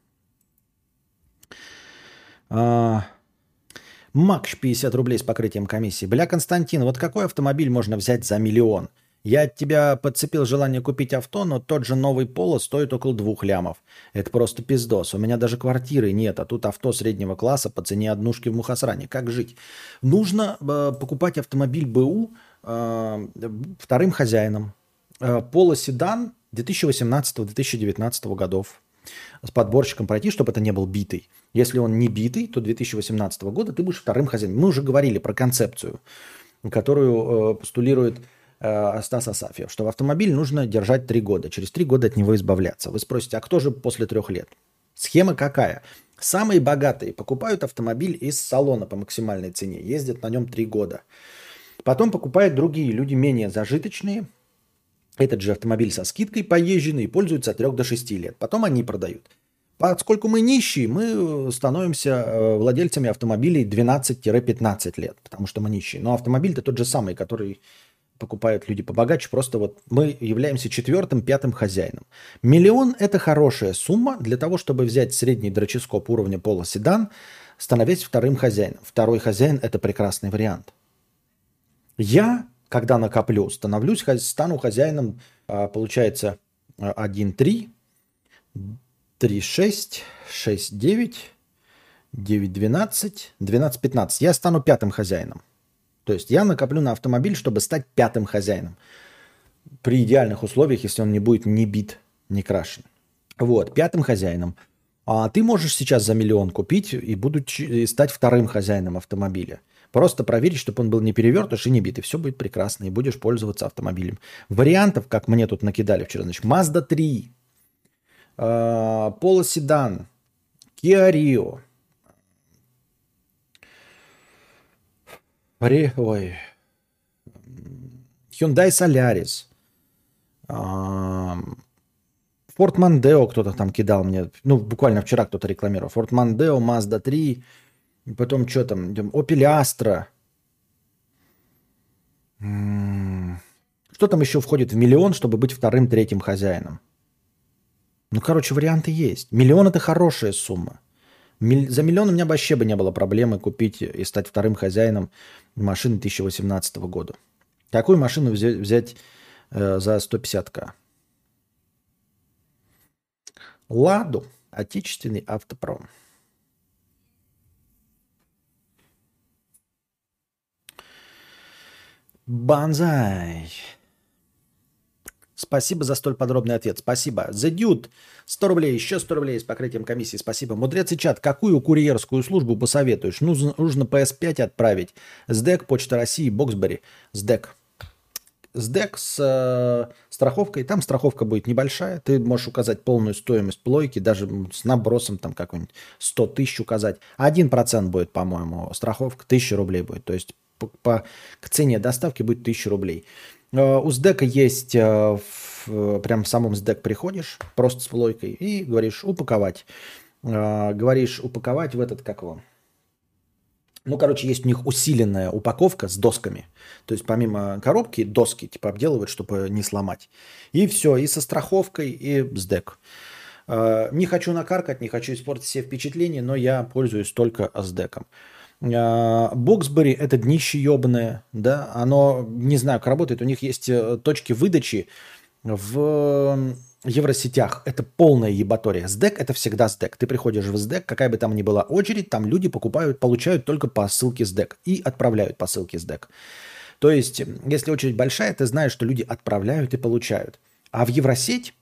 Макш 50 рублей с покрытием комиссии. Бля, Константин, вот какой автомобиль можно взять за 1 000 000? Я от тебя подцепил желание купить авто, но тот же новый Поло стоит около 2 лямов. Это просто пиздос. У меня даже квартиры нет, а тут авто среднего класса по цене однушки в Мухосране. Как жить? Нужно покупать автомобиль БУ вторым хозяином. Поло седан 2018-2019 годов. С подборщиком пройти, чтобы это не был битый. Если он не битый, то 2018 года ты будешь вторым хозяином. Мы уже говорили про концепцию, которую постулирует Стас Асафьев, что в автомобиль нужно держать 3 года. Через 3 года от него избавляться. Вы спросите, а кто же после 3 лет? Схема какая? Самые богатые покупают автомобиль из салона по максимальной цене, ездят на нем 3 года. Потом покупают другие люди, менее зажиточные, этот же автомобиль со скидкой поезженный, пользуются от 3 до 6 лет. Потом они продают. Поскольку мы нищие, мы становимся владельцами автомобилей 12-15 лет, потому что мы нищие. Но автомобиль-то тот же самый, который покупают люди побогаче, просто вот мы являемся 4-5 хозяином. 1 000 000 – это хорошая сумма для того, чтобы взять средний дроческоп уровня Поло седан, становясь вторым хозяином. Второй хозяин – это прекрасный вариант. Я, когда накоплю, стану хозяином, получается, 1.3, 3.6, 6.9, 9.12, 12.15. Я стану 5-м хозяином. То есть я накоплю на автомобиль, чтобы стать 5-м хозяином. При идеальных условиях, если он не будет ни бит, ни крашен. Вот, 5-м хозяином. А ты можешь сейчас за 1 000 000 купить и стать 2-м хозяином автомобиля. Просто проверить, чтобы он был не перевертыш и не бит. И все будет прекрасно. И будешь пользоваться автомобилем. Вариантов, как мне тут накидали вчера, значит, Mazda 3, Polo седан, Kia Rio, Hyundai Solaris, Ford Mondeo кто-то там кидал мне. Ну, буквально вчера кто-то рекламировал. Ford Mondeo, Mazda 3, потом что там, Opel Astra. Что там еще входит в 1 000 000, чтобы быть 2-м, 3-м хозяином? Ну, короче, варианты есть. 1 000 000 – это хорошая сумма. За 1 000 000 у меня вообще бы не было проблемы купить и стать 2-м хозяином машины 2018 года. Такую машину взять за 150к. Ладу. Отечественный автопром. Банзай. Спасибо за столь подробный ответ. Спасибо. The Dude. 100 рублей. Еще 100 рублей с покрытием комиссии. Спасибо. Мудрец и чат. Какую курьерскую службу посоветуешь? Нужно PS5 отправить. СДЭК, Почта России, Боксбери. СДЭК. СДЭК с страховкой. Там страховка будет небольшая. Ты можешь указать полную стоимость плойки. Даже с набросом там какой-нибудь 100 тысяч указать. 1% будет, по-моему, страховка. 1000 рублей будет. То есть к цене доставки будет 1000 рублей. У СДЭКа есть, прям в самом СДЭК приходишь, просто с плойкой, и говоришь упаковать. Говоришь упаковать в этот, как его? Ну, короче, есть у них усиленная упаковка с досками. То есть помимо коробки доски типа обделывают, чтобы не сломать. И все, и со страховкой, и СДЭК. Не хочу накаркать, не хочу испортить себе впечатление, но я пользуюсь только СДЭКом. Боксбери – это днище ебаное, да, оно, не знаю, как работает, у них есть точки выдачи в евросетях, это полная ебатория. СДЭК – это всегда СДЭК, ты приходишь в СДЭК, какая бы там ни была очередь, там люди получают только по ссылке СДЭК и отправляют по ссылке СДЭК. То есть, если очередь большая, ты знаешь, что люди отправляют и получают. А в Евросеть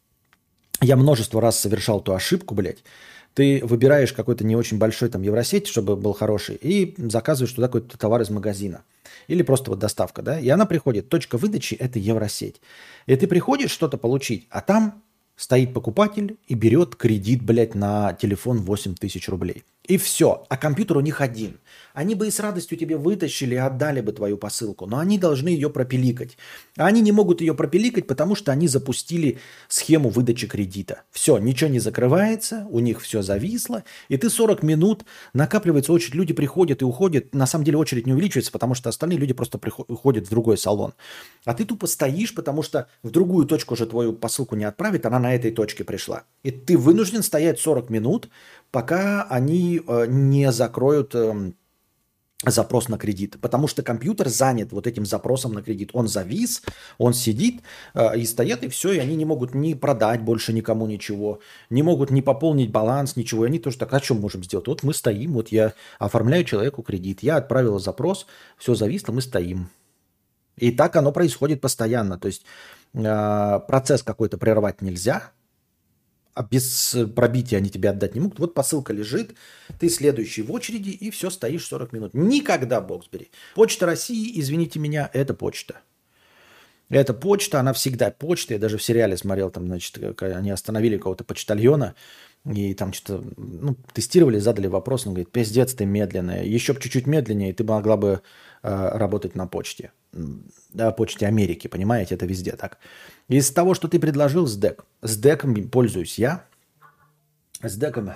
я множество раз совершал ту ошибку, блядь. Ты выбираешь какой-то не очень большой там Евросеть, чтобы был хороший, и заказываешь туда какой-то товар из магазина. Или просто вот доставка, да? И она приходит. Точка выдачи– это Евросеть. И ты приходишь что-то получить, а там стоит покупатель и берет кредит, блядь, на телефон 8 тысяч рублей. И все. А компьютер у них один. Они бы и с радостью тебе вытащили и отдали бы твою посылку, но они должны ее пропиликать. А они не могут ее пропиликать, потому что они запустили схему выдачи кредита. Все, ничего не закрывается, у них все зависло, и ты 40 минут, накапливается очередь, люди приходят и уходят. На самом деле очередь не увеличивается, потому что остальные люди просто уходят в другой салон. А ты тупо стоишь, потому что в другую точку уже твою посылку не отправит, она на этой точке пришла. И ты вынужден стоять 40 минут, пока они не закроют запрос на кредит. Потому что компьютер занят вот этим запросом на кредит. Он завис, он сидит и стоят, и все, и они не могут ни продать больше никому ничего, не могут ни пополнить баланс, ничего. И они тоже так, а что мы можем сделать? Вот мы стоим, вот я оформляю человеку кредит, я отправил запрос, все зависло, мы стоим. И так оно происходит постоянно. То есть процесс какой-то прервать нельзя, а без пробития они тебе отдать не могут. Вот посылка лежит, ты следующий в очереди, и все, стоишь 40 минут. Никогда, Боксбери. Почта России, извините меня, это почта. Это почта, она всегда почта. Я даже в сериале смотрел, там, значит, как они остановили какого-то почтальона, и там что-то тестировали, задали вопрос, он говорит, пиздец, ты медленная. Еще чуть-чуть медленнее, и ты могла бы работать на почте. Да, почте Америки, понимаете, это везде так. Из того, что ты предложил, СДЭК. СДЭКом пользуюсь я. СДЭКом.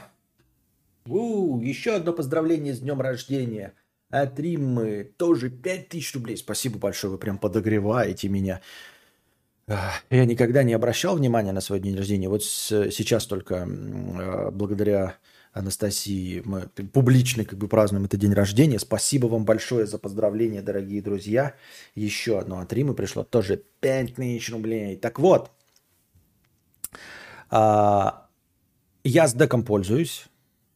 Еще одно поздравление с днем рождения. От Риммы тоже 5000 рублей. Спасибо большое, вы прям подогреваете меня. Я никогда не обращал внимания на свой день рождения. Вот сейчас только благодаря Анастасии мы публично как бы празднуем этот день рождения. Спасибо вам большое за поздравления, дорогие друзья. Еще одно от Римы пришло, тоже 5000 рублей. Так вот, я с деком пользуюсь.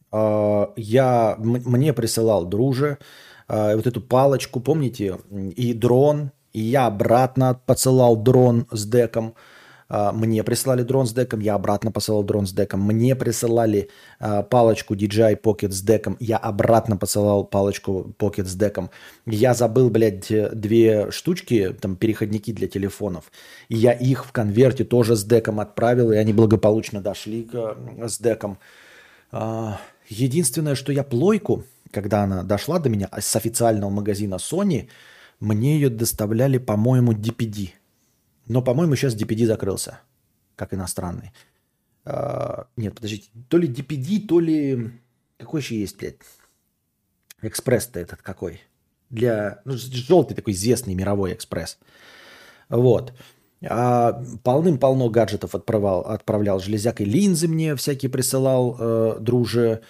Мне присылал друже вот эту палочку, помните, и дрон. И я обратно посылал дрон с деком. Мне прислали дрон с деком, я обратно посылал дрон с деком. Мне присылали палочку DJI Pocket с деком, я обратно посылал палочку Pocket с деком. Я забыл, блядь, 2 штучки, там, переходники для телефонов. И я их в конверте тоже с деком отправил, и они благополучно дошли с деком. Единственное, что я плойку, когда она дошла до меня с официального магазина Sony, мне ее доставляли, по-моему, DPD. Но, по-моему, сейчас DPD закрылся, как иностранный. Нет, подождите, то ли DPD, то ли... Какой еще есть, блядь? Экспресс-то этот какой? Желтый такой известный мировой экспресс. Вот. Полным-полно гаджетов отправлял. Железякой линзы мне всякие присылал, друже,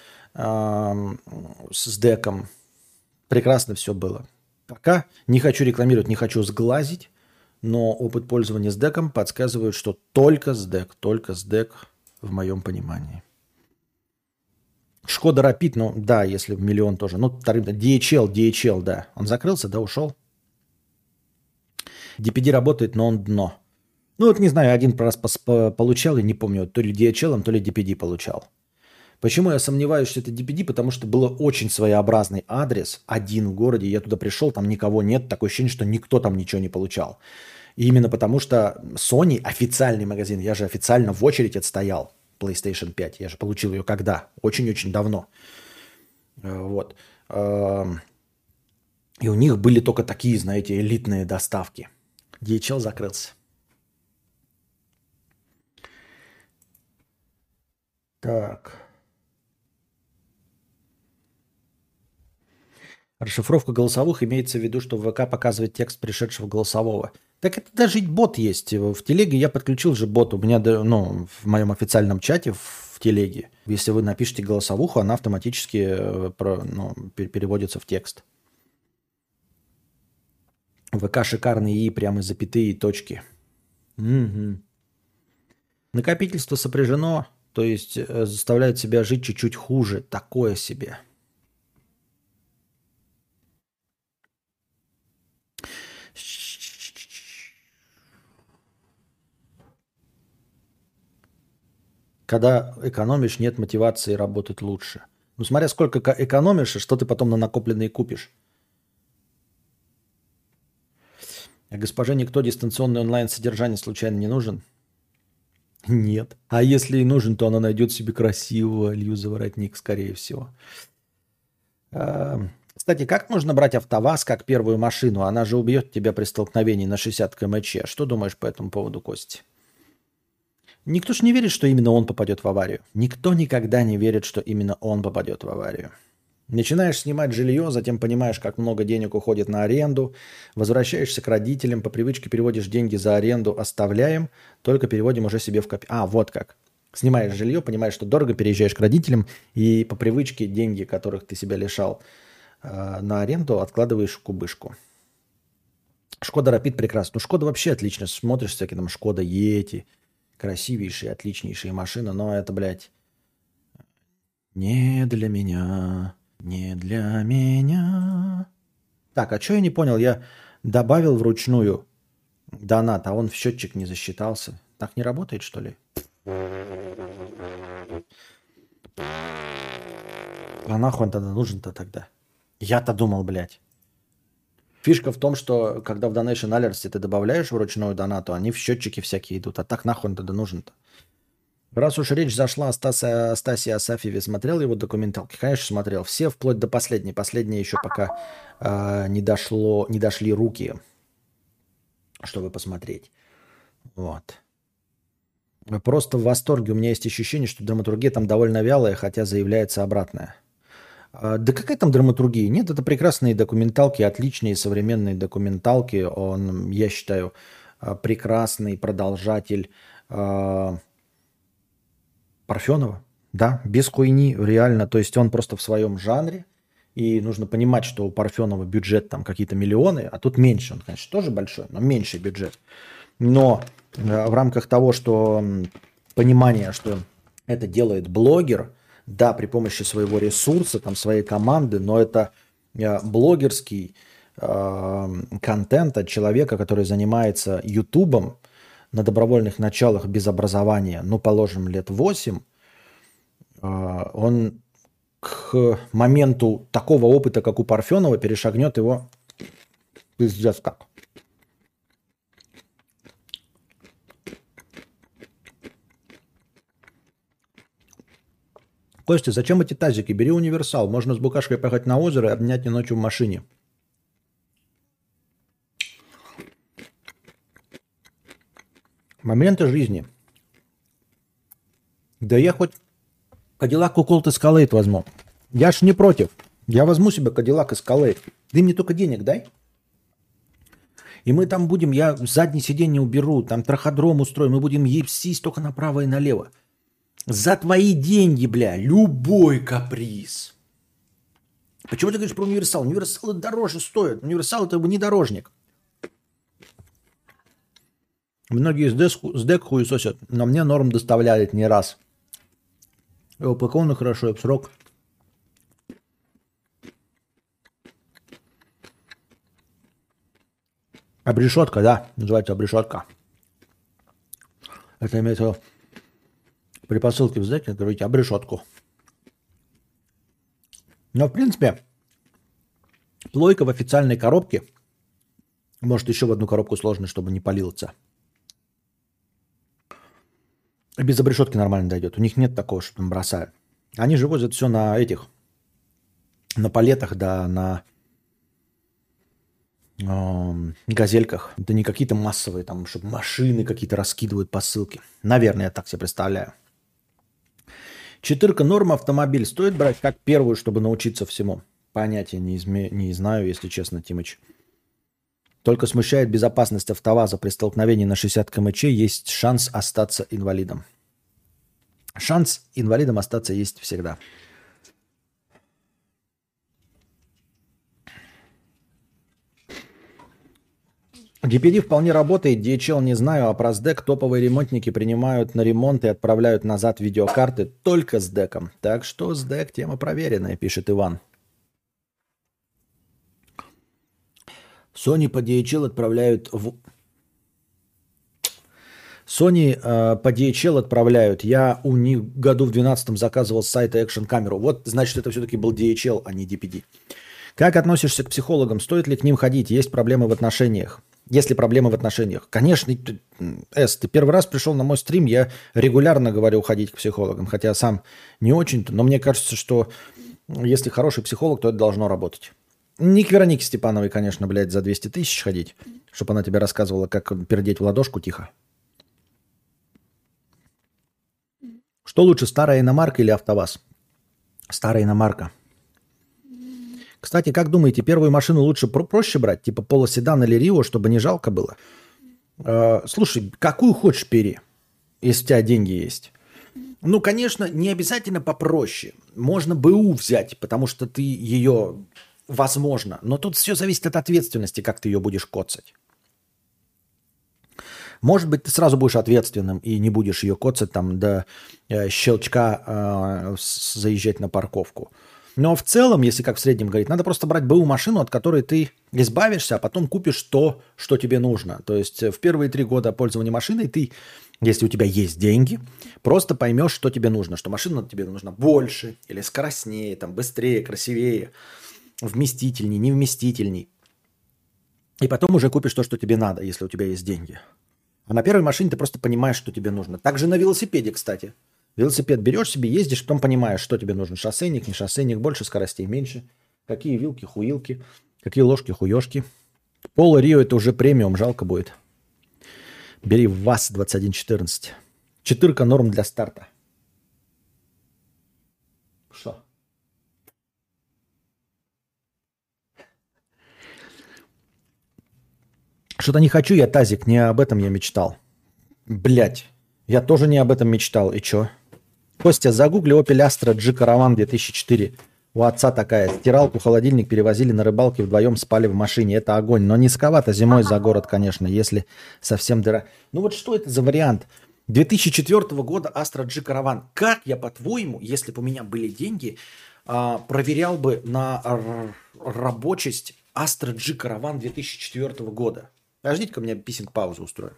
с деком. Прекрасно все было. Пока не хочу рекламировать, не хочу сглазить, но опыт пользования с деком подсказывает, что только с дек в моем понимании. Шкода Rapid, ну да, если в миллион тоже. Ну, DHL, да. Он закрылся, да, ушел. DPD работает, но он дно. Ну, вот не знаю, один раз получал, и не помню, то ли DHL, то ли DPD получал. Почему я сомневаюсь, что это DPD? Потому что был очень своеобразный адрес, один в городе, я туда пришел, там никого нет, такое ощущение, что никто там ничего не получал. И именно потому что Sony, официальный магазин, я же официально в очередь отстоял PlayStation 5, я же получил ее когда? Очень-очень давно. Вот. И у них были только такие, знаете, элитные доставки. DHL закрылся. Так. Расшифровка голосовых имеется в виду, что в ВК показывает текст пришедшего голосового. Так это даже бот есть. В телеге я подключил же бот. У меня, ну, в моем официальном чате в телеге. Если вы напишите голосовуху, она автоматически переводится в текст. ВК шикарный и прямо запятые точки. Угу. Накопительство сопряжено, то есть заставляет себя жить чуть-чуть хуже. Такое себе. Когда экономишь, нет мотивации работать лучше. Ну, смотря сколько экономишь, и что ты потом на накопленные купишь. А госпоже никто дистанционный онлайн-содержание случайно не нужен? Нет. А если и нужен, то она найдет себе красивого Илью Заворотник, скорее всего. Кстати, как можно брать АвтоВАЗ как первую машину? Она же убьет тебя при столкновении на 60 км/ч. Что думаешь по этому поводу, Костя? Никто ж не верит, что именно он попадет в аварию. Никто никогда не верит, что именно он попадет в аварию. Начинаешь снимать жилье, затем понимаешь, как много денег уходит на аренду, возвращаешься к родителям, по привычке переводишь деньги за аренду, оставляем, только переводим уже себе в копилку. Вот как. Снимаешь жилье, понимаешь, что дорого, переезжаешь к родителям, и по привычке деньги, которых ты себя лишал на аренду, откладываешь в кубышку. Шкода Рапид прекрасно. Ну, Шкода вообще отлично. Смотришь всякие там Шкода Ети, красивейшие, отличнейшие машины, но это, блядь, не для меня. Не для меня. Так, а что я не понял? Я добавил вручную донат, а он в счетчик не засчитался. Так не работает, что ли? А нахуй он тогда нужен-то тогда? Я-то думал, блядь. Фишка в том, что когда в Donation Alerts ты добавляешь вручную донату, они в счетчики всякие идут. А так нахуй он тогда нужен-то? Раз уж речь зашла о Стасе Асафьеве, смотрел его документалки? Конечно, смотрел. Все вплоть до последней. Последние еще пока не дошли руки, чтобы посмотреть. Вот. Просто в восторге. У меня есть ощущение, что драматургия там довольно вялая, хотя заявляется обратное. Да какая там драматургия? Нет, это прекрасные документалки, отличные современные документалки. Он, я считаю, прекрасный продолжатель Парфенова, да, без хуйни, реально. То есть он просто в своем жанре. И нужно понимать, что у Парфенова бюджет там какие-то миллионы, а тут меньше. Он, конечно, тоже большой, но меньший бюджет. Но в рамках того, что понимание, что это делает блогер, да, при помощи своего ресурса, там, своей команды, но это блогерский контент от человека, который занимается ютубом, на добровольных началах без образования, ну, положим, лет 8, он к моменту такого опыта, как у Парфенова, перешагнет его пиздец как. Костя, зачем эти тазики? Бери универсал. Можно с букашкой поехать на озеро и обнять ее ночью в машине. Моменты жизни. Да я хоть Кадиллак Colt Escalade возьму. Я ж не против. Я возьму себе Кадиллак Escalade. Ты мне только денег дай. И мы там будем, я заднее сиденье уберу, там траходром устрою, мы будем ебсись только направо и налево. За твои деньги, бля, любой каприз. Почему ты говоришь про универсал? Универсалы дороже стоят. Универсал это внедорожник. Многие с ДЭК хуесосят, но мне норм доставляет не раз. И упаковано хорошо, и в срок. Обрешетка, да, называется обрешетка. Это имеется в виду при посылке в СДЭК, говорите обрешетку. Но, в принципе, плойка в официальной коробке, может, еще в одну коробку сложно, чтобы не палиться. Без обрешетки нормально дойдет. У них нет такого, что там бросают. Они же возят все на этих, на палетах, да, на газельках. Это не какие-то массовые, там, чтобы машины какие-то раскидывают посылки. Наверное, я так себе представляю. Четырка норм автомобиль. Стоит брать как первую, чтобы научиться всему? Понятия не знаю, если честно, Тимыч. Только смущает безопасность АвтоВАЗа при столкновении на 60 км/ч. Есть шанс остаться инвалидом. Шанс инвалидом остаться есть всегда. DPD вполне работает, DHL не знаю, а про СДЭК топовые ремонтники принимают на ремонт и отправляют назад видеокарты только с ДЭКом. Так что СДЭК тема проверенная, пишет Иван. Sony по DHL отправляют Sony по DHL отправляют. Я у них году в 12 заказывал с сайта Action камеру. Вот, значит, это все-таки был DHL, а не DPD. Как относишься к психологам? Стоит ли к ним ходить? Есть проблемы в отношениях? Есть ли проблемы в отношениях? Конечно, ты первый раз пришел на мой стрим, я регулярно говорю ходить к психологам, хотя сам не очень-то, но мне кажется, что если хороший психолог, то это должно работать. Не к Веронике Степановой, конечно, блядь, за 200 тысяч ходить, чтобы она тебе рассказывала, как пердеть в ладошку тихо. Что лучше, старая иномарка или АвтоВАЗ? Старая иномарка. Кстати, как думаете, первую машину лучше проще брать, типа полоседан или Рио, чтобы не жалко было? Слушай, какую хочешь бери, если у тебя деньги есть. Ну, конечно, не обязательно попроще. Можно БУ взять, потому что ты ее, возможно. Но тут все зависит от ответственности, как ты ее будешь коцать. Может быть, ты сразу будешь ответственным и не будешь ее коцать там до щелчка заезжать на парковку. Но в целом, если как в среднем говорить, надо просто брать БУ машину, от которой ты избавишься, а потом купишь то, что тебе нужно. То есть в первые 3 года пользования машиной ты, если у тебя есть деньги, просто поймешь, что тебе нужно. Что машина тебе нужна больше или скоростнее, там, быстрее, красивее, вместительней, невместительней. И потом уже купишь то, что тебе надо, если у тебя есть деньги. А на первой машине ты просто понимаешь, что тебе нужно. Также на велосипеде, кстати. Велосипед берешь себе, ездишь, потом понимаешь, что тебе нужно. Шоссейник, не шоссейник, больше скоростей, меньше. Какие вилки, хуилки, какие ложки, хуёшки. Поло Рио это уже премиум, жалко будет. Бери ВАЗ-2114. Четырка норм для старта. Что? Что-то не хочу я тазик, не об этом я мечтал. Блять, я тоже не об этом мечтал. И чё? Костя, загугли Opel Astra G Caravan 2004. У отца такая. Стиралку, холодильник перевозили на рыбалке, вдвоем спали в машине. Это огонь. Но низковато зимой за город, конечно, если совсем дыра. Ну вот что это за вариант? 2004 года Astra G Caravan. Как я, по-твоему, если бы у меня были деньги, проверял бы на рабочесть Astra G Caravan 2004 года? Подождите-ка, мне писинг-паузу устрою.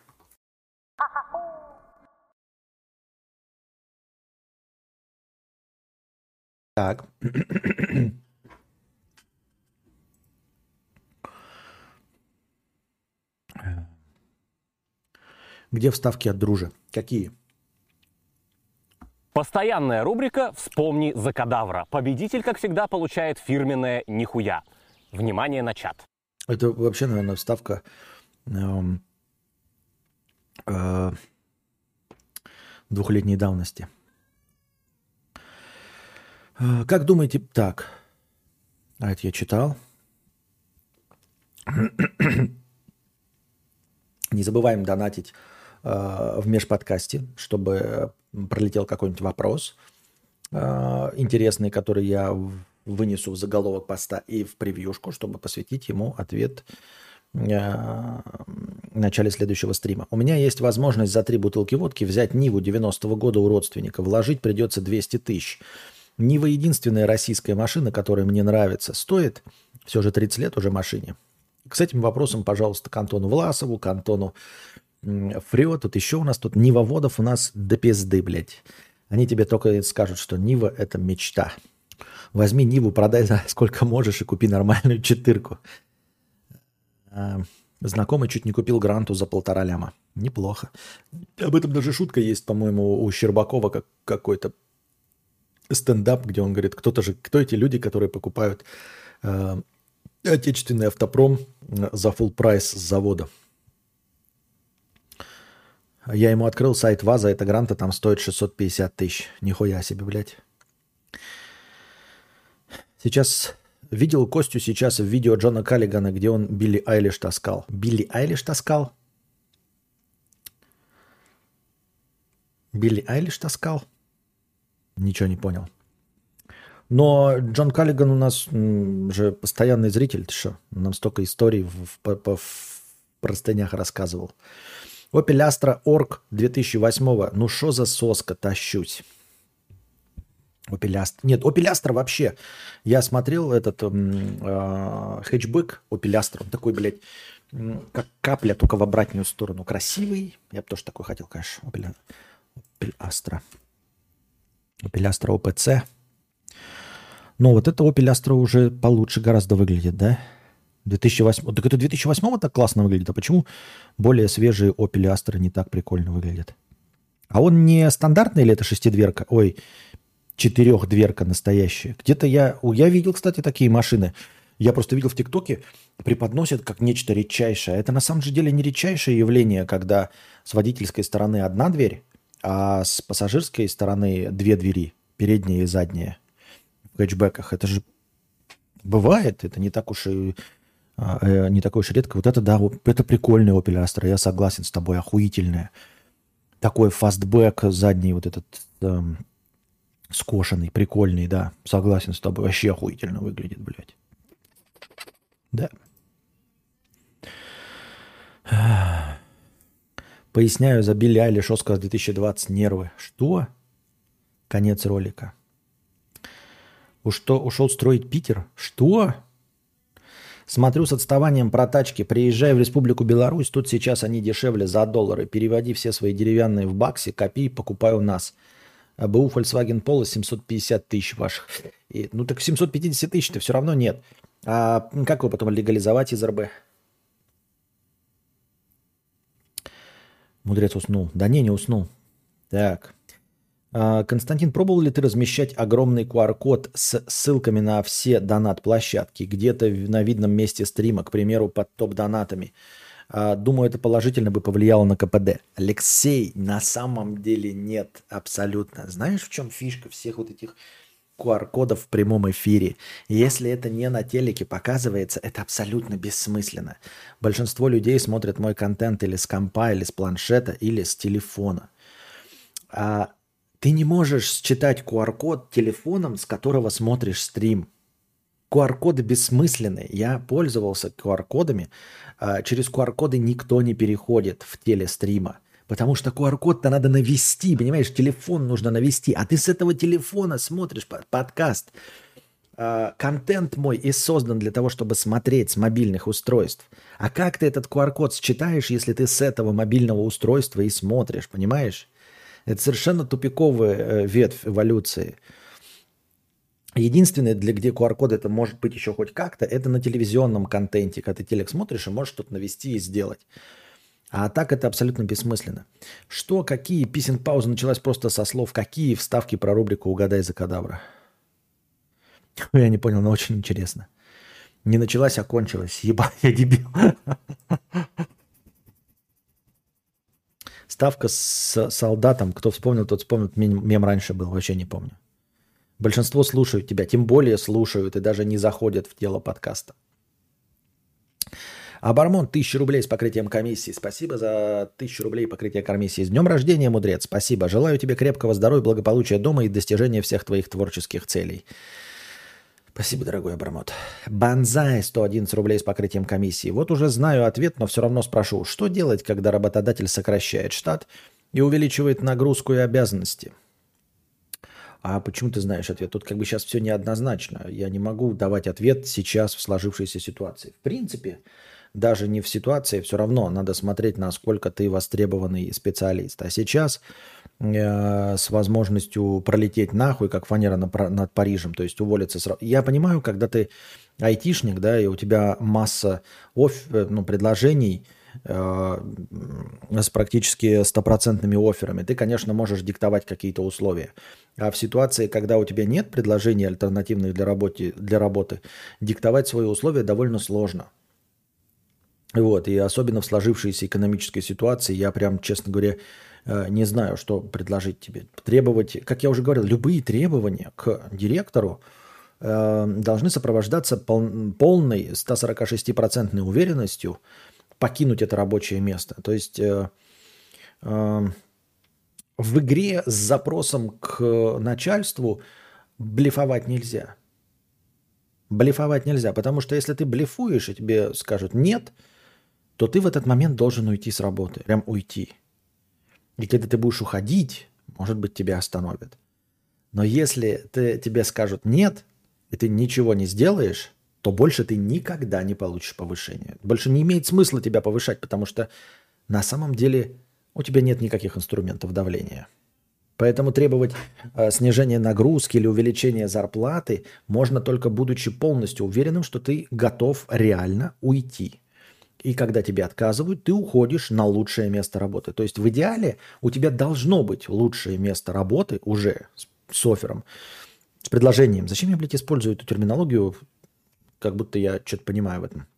Так. Где вставки от дружи? Какие? Постоянная рубрика «Вспомни за кадавра». Победитель, как всегда, получает фирменное нихуя. Внимание на чат. Это вообще, наверное, вставка двухлетней давности. Как думаете, так, это я читал. Не забываем донатить в межподкасте, чтобы пролетел какой-нибудь вопрос интересный, который я вынесу в заголовок поста и в превьюшку, чтобы посвятить ему ответ в начале следующего стрима. У меня есть возможность за 3 бутылки водки взять Ниву 90-го года у родственника. Вложить придется 200 тысяч. Нива единственная российская машина, которая мне нравится. Стоит все же 30 лет уже машине. С этим вопросом, пожалуйста, к Антону Власову, к Антону Фрио. Тут еще у нас тут Нивоводов у нас до пизды, блядь. Они тебе только скажут, что Нива – это мечта. Возьми Ниву, продай за сколько можешь и купи нормальную четырку. Знакомый чуть не купил Гранту за 1,5 ляма. Неплохо. Об этом даже шутка есть, по-моему, у Щербакова какой-то стендап, где он говорит, кто эти люди, которые покупают отечественный автопром за full прайс с завода. Я ему открыл сайт ВАЗа, эта Гранта там стоит 650 тысяч. Нихуя себе, блядь. Сейчас видел Костю сейчас в видео Джона Каллигана, где он Билли Айлиш таскал. Билли Айлиш таскал? Билли Айлиш таскал? Ничего не понял. Но Джон Каллиган у нас же постоянный зритель. Ты что? Нам столько историй в простынях рассказывал. Opel Astra Org 2008. Ну шо за соска, тащусь. Opel Astra. Нет, Opel Astra вообще. Я смотрел этот хэтчбэк Opel Astra. Он такой, блядь, как капля, только в обратную сторону. Красивый. Я бы тоже такой хотел, конечно. Opel Astra. Opel Astra OPC. Но вот это Opel Astra уже получше гораздо выглядит, да? 2008. Так это 2008 так классно выглядит. А почему более свежие Opel Astra не так прикольно выглядят? А он не стандартный или это шестидверка? Ой, четырехдверка настоящая. Где-то я видел, кстати, такие машины. Я просто видел в ТикТоке, преподносят как нечто редчайшее. Это на самом же деле не редчайшее явление, когда с водительской стороны одна дверь, а с пассажирской стороны две двери, передняя и задняя. В хэтчбеках. Это же бывает, это не так уж и не такое уж редко. Вот это да, это прикольный Opel Astra, я согласен с тобой, охуительная. Такой фастбэк задний вот этот скошенный, прикольный, да, согласен с тобой, вообще охуительно выглядит, блядь. Да. Поясняю за Билли Айлиш, Оскар 2020, нервы. Что? Конец ролика. Ушел строить Питер? Что? Смотрю с отставанием про тачки. Приезжаю в Республику Беларусь, тут сейчас они дешевле за $. Переводи все свои деревянные в баксы, копи, покупай у нас. БУ Volkswagen Polo 750 тысяч ваших. Ну так 750 тысяч-то все равно нет. А как его потом легализовать из РБ? Мудрец уснул. Да не уснул. Так. Константин, пробовал ли ты размещать огромный QR-код с ссылками на все донат-площадки где-то на видном месте стрима, к примеру, под топ-донатами? Думаю, это положительно бы повлияло на КПД. Алексей, на самом деле нет, абсолютно. Знаешь, в чем фишка всех вот этих QR-кодов в прямом эфире? Если это не на телеке показывается, это абсолютно бессмысленно. Большинство людей смотрят мой контент или с компа, или с планшета, или с телефона. Ты не можешь считать QR-код телефоном, с которого смотришь стрим. QR-коды бессмысленные. Я пользовался QR-кодами. Через QR-коды никто не переходит в телестрима. Потому что QR-код-то надо навести. Понимаешь, телефон нужно навести. А ты с этого телефона смотришь подкаст. Контент мой и создан для того, чтобы смотреть с мобильных устройств. А как ты этот QR-код считаешь, если ты с этого мобильного устройства и смотришь? Понимаешь? Это совершенно тупиковая ветвь эволюции. Единственное, где QR-код это может быть еще хоть как-то, это на телевизионном контенте. Когда ты телек смотришь и можешь что-то навести и сделать. А так это абсолютно бессмысленно. Что, какие? Писинг-пауза началась просто со слов. Какие вставки про рубрику «Угадай за кадавра»? Я не понял, но очень интересно. Не началась, а кончилась. Ебать, я дебил. Ставка с солдатом. Кто вспомнил, тот вспомнит. Мем раньше был, вообще не помню. Большинство слушают тебя, тем более слушают и даже не заходят в тело подкаста. Абармон, 1000 рублей с покрытием комиссии. Спасибо за 1000 рублей покрытие комиссии. С днем рождения, мудрец. Спасибо. Желаю тебе крепкого здоровья, благополучия дома и достижения всех твоих творческих целей. Спасибо, дорогой Абрамот. Банзай, 111 рублей с покрытием комиссии. Вот уже знаю ответ, но все равно спрошу. Что делать, когда работодатель сокращает штат и увеличивает нагрузку и обязанности? А почему ты знаешь ответ? Тут как бы сейчас все неоднозначно. Я не могу давать ответ сейчас в сложившейся ситуации. В принципе, даже не в ситуации, все равно надо смотреть, насколько ты востребованный специалист. А сейчас с возможностью пролететь нахуй, как фанера над Парижем, то есть уволиться сразу. Я понимаю, когда ты айтишник, да, и у тебя масса предложений с практически стопроцентными офферами, ты, конечно, можешь диктовать какие-то условия. А в ситуации, когда у тебя нет предложений альтернативных для работы, диктовать свои условия довольно сложно. Вот, и особенно в сложившейся экономической ситуации я прям, честно говоря, не знаю, что предложить тебе. Требовать, как я уже говорил, любые требования к директору должны сопровождаться полной 146% уверенностью покинуть это рабочее место. То есть в игре с запросом к начальству блефовать нельзя. Блефовать нельзя, потому что если ты блефуешь и тебе скажут «нет», то ты в этот момент должен уйти с работы, прям уйти. И когда ты будешь уходить, может быть, тебя остановят. Но если тебе скажут «нет», и ты ничего не сделаешь, то больше ты никогда не получишь повышения. Больше не имеет смысла тебя повышать, потому что на самом деле у тебя нет никаких инструментов давления. Поэтому требовать снижения нагрузки или увеличения зарплаты можно только будучи полностью уверенным, что ты готов реально уйти. И когда тебе отказывают, ты уходишь на лучшее место работы. То есть в идеале у тебя должно быть лучшее место работы уже с оффером, с предложением. Зачем я, блядь, использую эту терминологию, как будто я что-то понимаю в этом.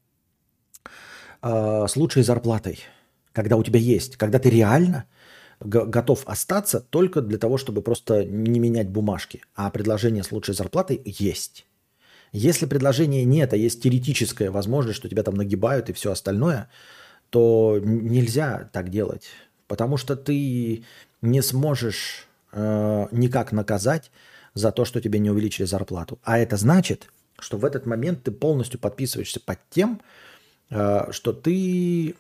С лучшей зарплатой. Когда у тебя есть, когда ты реально готов остаться только для того, чтобы просто не менять бумажки. А предложение с лучшей зарплатой есть. Если предложения нет, а есть теоретическая возможность, что тебя там нагибают и все остальное, то нельзя так делать. Потому что ты не сможешь никак наказать за то, что тебе не увеличили зарплату. А это значит, что в этот момент ты полностью подписываешься под тем, что ты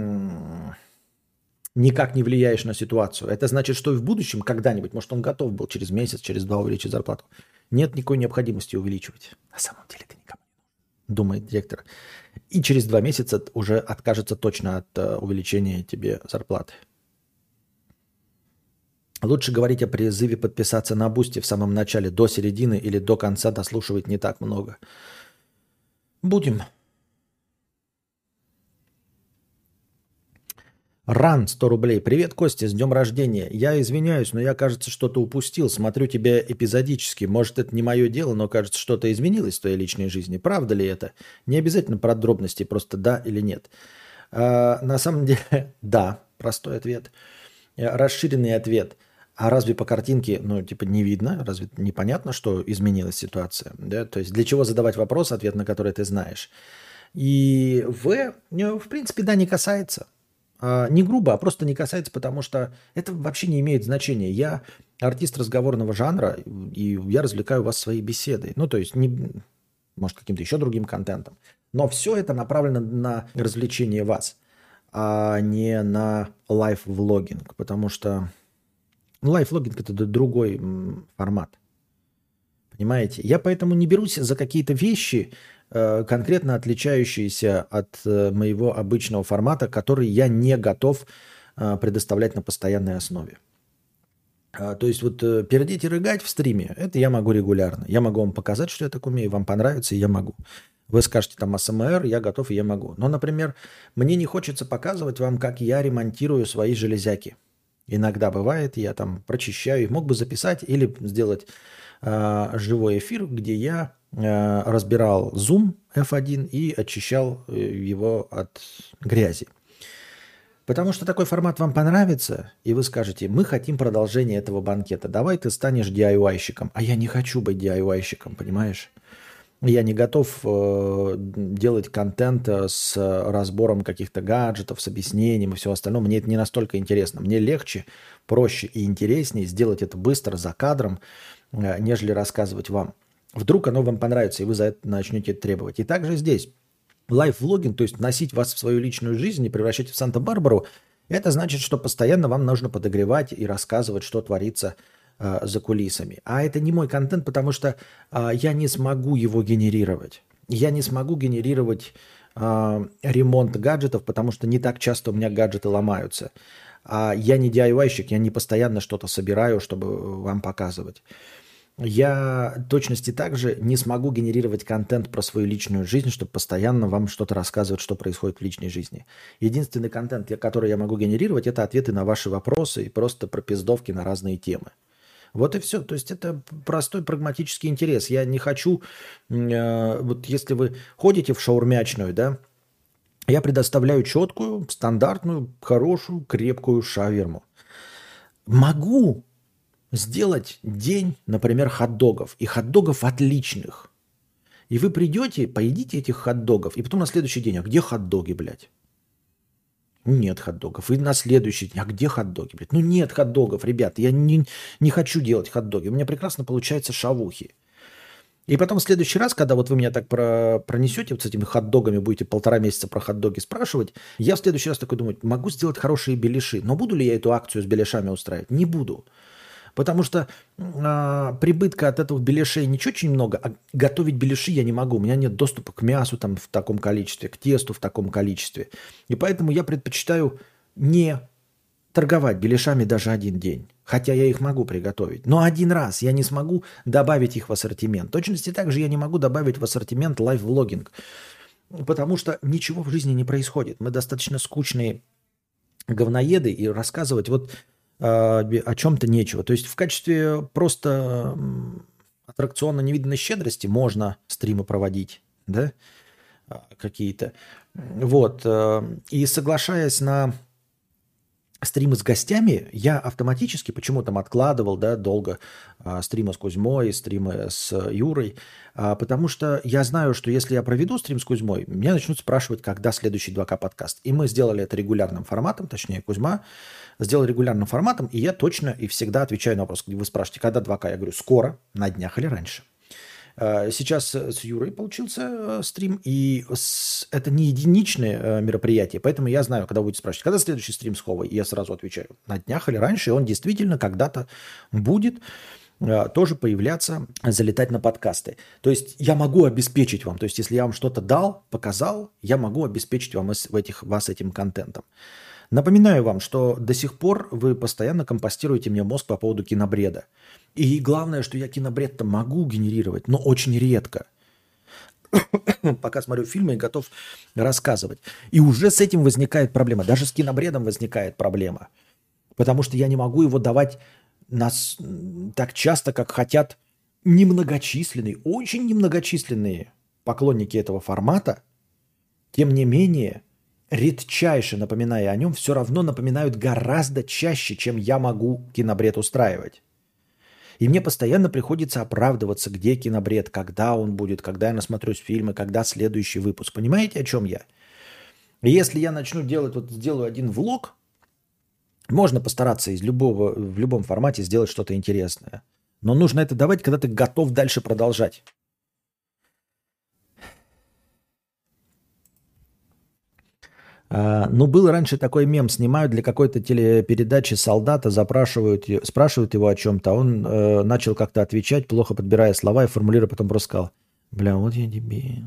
никак не влияешь на ситуацию. Это значит, что и в будущем когда-нибудь, может, он готов был через месяц, через 2 увеличить зарплату. Нет никакой необходимости увеличивать. На самом деле это никому не нужно, думает директор. И через 2 месяца уже откажется точно от увеличения тебе зарплаты. Лучше говорить о призыве подписаться на Бусти в самом начале, до середины или до конца дослушивать не так много. Будем. Ран, 100 рублей. Привет, Костя, с днем рождения. Я извиняюсь, но я, кажется, что-то упустил. Смотрю тебя эпизодически. Может, это не мое дело, но, кажется, что-то изменилось в твоей личной жизни. Правда ли это? Не обязательно про подробности, просто да или нет. На самом деле, да. Простой ответ. Расширенный ответ. А разве по картинке, не видно? Разве непонятно, что изменилась ситуация? Да? То есть для чего задавать вопрос, ответ на который ты знаешь? И в принципе, да, не касается. Не грубо, а просто не касается, потому что это вообще не имеет значения. Я артист разговорного жанра, и я развлекаю вас своей беседой. То есть, может, каким-то еще другим контентом. Но все это направлено на развлечение вас, а не на лайф-влогинг. Потому что лайф-влогинг – это другой формат. Понимаете? Я поэтому не берусь за какие-то вещи, конкретно отличающиеся от моего обычного формата, который я не готов предоставлять на постоянной основе. То есть пердеть и рыгать в стриме, это я могу регулярно. Я могу вам показать, что я так умею, вам понравится, и я могу. Вы скажете там АСМР, я готов, и я могу. Но, например, мне не хочется показывать вам, как я ремонтирую свои железяки. Иногда бывает, я там прочищаю их, мог бы записать или сделать живой эфир, где я разбирал Zoom F1 и очищал его от грязи. Потому что такой формат вам понравится, и вы скажете, мы хотим продолжения этого банкета, давай ты станешь DIY-щиком. А я не хочу быть DIY-щиком, понимаешь? Я не готов делать контент с разбором каких-то гаджетов, с объяснением и всего остального. Мне это не настолько интересно. Мне легче, проще и интереснее сделать это быстро, за кадром, нежели рассказывать вам. Вдруг оно вам понравится, и вы за это начнете требовать. И также здесь. Лайф-влогинг, то есть вносить вас в свою личную жизнь и превращать в Санта-Барбару, это значит, что постоянно вам нужно подогревать и рассказывать, что творится за кулисами. А это не мой контент, потому что я не смогу его генерировать. Я не смогу генерировать ремонт гаджетов, потому что не так часто у меня гаджеты ломаются. Я не DIY-щик, я не постоянно что-то собираю, чтобы вам показывать. Я в точности также не смогу генерировать контент про свою личную жизнь, чтобы постоянно вам что-то рассказывать, что происходит в личной жизни. Единственный контент, который я могу генерировать, это ответы на ваши вопросы и просто пропиздовки на разные темы. Вот и все. То есть это простой прагматический интерес. Я не хочу, если вы ходите в шаурмячную, да, я предоставляю четкую, стандартную, хорошую, крепкую шаверму. Могу сделать день, например, хот-догов. И хот-догов отличных. И вы придете, поедите этих хот-догов, и потом на следующий день, а где хот-доги, блядь? Нет хот-догов. И на следующий день, а где хот-доги, блядь? Нет хот-догов, ребят, я не хочу делать хот-доги. У меня прекрасно получаются шавухи. И потом в следующий раз, когда вы меня так пронесете с этими хот-догами, будете 1,5 месяца про хот-доги спрашивать, я в следующий раз такой думаю, могу сделать хорошие беляши, но буду ли я эту акцию с беляшами устраивать? Не буду. Потому что прибытка от этого беляшей ничего очень много, а готовить беляши я не могу. У меня нет доступа к мясу там в таком количестве, к тесту в таком количестве. И поэтому я предпочитаю не торговать беляшами даже один день. Хотя я их могу приготовить. Но один раз я не смогу добавить их в ассортимент. В точности так же я не могу добавить в ассортимент лайф-влогинг. Потому что ничего в жизни не происходит. Мы достаточно скучные говноеды, и рассказывать вот о чем-то нечего. То есть в качестве просто аттракциона невиданной щедрости можно стримы проводить, да, какие-то. Вот. И соглашаясь на стримы с гостями, я автоматически, почему там откладывал, да, долго стримы с Кузьмой, стримы с Юрой, потому что я знаю, что если я проведу стрим с Кузьмой, меня начнут спрашивать, когда следующий 2К подкаст. И мы сделали это регулярным форматом, точнее Кузьма сделал регулярным форматом, и я точно и всегда отвечаю на вопрос, где вы спрашиваете, когда 2К, я говорю, скоро, на днях или раньше. Сейчас с Юрой получился стрим, и это не единичное мероприятие, поэтому я знаю, когда будете спрашивать, когда следующий стрим с Ховой, и я сразу отвечаю, на днях или раньше, и он действительно когда-то будет тоже появляться, залетать на подкасты. То есть я могу обеспечить вам, то есть если я вам что-то дал, показал, я могу обеспечить вам вас этим контентом. Напоминаю вам, что до сих пор вы постоянно компостируете мне мозг по поводу кинобреда. И главное, что я кинобред-то могу генерировать, но очень редко. Пока смотрю фильмы и готов рассказывать. И уже с этим возникает проблема. Даже с кинобредом возникает проблема. Потому что я не могу его давать так часто, как хотят немногочисленные, очень немногочисленные поклонники этого формата. Тем не менее, редчайше напоминая о нем, все равно напоминают гораздо чаще, чем я могу кинобред устраивать. И мне постоянно приходится оправдываться, где кинобред, когда он будет, когда я насмотрюсь фильмы, когда следующий выпуск. Понимаете, о чем я? И если я начну делать, вот сделаю один влог, можно постараться в любом формате сделать что-то интересное. Но нужно это давать, когда ты готов дальше продолжать. Ну, был раньше такой мем, снимают для какой-то телепередачи солдата, спрашивают его о чем-то, а он начал как-то отвечать, плохо подбирая слова и формулируя, потом просто сказал, бля, вот я дебил.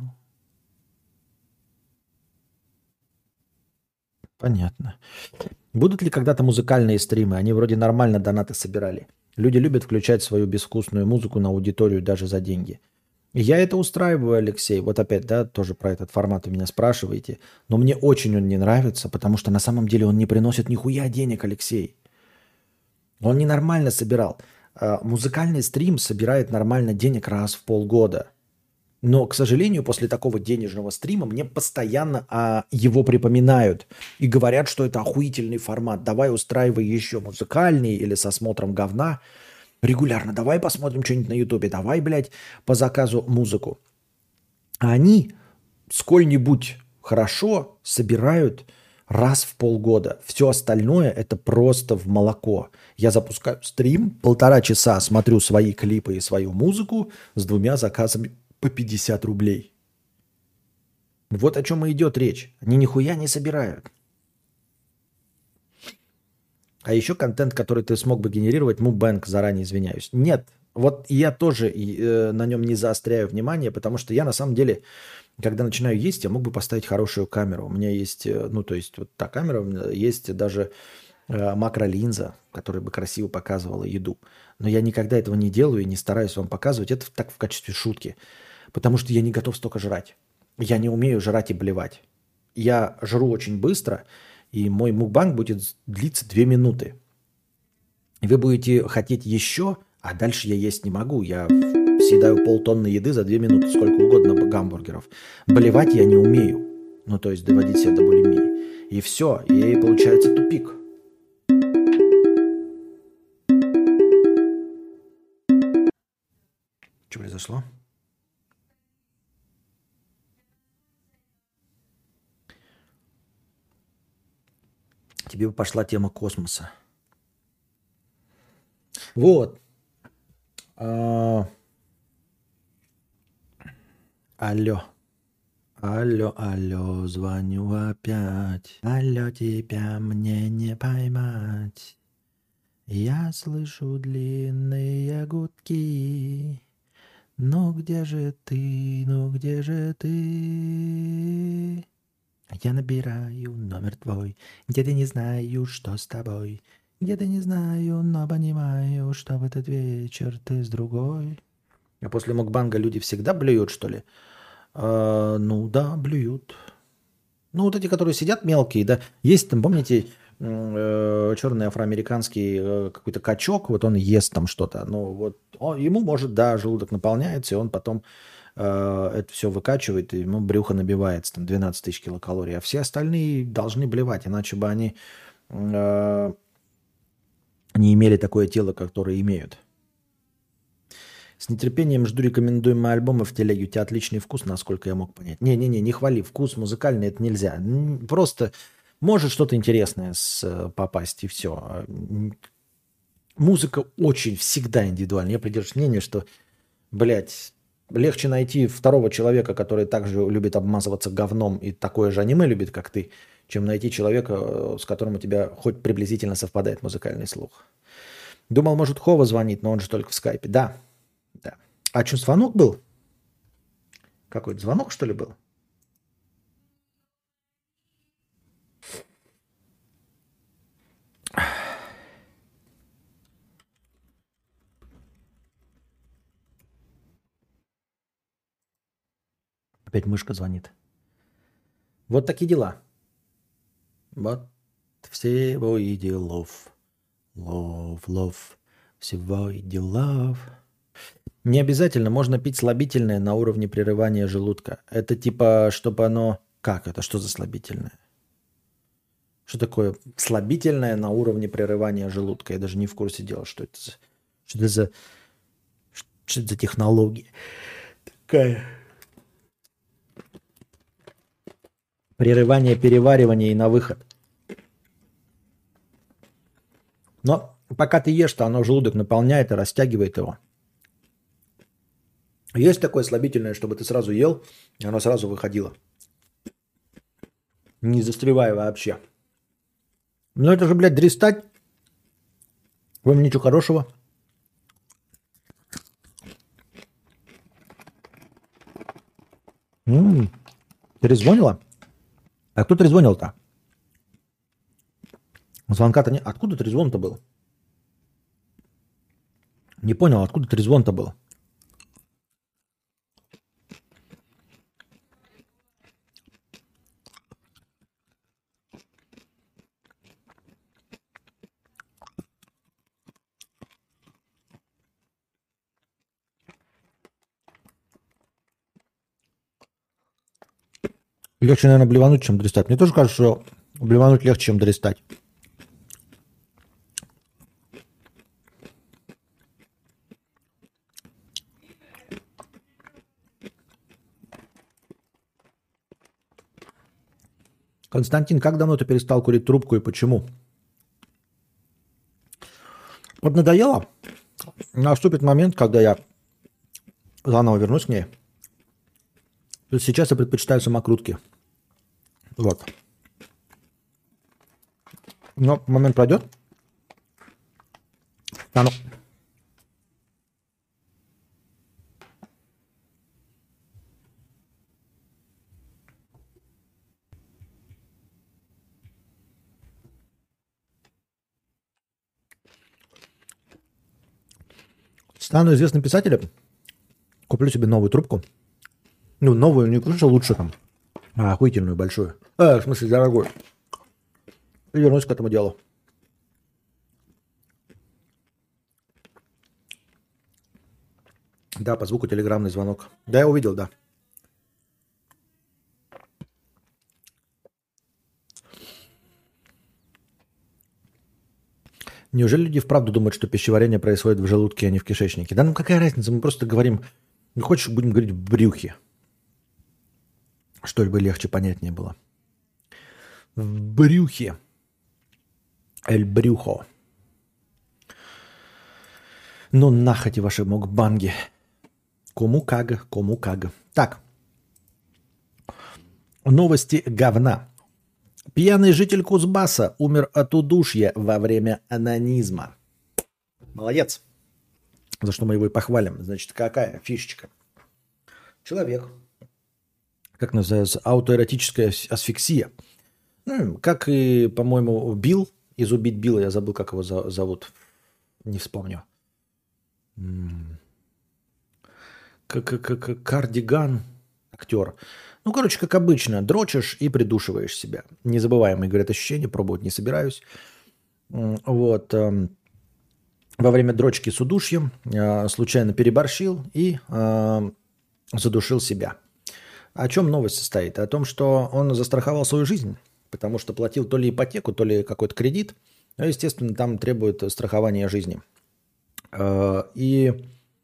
Понятно. Будут ли когда-то музыкальные стримы? Они вроде нормально донаты собирали. Люди любят включать свою безвкусную музыку на аудиторию даже за деньги. Я это устраиваю, Алексей. Вот опять, да, тоже про этот формат вы меня спрашиваете. Но мне очень он не нравится, потому что на самом деле он не приносит нихуя денег, Алексей. Он ненормально собирал. Музыкальный стрим собирает нормально денег раз в полгода. Но, к сожалению, после такого денежного стрима мне постоянно его припоминают. И говорят, что это охуительный формат. Давай устраивай еще музыкальный или со смотром говна. Регулярно. Давай посмотрим что-нибудь на Ютубе. Давай, блядь, по заказу музыку. А они сколь-нибудь хорошо собирают раз в полгода. Все остальное это просто в молоко. Я запускаю стрим, 1,5 часа смотрю свои клипы и свою музыку с 2 заказами по 50 рублей. Вот о чем и идет речь. Они нихуя не собирают. А еще контент, который ты смог бы генерировать, мукбэнг, заранее извиняюсь. Нет, вот я тоже на нем не заостряю внимание, потому что я на самом деле, когда начинаю есть, я мог бы поставить хорошую камеру. У меня есть, ну то есть вот та камера, у меня есть даже макролинза, которая бы красиво показывала еду. Но я никогда этого не делаю и не стараюсь вам показывать. Это так в качестве шутки. Потому что я не готов столько жрать. Я не умею жрать и блевать. Я жру очень быстро, и мой мукбанг будет длиться 2 минуты. И вы будете хотеть еще, а дальше я есть не могу. Я съедаю полтонны еды за 2 минуты, сколько угодно гамбургеров. Блевать я не умею. Ну, то есть доводить себя до булимии. И все, и получается тупик. Что произошло? Тебе бы пошла тема космоса. Вот. Алло. Алло, звоню опять. Алло, тебя мне не поймать. Я слышу длинные гудки. Ну где же ты, ну где же ты? Я набираю номер твой, где-то не знаю, что с тобой. Где-то не знаю, но понимаю, что в этот вечер ты с другой. А после мукбанга люди всегда блюют, что ли? Ну да, блюют. Ну вот эти, которые сидят мелкие, да. Есть там, помните, черный афроамериканский какой-то качок, вот он ест там что-то. Ну вот ему может, да, желудок наполняется, и он потом это все выкачивает, и ему брюхо набивается, там 12 тысяч килокалорий. А все остальные должны блевать, иначе бы они не имели такое тело, которое имеют. С нетерпением жду рекомендуемые альбомы в телеге. У тебя отличный вкус, насколько я мог понять. Не-не-не, не хвали. Вкус музыкальный, это нельзя. Просто может что-то интересное попасть, и все. Музыка очень всегда индивидуальна. Я придерживаюсь мнения, что, блядь, легче найти второго человека, который также любит обмазываться говном и такое же аниме любит, как ты, чем найти человека, с которым у тебя хоть приблизительно совпадает музыкальный слух. Думал, может, Хова звонит, но он же только в скайпе. Да, да. А что, звонок был? Какой-то звонок, что ли, был? Опять мышка звонит. Вот такие дела. Вот всего и делов. Лов. Всего и делов. Не обязательно, можно пить слабительное на уровне прерывания желудка. Это типа, чтобы оно... Как это? Что за слабительное? Что такое слабительное на уровне прерывания желудка? Я даже не в курсе дела, что это за технология такая. Прерывание переваривания и на выход. Но пока ты ешь, то оно желудок наполняет и растягивает его. Есть такое слабительное, чтобы ты сразу ел, и оно сразу выходило. Не застревая вообще. Ну это же, блядь, дрестать. Вам ничего хорошего. Трезвонила? А кто трезвонил-то? Звонка-то нет. Откуда трезвон-то был? Не понял, откуда трезвон-то был? Легче, наверное, блевануть, чем дрестать. Мне тоже кажется, что блевануть легче, чем дрестать. Константин, как давно ты перестал курить трубку и почему? Вот надоело. Наступит момент, когда я заново вернусь к ней. То есть сейчас я предпочитаю самокрутки. Вот. Но момент пройдет. А ну. Стану известным писателем, куплю себе новую трубку. Ну, новую, не круче, лучше там. Охуительную, большую. В смысле, дорогую. И вернусь к этому делу. Да, по звуку телеграммный звонок. Да, я увидел, да. Неужели люди вправду думают, что пищеварение происходит в желудке, а не в кишечнике? Да ну какая разница, мы просто говорим, ну хочешь, будем говорить в брюхе. Что-либо легче, понятнее было. В брюхе. Эль брюхо. Ну нахати ваши мукбанги. Кому как, кому как. Так. Новости говна. Пьяный житель Кузбасса умер от удушья во время онанизма. Молодец. За что мы его и похвалим. Значит, какая фишечка? Человек, как называется, аутоэротическая асфиксия. Ну, как и, по-моему, Билл из «Убить Билла». Я забыл, как его зовут. Не вспомню. Кардиган, актер. Ну, короче, как обычно, дрочишь и придушиваешь себя. Незабываемые, говорят, ощущения, пробовать не собираюсь. Вот. Во время дрочки с удушьем случайно переборщил и задушил себя. О чем новость состоит? О том, что он застраховал свою жизнь, потому что платил то ли ипотеку, то ли какой-то кредит. Ну, естественно, там требует страхования жизни. И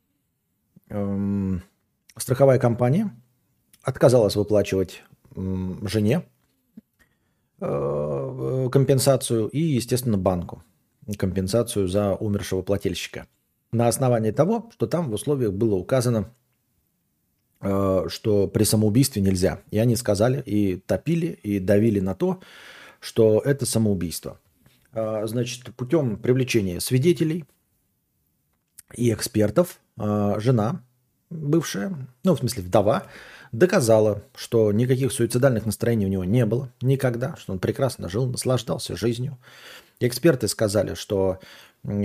страховая компания отказалась выплачивать жене компенсацию и, естественно, банку компенсацию за умершего плательщика. На основании того, что там в условиях было указано, что при самоубийстве нельзя. И они сказали, и топили, и давили на то, что это самоубийство. Значит, путем привлечения свидетелей и экспертов жена бывшая, ну, в смысле, вдова, доказала, что никаких суицидальных настроений у него не было никогда, что он прекрасно жил, наслаждался жизнью. Эксперты сказали, что вот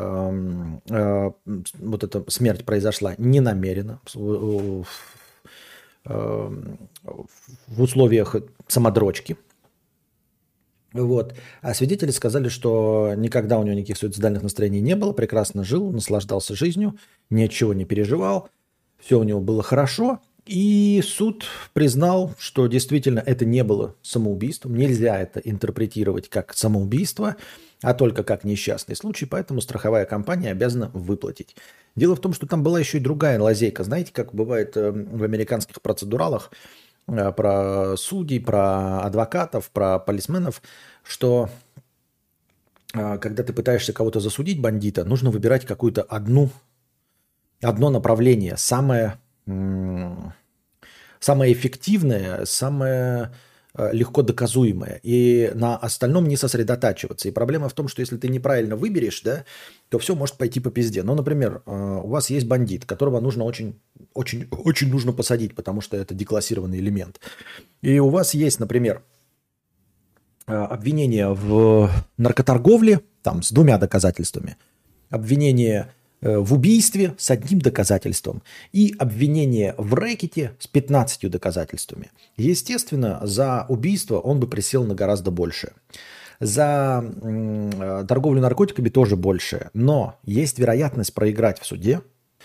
эта смерть произошла ненамеренно, в условиях самодрочки. Вот. А свидетели сказали, что никогда у него никаких суицидальных настроений не было, прекрасно жил, наслаждался жизнью, ничего не переживал, все у него было хорошо. И суд признал, что действительно это не было самоубийством. Нельзя это интерпретировать как самоубийство, а только как несчастный случай, поэтому страховая компания обязана выплатить. Дело в том, что там была еще и другая лазейка. Знаете, как бывает в американских процедуралах про судей, про адвокатов, про полисменов, что когда ты пытаешься кого-то засудить, бандита, нужно выбирать какую-то одно направление, самое эффективное, самое легко доказуемое. И на остальном не сосредотачиваться. И проблема в том, что если ты неправильно выберешь, да, то все может пойти по пизде. Ну, например, у вас есть бандит, которого нужно очень нужно посадить, потому что это деклассированный элемент. И у вас есть, например, обвинение в наркоторговле, там, с 2 доказательствами, обвинение в убийстве с 1 доказательством и обвинение в рэкете с 15 доказательствами. Естественно, за убийство он бы присел на гораздо больше. За торговлю наркотиками тоже больше. Но есть вероятность проиграть в суде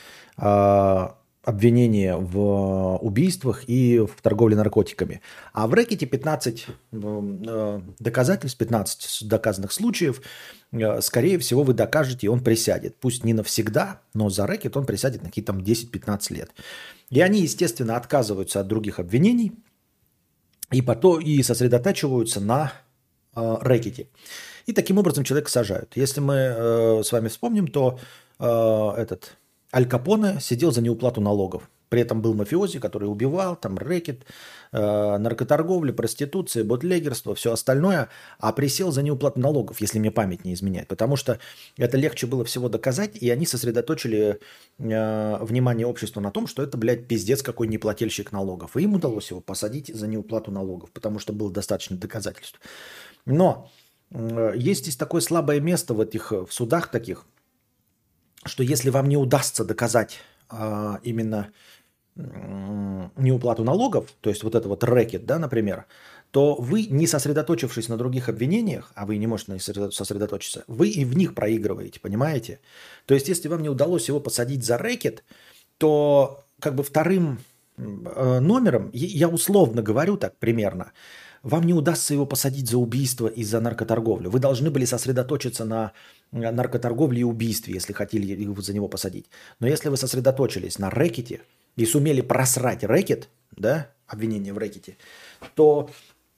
обвинение в убийствах и в торговле наркотиками. А в рэкете 15 доказательств, 15 доказанных случаев, скорее всего, вы докажете, и он присядет. Пусть не навсегда, но за рэкет он присядет на какие-то там 10-15 лет. И они, естественно, отказываются от других обвинений и сосредотачиваются на рэкете. И таким образом человека сажают. Если мы с вами вспомним, то Аль Капоне сидел за неуплату налогов. При этом был мафиози, который убивал, там рэкет, наркоторговля, проституция, ботлегерство, все остальное, а присел за неуплату налогов, если мне память не изменяет. Потому что это легче было всего доказать, и они сосредоточили внимание общества на том, что это, блядь, пиздец какой неплательщик налогов. И им удалось его посадить за неуплату налогов, потому что было достаточно доказательств. Но есть здесь такое слабое место в судах таких, что если вам не удастся доказать именно неуплату налогов, то есть вот это вот рэкет, да, например, то вы, не сосредоточившись на других обвинениях, а вы не можете сосредоточиться, вы и в них проигрываете, понимаете? То есть если вам не удалось его посадить за рэкет, то как бы вторым номером, я условно говорю так примерно, вам не удастся его посадить за убийство и за наркоторговлю. Вы должны были сосредоточиться на наркоторговле и убийстве, если хотели за него посадить. Но если вы сосредоточились на рэкете и сумели просрать рэкет, да, обвинение в рэкете, то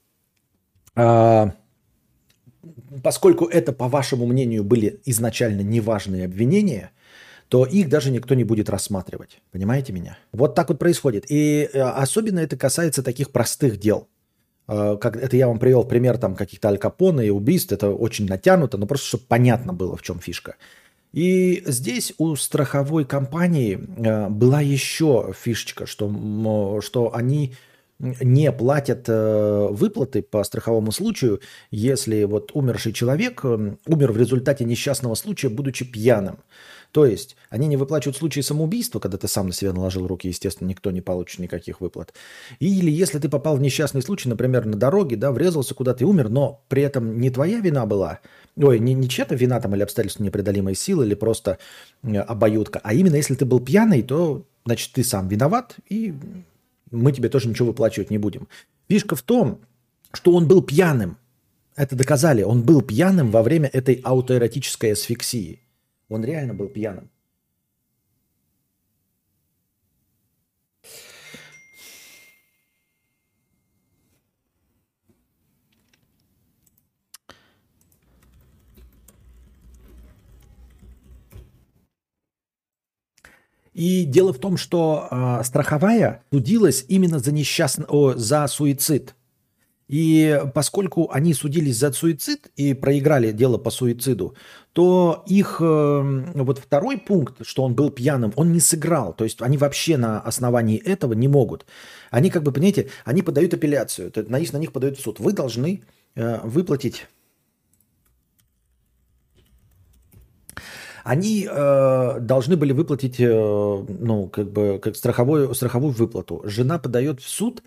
поскольку это, по вашему мнению, были изначально неважные обвинения, то их даже никто не будет рассматривать. Понимаете меня? Вот так вот происходит. И особенно это касается таких простых дел. Как это я вам привел пример там каких-то Аль Капоне и убийств, это очень натянуто, но просто чтобы понятно было, в чем фишка. И здесь у страховой компании была еще фишечка, что они не платят выплаты по страховому случаю, если вот умерший человек умер в результате несчастного случая, будучи пьяным. То есть они не выплачивают в случае самоубийства, когда ты сам на себя наложил руки, естественно, никто не получит никаких выплат. Или если ты попал в несчастный случай, например, на дороге, да, врезался куда-то и умер, но при этом не твоя вина была, не чья-то вина там или обстоятельства непреодолимой силы, или просто обоюдка, а именно если ты был пьяный, то, значит, ты сам виноват, и мы тебе тоже ничего выплачивать не будем. Фишка в том, что он был пьяным. Это доказали. Он был пьяным во время этой аутоэротической асфиксии. Он реально был пьяным. И дело в том, что страховая судилась именно за суицид. И поскольку они судились за суицид и проиграли дело по суициду, то их вот второй пункт, что он был пьяным, он не сыграл. То есть они вообще на основании этого не могут. Они как бы, понимаете, они подают апелляцию, то есть на них подают в суд. Вы должны выплатить... Они должны были выплатить, как страховую выплату. Жена подает в суд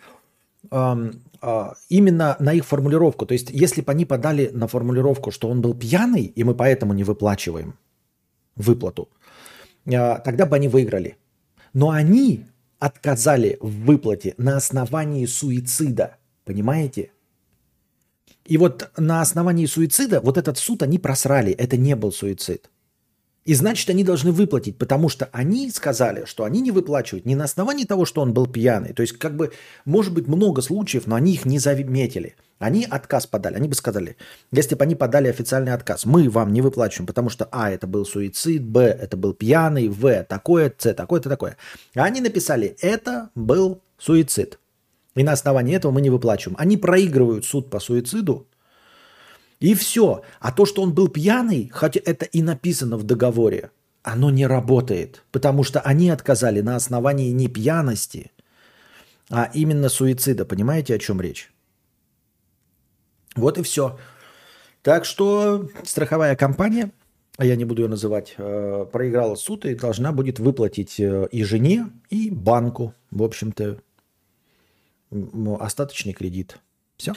именно на их формулировку. То есть, если бы они подали на формулировку, что он был пьяный, и мы поэтому не выплачиваем выплату, тогда бы они выиграли. Но они отказали в выплате на основании суицида. Понимаете? И вот на основании суицида вот этот суд они просрали. Это не был суицид. И значит, они должны выплатить, потому что они сказали, что они не выплачивают не на основании того, что он был пьяный. То есть, как бы, может быть, много случаев, но они их не заметили. Они отказ подали. Они бы сказали, если бы они подали официальный отказ, мы вам не выплачиваем, потому что это был суицид, это был пьяный, такое, такое-то, такое. А они написали, это был суицид. И на основании этого мы не выплачиваем. Они проигрывают суд по суициду, и все. А то, что он был пьяный, хотя это и написано в договоре, оно не работает. Потому что они отказали на основании не пьяности, а именно суицида. Понимаете, о чем речь? Вот и все. Так что страховая компания, я не буду ее называть, проиграла суд и должна будет выплатить и жене, и банку, в общем-то, остаточный кредит. Все.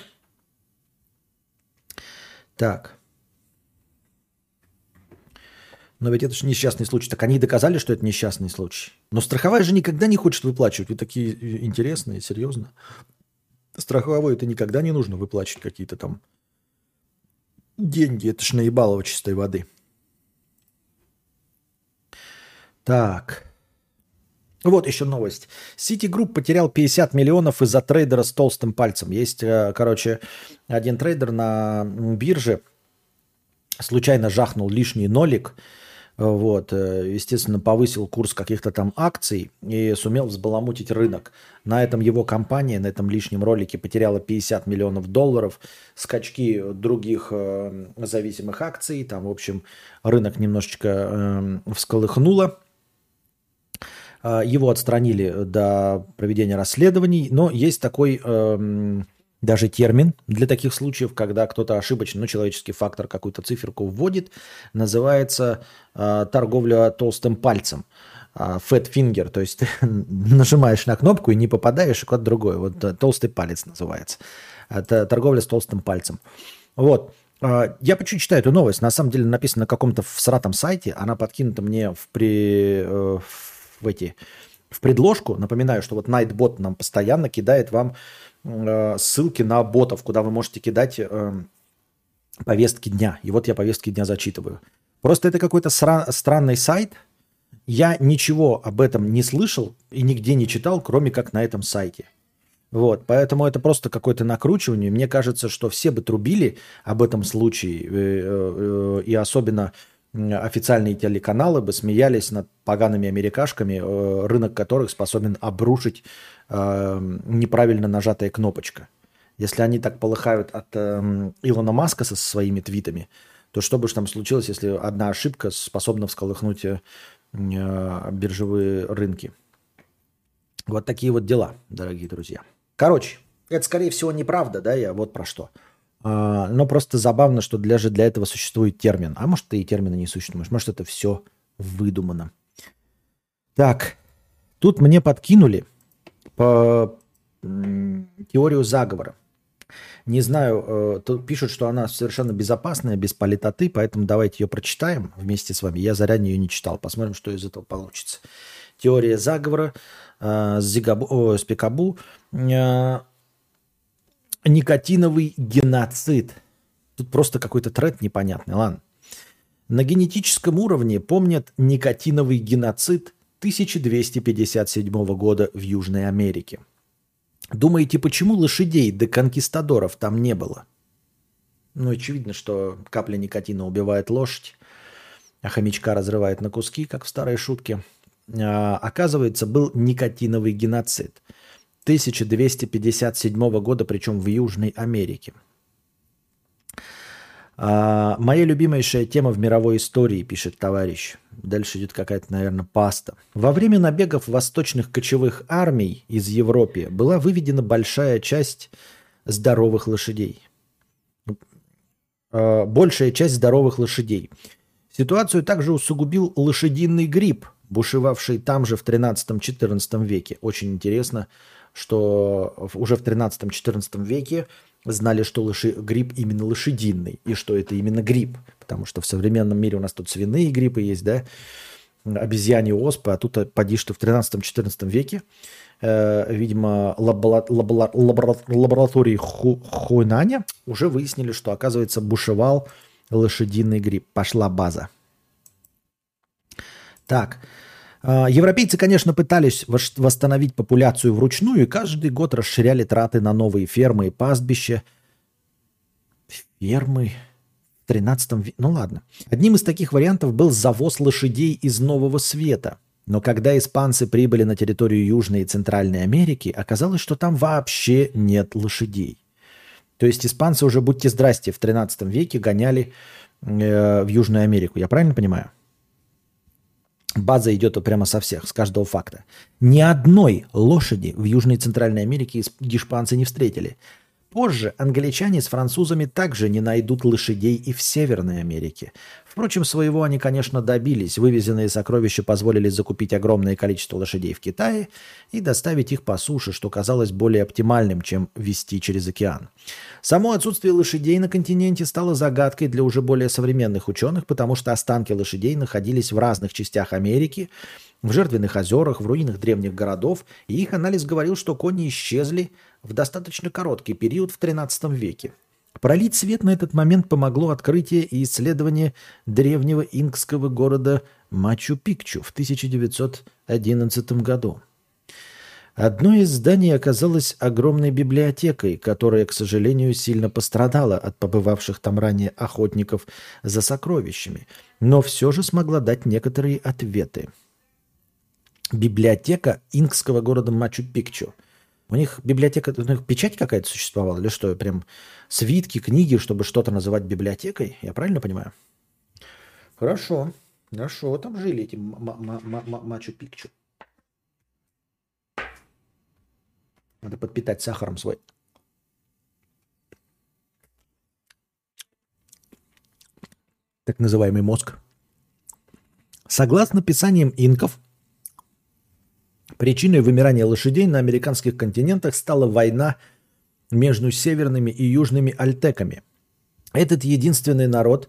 Так. Но ведь это же несчастный случай. Так они доказали, что это несчастный случай. Но страховая же никогда не хочет выплачивать. Вы такие интересные, серьезно. Страховой это никогда не нужно выплачивать какие-то там деньги. Это ж наебалово чистой воды. Так. Вот еще новость. Citigroup потерял 50 миллионов из-за трейдера с толстым пальцем. Есть, один трейдер на бирже случайно жахнул лишний нолик. Естественно, повысил курс каких-то там акций и сумел взбаламутить рынок. На этом его компания, на этом лишнем ролике потеряла 50 миллионов долларов. Скачки других зависимых акций. Там, в общем, рынок немножечко всколыхнуло. Его отстранили до проведения расследований, но есть такой даже термин для таких случаев, когда кто-то ошибочно, человеческий фактор, какую-то циферку вводит, называется торговля толстым пальцем, fat finger, то есть ты нажимаешь на кнопку и не попадаешь и куда-то другое. Вот толстый палец называется. Это торговля с толстым пальцем. Вот. Я почему читаю эту новость. На самом деле написано на каком-то всратом сайте, она подкинута мне в предложку. Напоминаю, что вот Nightbot нам постоянно кидает вам ссылки на ботов, куда вы можете кидать повестки дня. И вот я повестки дня зачитываю. Просто это какой-то странный сайт. Я ничего об этом не слышал и нигде не читал, кроме как на этом сайте. Вот, поэтому это просто какое-то накручивание. Мне кажется, что все бы трубили об этом случае, и особенно официальные телеканалы бы смеялись над погаными америкашками, рынок которых способен обрушить неправильно нажатая кнопочка. Если они так полыхают от Илона Маска со своими твитами, то что бы там случилось, если одна ошибка способна всколыхнуть биржевые рынки? Вот такие вот дела, дорогие друзья. Короче, это, скорее всего, неправда, да, я вот про что. Но просто забавно, что для этого существует термин. А может, и термина не существует. Может, это все выдумано. Так, тут мне подкинули по теорию заговора. Не знаю, тут пишут, что она совершенно безопасная, без политоты, поэтому давайте ее прочитаем вместе с вами. Я заранее ее не читал. Посмотрим, что из этого получится. Теория заговора с Пикабу. Никотиновый геноцид. Тут просто какой-то тред непонятный. Ладно. На генетическом уровне помнят никотиновый геноцид 1257 года в Южной Америке. Думаете, почему лошадей до конкистадоров там не было? Ну, очевидно, что капля никотина убивает лошадь, а хомячка разрывает на куски, как в старой шутке. Оказывается, был никотиновый геноцид 1257 года, причем в Южной Америке. Моя любимейшая тема в мировой истории, пишет товарищ. Дальше идет какая-то, наверное, паста. Во время набегов восточных кочевых армий из Европы была выведена большая часть здоровых лошадей. Большая часть здоровых лошадей. Ситуацию также усугубил лошадиный грипп, бушевавший там же в 13-14 веке. Очень интересно, что уже в 13-14 веке знали, что грипп именно лошадиный, и что это именно грипп. Потому что в современном мире у нас тут свиные гриппы есть, да, обезьяньи оспы, а тут поди, что в 13-14 веке, видимо, лаборатории Хуйнаня уже выяснили, что, оказывается, бушевал лошадиный грипп. Пошла база. Так. Европейцы, конечно, пытались восстановить популяцию вручную и каждый год расширяли траты на новые фермы и пастбища. Фермы в 13 веке. Ну ладно. Одним из таких вариантов был завоз лошадей из Нового Света. Но когда испанцы прибыли на территорию Южной и Центральной Америки, оказалось, что там вообще нет лошадей. То есть испанцы уже, будьте здрасте, в 13 веке гоняли в Южную Америку. Я правильно понимаю? База идет прямо со всех, с каждого факта. Ни одной лошади в Южной и Центральной Америке испанцы не встретили. Позже англичане с французами также не найдут лошадей и в Северной Америке. Впрочем, своего они, конечно, добились. Вывезенные сокровища позволили закупить огромное количество лошадей в Китае и доставить их по суше, что казалось более оптимальным, чем везти через океан. Само отсутствие лошадей на континенте стало загадкой для уже более современных ученых, потому что останки лошадей находились в разных частях Америки, в жертвенных озерах, в руинах древних городов, и их анализ говорил, что кони исчезли в достаточно короткий период в XIII веке. Пролить свет на этот момент помогло открытие и исследование древнего инкского города Мачу-Пикчу в 1911 году. Одно из зданий оказалось огромной библиотекой, которая, к сожалению, сильно пострадала от побывавших там ранее охотников за сокровищами, но все же смогла дать некоторые ответы. Библиотека инкского города Мачу-Пикчу. У них библиотека, у них печать какая-то существовала? Или что, прям свитки, книги, чтобы что-то называть библиотекой? Я правильно понимаю? Хорошо. Хорошо, там жили эти Мачу-Пикчу. Надо подпитать сахаром свой. Так называемый мозг. Согласно писаниям инков, причиной вымирания лошадей на американских континентах стала война между северными и южными альтеками. Этот единый народ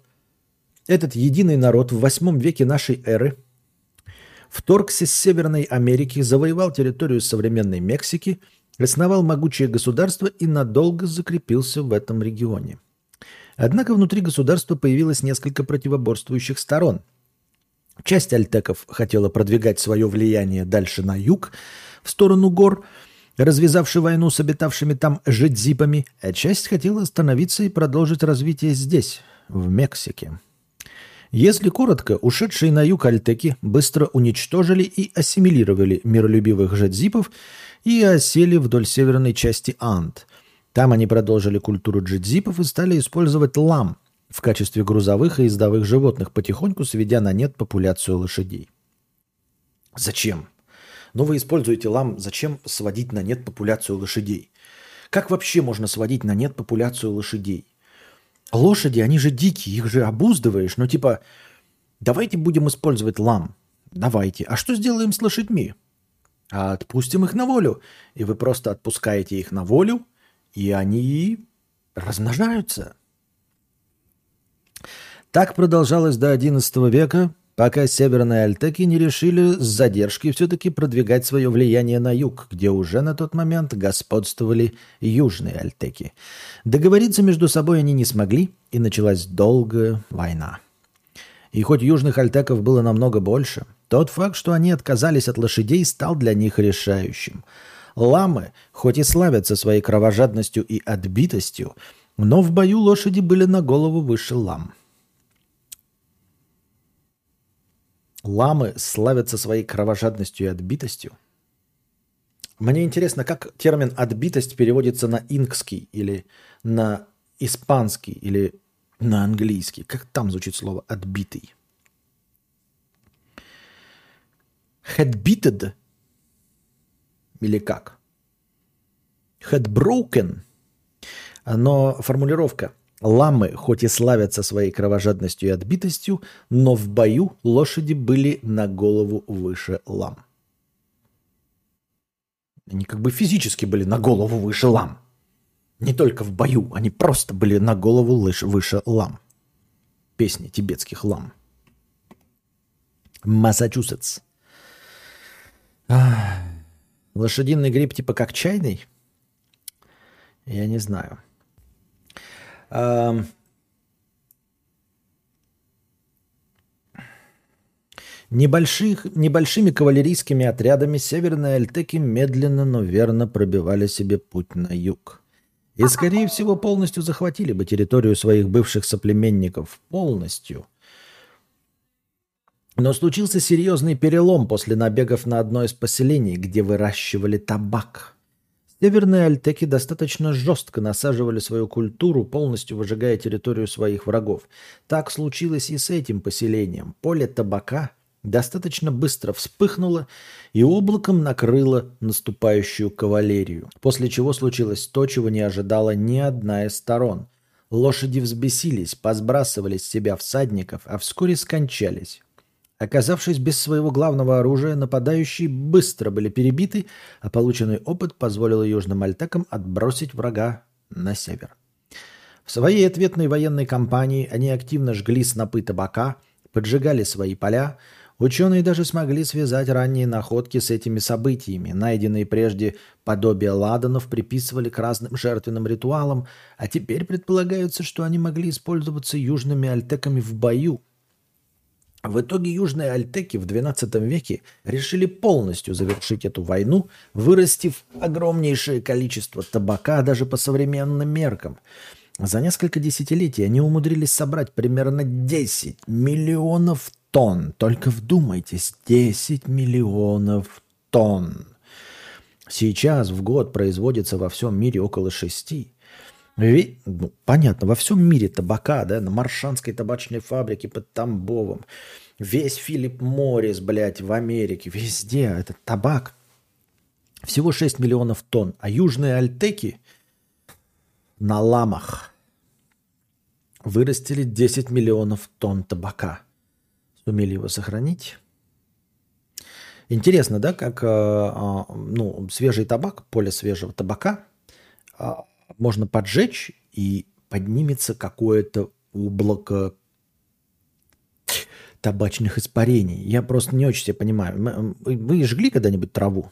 в 8 веке нашей эры вторгся с Северной Америки, завоевал территорию современной Мексики, основал могучее государство и надолго закрепился в этом регионе. Однако внутри государства появилось несколько противоборствующих сторон. Часть альтеков хотела продвигать свое влияние дальше на юг, в сторону гор, развязавши войну с обитавшими там жидзипами, а часть хотела остановиться и продолжить развитие здесь, в Мексике. Если коротко, ушедшие на юг альтеки быстро уничтожили и ассимилировали миролюбивых жидзипов и осели вдоль северной части Анд. Там они продолжили культуру джидзипов и стали использовать лам, в качестве грузовых и ездовых животных, потихоньку сведя на нет популяцию лошадей. Зачем? Ну, вы используете лам, зачем сводить на нет популяцию лошадей? Как вообще можно сводить на нет популяцию лошадей? Лошади, они же дикие, их же обуздываешь. Ну, типа, давайте будем использовать лам. Давайте. А что сделаем с лошадьми? А отпустим их на волю. И вы просто отпускаете их на волю, и они размножаются. Так продолжалось до XI века, пока северные альтеки не решили с задержкой все-таки продвигать свое влияние на юг, где уже на тот момент господствовали южные альтеки. Договориться между собой они не смогли, и началась долгая война. И хоть южных альтеков было намного больше, тот факт, что они отказались от лошадей, стал для них решающим. Ламы, хоть и славятся своей кровожадностью и отбитостью, но в бою лошади были на голову выше лам. Ламы славятся своей кровожадностью и отбитостью. Мне интересно, как термин «отбитость» переводится на инкский или на испанский или на английский. Как там звучит слово «отбитый»? Headbeated или как? Headbroken. Но формулировка «ламы, хоть и славятся своей кровожадностью и отбитостью, но в бою лошади были на голову выше лам». Они как бы физически были на голову выше лам. Не только в бою, они просто были на голову выше лам. Песни тибетских лам. Массачусетс. Лошадиный грипп типа как чайный? Я не знаю. Небольшими кавалерийскими отрядами северные альтеки медленно, но верно пробивали себе путь на юг. И, скорее всего, полностью захватили бы территорию своих бывших соплеменников. Полностью. Но случился серьезный перелом после набегов на одно из поселений, где выращивали табак. Северные альтеки достаточно жестко насаживали свою культуру, полностью выжигая территорию своих врагов. Так случилось и с этим поселением. Поле табака достаточно быстро вспыхнуло и облаком накрыло наступающую кавалерию. После чего случилось то, чего не ожидала ни одна из сторон. Лошади взбесились, посбрасывали с себя всадников, а вскоре скончались. Оказавшись без своего главного оружия, нападающие быстро были перебиты, а полученный опыт позволил южным альтекам отбросить врага на север. В своей ответной военной кампании они активно жгли снопы табака, поджигали свои поля. Ученые даже смогли связать ранние находки с этими событиями. Найденные прежде подобия ладанов приписывали к разным жертвенным ритуалам, а теперь предполагается, что они могли использоваться южными альтеками в бою. В итоге южные альтеки в XII веке решили полностью завершить эту войну, вырастив огромнейшее количество табака даже по современным меркам. За несколько десятилетий они умудрились собрать примерно 10 миллионов тонн. Только вдумайтесь, 10 миллионов тонн. Сейчас в год производится во всем мире около 6. Понятно, во всем мире табака, да, на Маршанской табачной фабрике под Тамбовом, весь Филипп Моррис, блядь, в Америке, везде этот табак. Всего 6 миллионов тонн, а южные альтеки на ламах вырастили 10 миллионов тонн табака. Сумели его сохранить. Интересно, да, как свежий табак, поле свежего табака можно поджечь, и поднимется какое-то облако табачных испарений. Я просто не очень себя понимаю. Вы жгли когда-нибудь траву?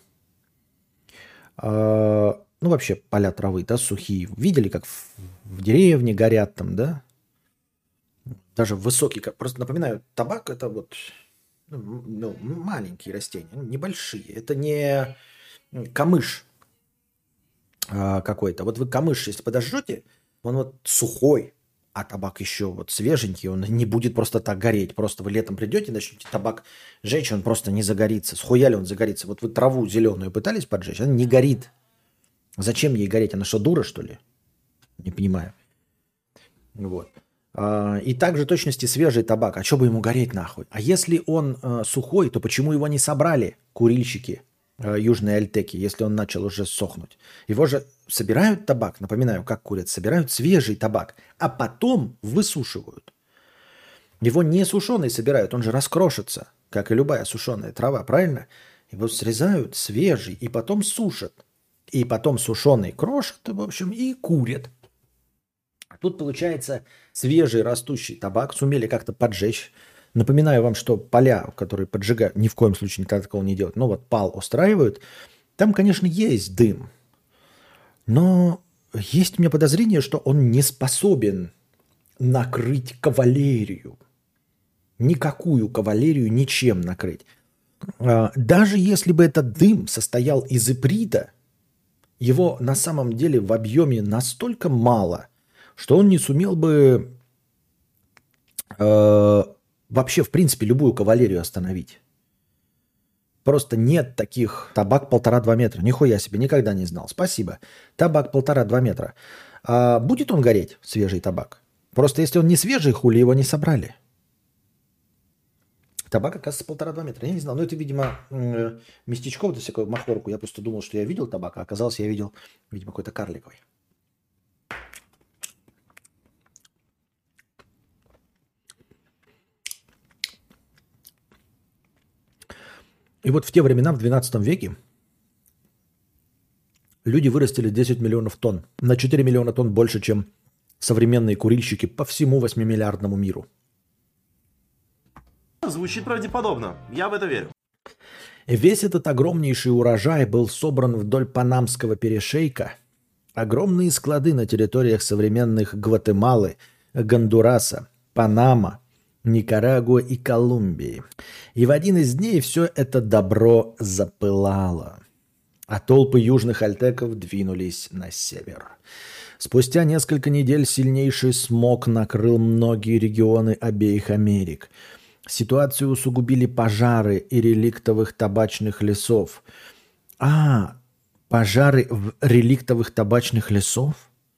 Вообще поля травы, да, сухие. Видели, как в деревне горят там, да? Даже высокий, просто напоминаю, табак это вот маленькие растения, небольшие. Это не камыш какой-то. Вот вы камыш, если подожжете, он вот сухой, а табак еще вот свеженький, он не будет просто так гореть. Просто вы летом придете, начнете табак жечь, он просто не загорится. Схуяли он загорится. Вот вы траву зеленую пытались поджечь, она не горит. Зачем ей гореть? Она что, дура, что ли? Не понимаю. Вот. И также точности свежий табак. А что бы ему гореть нахуй? А если он сухой, то почему его не собрали курильщики Южной Альтеки, если он начал уже сохнуть? Его же собирают табак, напоминаю, как курят, собирают свежий табак, а потом высушивают. Его не сушеный собирают, он же раскрошится, как и любая сушеная трава, правильно? Его срезают свежий и потом сушат. И потом сушеный крошат, в общем, и курят. Тут, получается, свежий растущий табак сумели как-то поджечь. Напоминаю вам, что поля, которые поджигают, ни в коем случае никогда такого не делают. Ну вот пал устраивают. Там, конечно, есть дым. Но есть у меня подозрение, что он не способен накрыть кавалерию. Никакую кавалерию ничем накрыть. Даже если бы этот дым состоял из иприта, его на самом деле в объеме настолько мало, что он не сумел бы вообще, в принципе, любую кавалерию остановить. Просто нет таких. Табак 1,5-2 метра. Нихуя себе, никогда не знал. Спасибо. Табак 1,5-2 метра. Будет он гореть, свежий табак? Просто если он не свежий, хули его не собрали. Табак, оказывается, 1,5-2 метра. Я не знал. Ну, это, видимо, местечков, всякую махорку. Я просто думал, что я видел табак, а оказалось, я видел, видимо, какой-то карликовый. И вот в те времена, в 12 веке, люди вырастили 10 миллионов тонн. На 4 миллиона тонн больше, чем современные курильщики по всему 8-миллиардному миру. Звучит правдеподобно. Я в это верю. Весь этот огромнейший урожай был собран вдоль Панамского перешейка. Огромные склады на территориях современных Гватемалы, Гондураса, Панама, Никарагуа и Колумбии. И в один из дней все это добро запылало. А толпы южных альтеков двинулись на север. Спустя несколько недель сильнейший смог накрыл многие регионы обеих Америк. Ситуацию усугубили пожары и реликтовых табачных лесов. Пожары в реликтовых табачных лесов?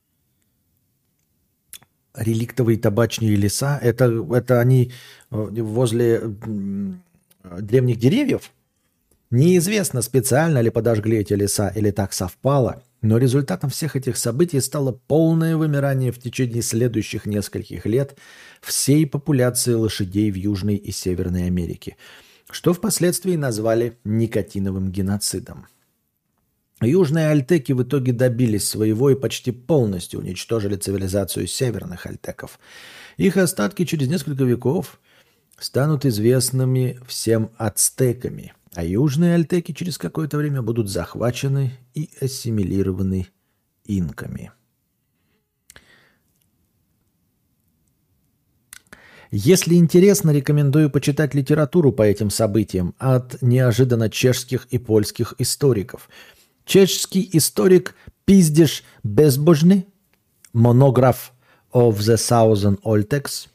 Реликтовые табачные леса, это они возле древних деревьев? Неизвестно, специально ли подожгли эти леса или так совпало, но результатом всех этих событий стало полное вымирание в течение следующих нескольких лет всей популяции лошадей в Южной и Северной Америке, что впоследствии назвали никотиновым геноцидом. Южные альтеки в итоге добились своего и почти полностью уничтожили цивилизацию северных альтеков. Их остатки через несколько веков станут известными всем ацтеками, а южные альтеки через какое-то время будут захвачены и ассимилированы инками. Если интересно, рекомендую почитать литературу по этим событиям от неожиданно чешских и польских историков. Чешский историк Пиздиш Безбожный, монограф of the Southern Oltecs,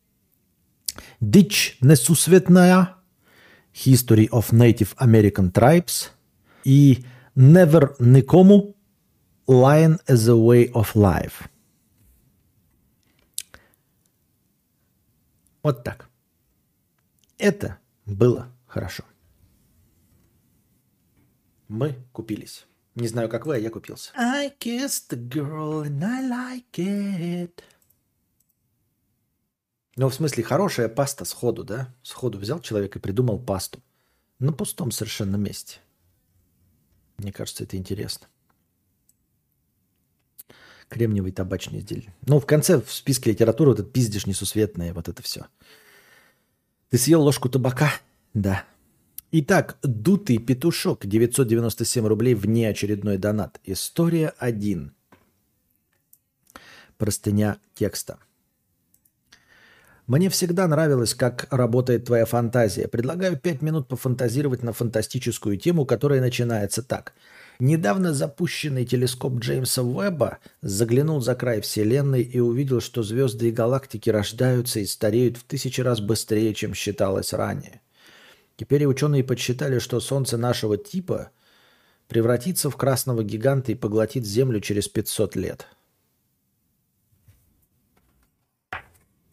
Дичь несусветная, History of Native American Tribes и Never никому, Lion as a Way of Life. Вот так. Это было хорошо. Мы купились. Не знаю, как вы, а я купился. I kissed the girl and I like it. Ну, в смысле, хорошая паста сходу, да? Сходу взял человек и придумал пасту. На пустом совершенно месте. Мне кажется, это интересно. Кремниевые табачные изделия. Ну, в конце в списке литературы вот этот пиздишь несусветное, вот это все. Ты съел ложку табака? Да. Итак, дутый петушок, 997 рублей, внеочередной донат. История 1. Простыня текста. Мне всегда нравилось, как работает твоя фантазия. Предлагаю 5 минут пофантазировать на фантастическую тему, которая начинается так. Недавно запущенный телескоп Джеймса Уэбба заглянул за край Вселенной и увидел, что звезды и галактики рождаются и стареют в 1000 раз быстрее, чем считалось ранее. Теперь ученые подсчитали, что Солнце нашего типа превратится в красного гиганта и поглотит Землю через 500 лет.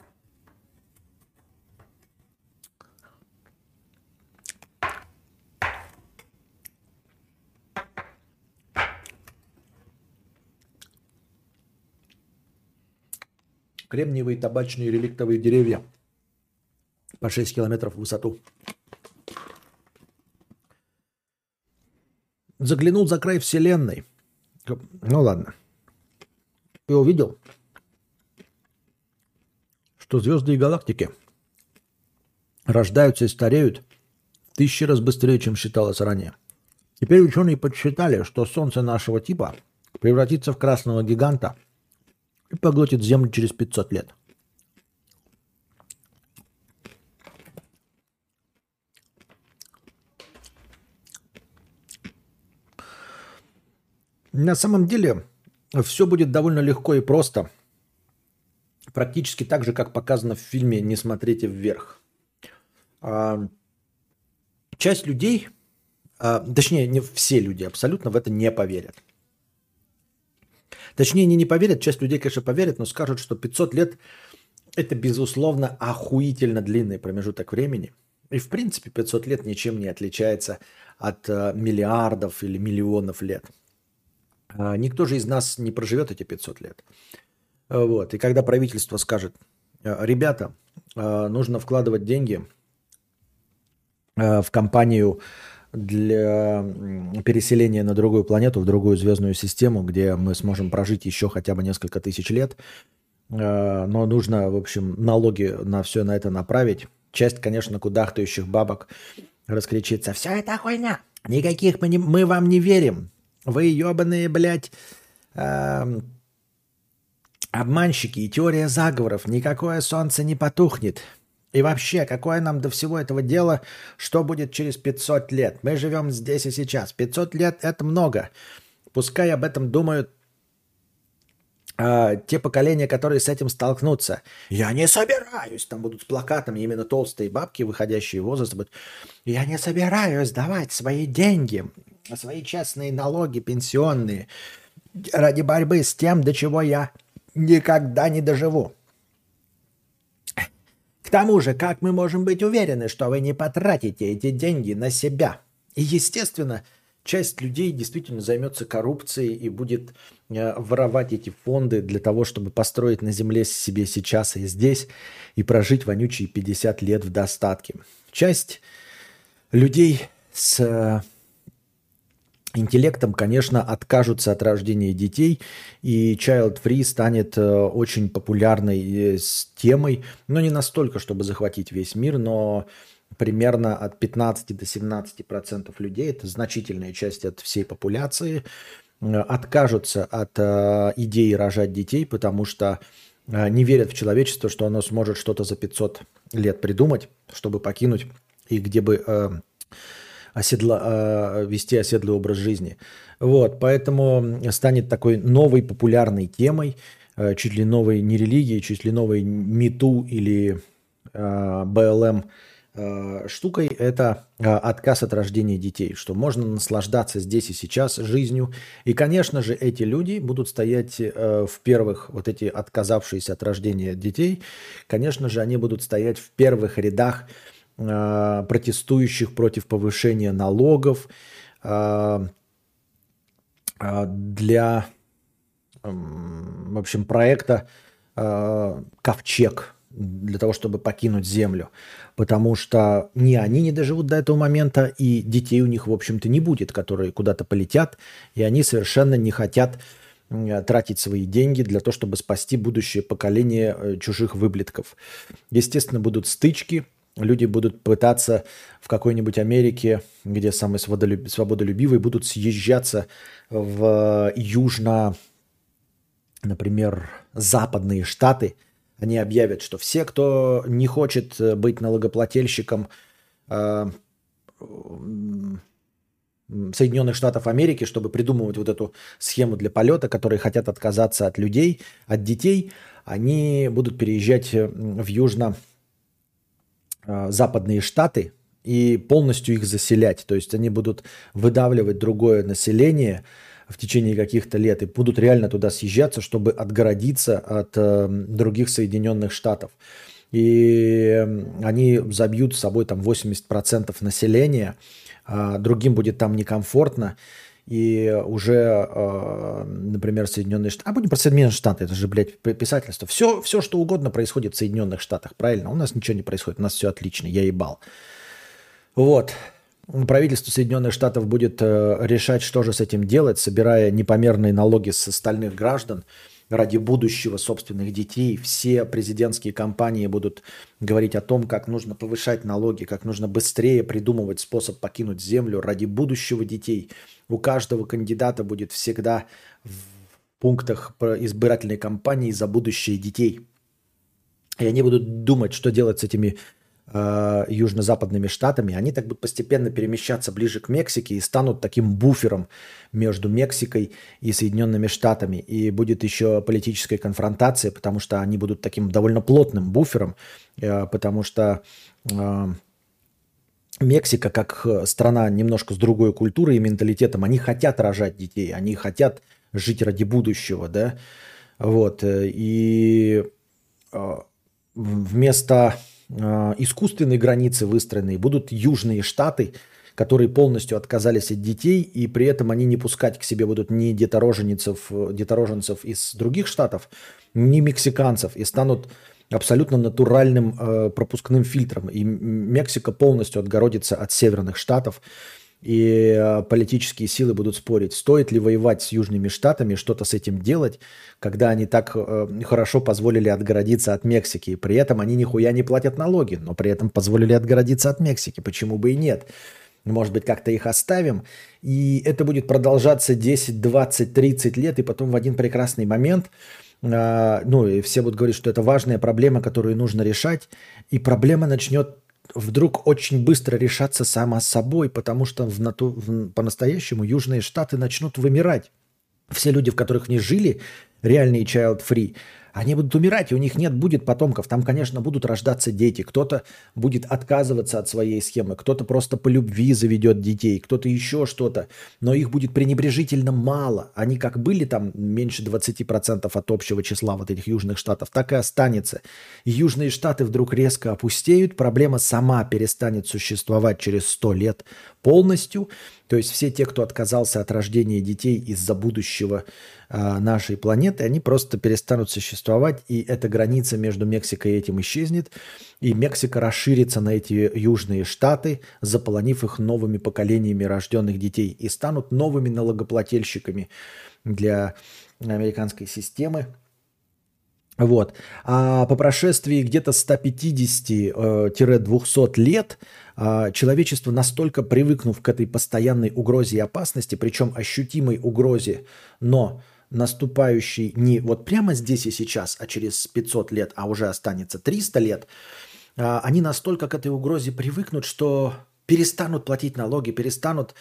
Кремниевые табачные реликтовые деревья по 6 километров в высоту. Заглянул за край вселенной. Ну ладно. И увидел, что звезды и галактики рождаются и стареют в 1000 раз быстрее, чем считалось ранее. Теперь ученые подсчитали, что Солнце нашего типа превратится в красного гиганта и поглотит Землю через 500 лет. На самом деле все будет довольно легко и просто. Практически так же, как показано в фильме «Не смотрите вверх». Часть людей, точнее, не все люди абсолютно в это не поверят. Точнее, не поверят, часть людей, конечно, поверят, но скажут, что 500 лет – это, безусловно, охуительно длинный промежуток времени. И, в принципе, 500 лет ничем не отличается от миллиардов или миллионов лет. Никто же из нас не проживет эти 500 лет. Вот. И когда правительство скажет, ребята, нужно вкладывать деньги в компанию для переселения на другую планету, в другую звездную систему, где мы сможем прожить еще хотя бы несколько тысяч лет, но нужно, в общем, налоги на все на это направить. Часть, конечно, кудахтающих бабок раскричится: все это хуйня, никаких мы вам не верим. Вы ебаные, блядь, обманщики и теория заговоров. Никакое солнце не потухнет. И вообще, какое нам до всего этого дела, что будет через 500 лет? Мы живем здесь и сейчас. 500 лет – это много. Пускай об этом думают те поколения, которые с этим столкнутся. Я не собираюсь. Там будут с плакатами именно толстые бабки, выходящие в возраст. Будут, я не собираюсь давать свои деньги, свои частные налоги пенсионные ради борьбы с тем, до чего я никогда не доживу. К тому же, как мы можем быть уверены, что вы не потратите эти деньги на себя? И, естественно, часть людей действительно займется коррупцией и будет воровать эти фонды для того, чтобы построить на земле себе сейчас и здесь и прожить вонючие 50 лет в достатке. Часть людей с интеллектом, конечно, откажутся от рождения детей, и child-free станет очень популярной темой, но не настолько, чтобы захватить весь мир, но примерно от 15 до 17% людей, это значительная часть от всей популяции, откажутся от идеи рожать детей, потому что не верят в человечество, что оно сможет что-то за 500 лет придумать, чтобы покинуть и где бы вести оседлый образ жизни. Вот, поэтому станет такой новой популярной темой, чуть ли новой не религией, чуть ли новой МИТУ или БЛМ штукой, это отказ от рождения детей, что можно наслаждаться здесь и сейчас жизнью. И, конечно же, эти люди будут стоять в первых, вот эти отказавшиеся от рождения детей, конечно же, они будут стоять в первых рядах протестующих против повышения налогов для, в общем, проекта «Ковчег», для того, чтобы покинуть Землю. Потому что ни они не доживут до этого момента, и детей у них, в общем-то, не будет, которые куда-то полетят, и они совершенно не хотят тратить свои деньги для того, чтобы спасти будущее поколение чужих выблетков. Естественно, будут стычки, люди будут пытаться в какой-нибудь Америке, где самые свободолюбивые, будут съезжаться в например, западные штаты. Они объявят, что все, кто не хочет быть налогоплательщиком Соединенных Штатов Америки, чтобы придумывать вот эту схему для полета, которые хотят отказаться от людей, от детей, они будут переезжать в южно-западные штаты и полностью их заселять. То есть они будут выдавливать другое население в течение каких-то лет и будут реально туда съезжаться, чтобы отгородиться от других Соединенных Штатов. И они забьют с собой там 80% населения, а другим будет там некомфортно. И уже, например, Соединенные Штаты... А будем про Соединенные Штаты, это же, блядь, писательство. Все, что угодно происходит в Соединенных Штатах, правильно? У нас ничего не происходит, у нас все отлично, я ебал. Вот. Правительство Соединенных Штатов будет решать, что же с этим делать, собирая непомерные налоги с остальных граждан ради будущего собственных детей. Все президентские кампании будут говорить о том, как нужно повышать налоги, как нужно быстрее придумывать способ покинуть землю ради будущего детей. У каждого кандидата будет всегда в пунктах избирательной кампании за будущее детей. И они будут думать, что делать с этими южно-западными штатами. Они так будут постепенно перемещаться ближе к Мексике и станут таким буфером между Мексикой и Соединенными Штатами. И будет еще политическая конфронтация, потому что они будут таким довольно плотным буфером, потому что Мексика, как страна немножко с другой культурой и менталитетом, они хотят рожать детей, они хотят жить ради будущего, да, вот, и вместо искусственной границы выстроенные будут южные штаты, которые полностью отказались от детей, и при этом они не пускать к себе будут ни детороженцев из других штатов, ни мексиканцев, и станут абсолютно натуральным пропускным фильтром. И Мексика полностью отгородится от северных штатов, и политические силы будут спорить, стоит ли воевать с южными штатами, что-то с этим делать, когда они так хорошо позволили отгородиться от Мексики. И при этом они нихуя не платят налоги, но при этом позволили отгородиться от Мексики. Почему бы и нет? Может быть, как-то их оставим. И это будет продолжаться 10, 20, 30 лет, и потом в один прекрасный момент, и все будут говорить, что это важная проблема, которую нужно решать, и проблема начнет вдруг очень быстро решаться сама собой, потому что по-настоящему южные штаты начнут вымирать. Все люди, в которых не жили, реальные child-free, они будут умирать, и у них будет потомков. Там, конечно, будут рождаться дети. Кто-то будет отказываться от своей схемы, кто-то просто по любви заведет детей, кто-то еще что-то. Но их будет пренебрежительно мало. Они как были там меньше 20% от общего числа вот этих южных штатов, так и останется. И южные штаты вдруг резко опустеют, проблема сама перестанет существовать через 100 лет полностью. То есть все те, кто отказался от рождения детей из-за будущего нашей планеты, они просто перестанут существовать, и эта граница между Мексикой и этим исчезнет, и Мексика расширится на эти южные штаты, заполонив их новыми поколениями рожденных детей, и станут новыми налогоплательщиками для американской системы. Вот. А по прошествии где-то 150-200 лет человечество, настолько привыкнув к этой постоянной угрозе и опасности, причем ощутимой угрозе, но наступающей не вот прямо здесь и сейчас, а через 500 лет, а уже останется 300 лет, они настолько к этой угрозе привыкнут, что перестанут платить налоги, перестанут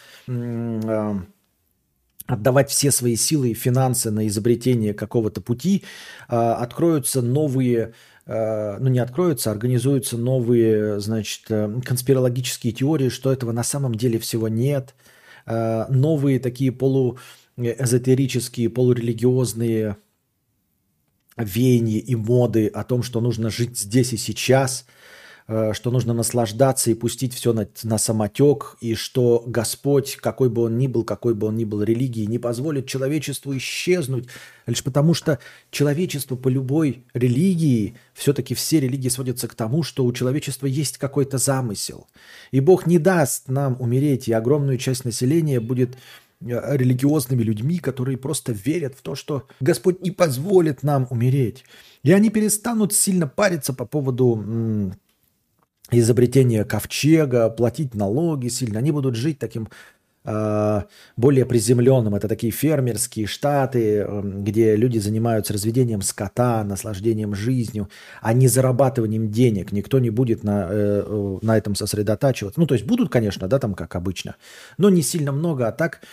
отдавать все свои силы и финансы на изобретение какого-то пути, откроются новые, организуются новые, конспирологические теории, что этого на самом деле всего нет, новые такие полуэзотерические, полурелигиозные веяния и моды о том, что нужно жить здесь и сейчас, что нужно наслаждаться и пустить все на самотек, и что Господь, какой бы он ни был религией, не позволит человечеству исчезнуть, лишь потому что человечество по любой религии, все-таки все религии сводятся к тому, что у человечества есть какой-то замысел. И Бог не даст нам умереть, и огромную часть населения будет религиозными людьми, которые просто верят в то, что Господь не позволит нам умереть. И они перестанут сильно париться по поводу изобретения ковчега, платить налоги сильно. Они будут жить таким более приземленным. Это такие фермерские штаты, где люди занимаются разведением скота, наслаждением жизнью, а не зарабатыванием денег. Никто не будет на этом сосредотачиваться. То есть будут, конечно, да, там как обычно, но не сильно много, а так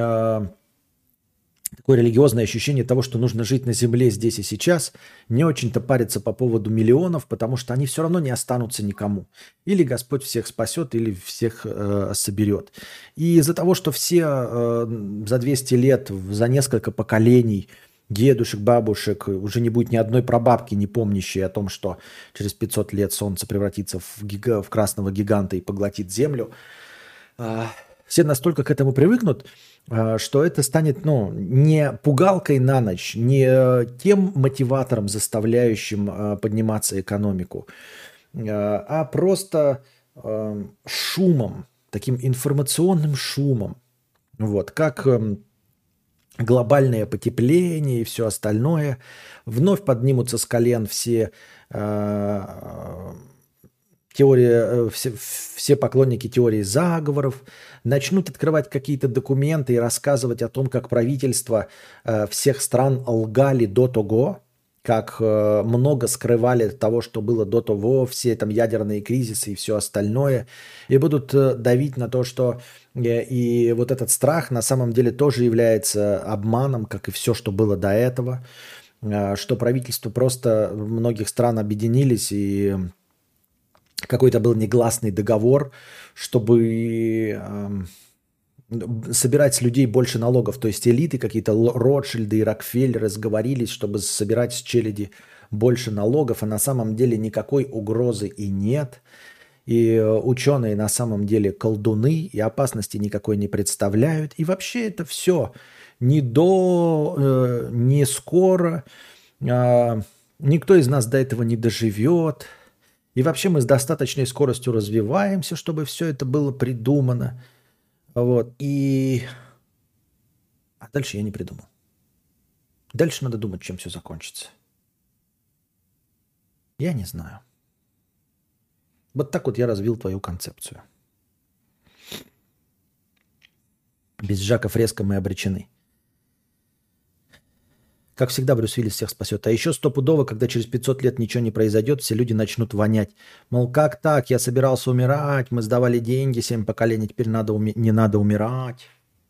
такое религиозное ощущение того, что нужно жить на земле здесь и сейчас, не очень-то париться по поводу миллионов, потому что они все равно не останутся никому. Или Господь всех спасет, или всех соберет. И из-за того, что все за 200 лет, за несколько поколений дедушек, бабушек, уже не будет ни одной прабабки, не помнящей о том, что через 500 лет Солнце превратится в красного гиганта и поглотит Землю, все настолько к этому привыкнут, что это станет, не пугалкой на ночь, не тем мотиватором, заставляющим подниматься экономику, а просто шумом, таким информационным шумом. Вот, как глобальное потепление и все остальное. Вновь поднимутся с колен все все поклонники теории заговоров, начнут открывать какие-то документы и рассказывать о том, как правительства всех стран лгали до того, как много скрывали того, что было до того, все там ядерные кризисы и все остальное, и будут давить на то, что и вот этот страх на самом деле тоже является обманом, как и все, что было до этого, что правительства просто многих стран объединились и какой-то был негласный договор, чтобы собирать с людей больше налогов. То есть элиты какие-то, Ротшильды и Рокфеллеры сговорились, чтобы собирать с челяди больше налогов, а на самом деле никакой угрозы и нет. И ученые на самом деле колдуны, и опасности никакой не представляют. И вообще это все не скоро. Никто из нас до этого не доживет. И вообще мы с достаточной скоростью развиваемся, чтобы все это было придумано. Вот. А дальше я не придумал. Дальше надо думать, чем все закончится. Я не знаю. Вот так вот я развил твою концепцию. Без Жака Фреско мы обречены. Как всегда, Брюс Уиллис всех спасет. А еще стопудово, когда через 500 лет ничего не произойдет, все люди начнут вонять. Мол, как так? Я собирался умирать, мы сдавали деньги 7 поколений, теперь не надо умирать.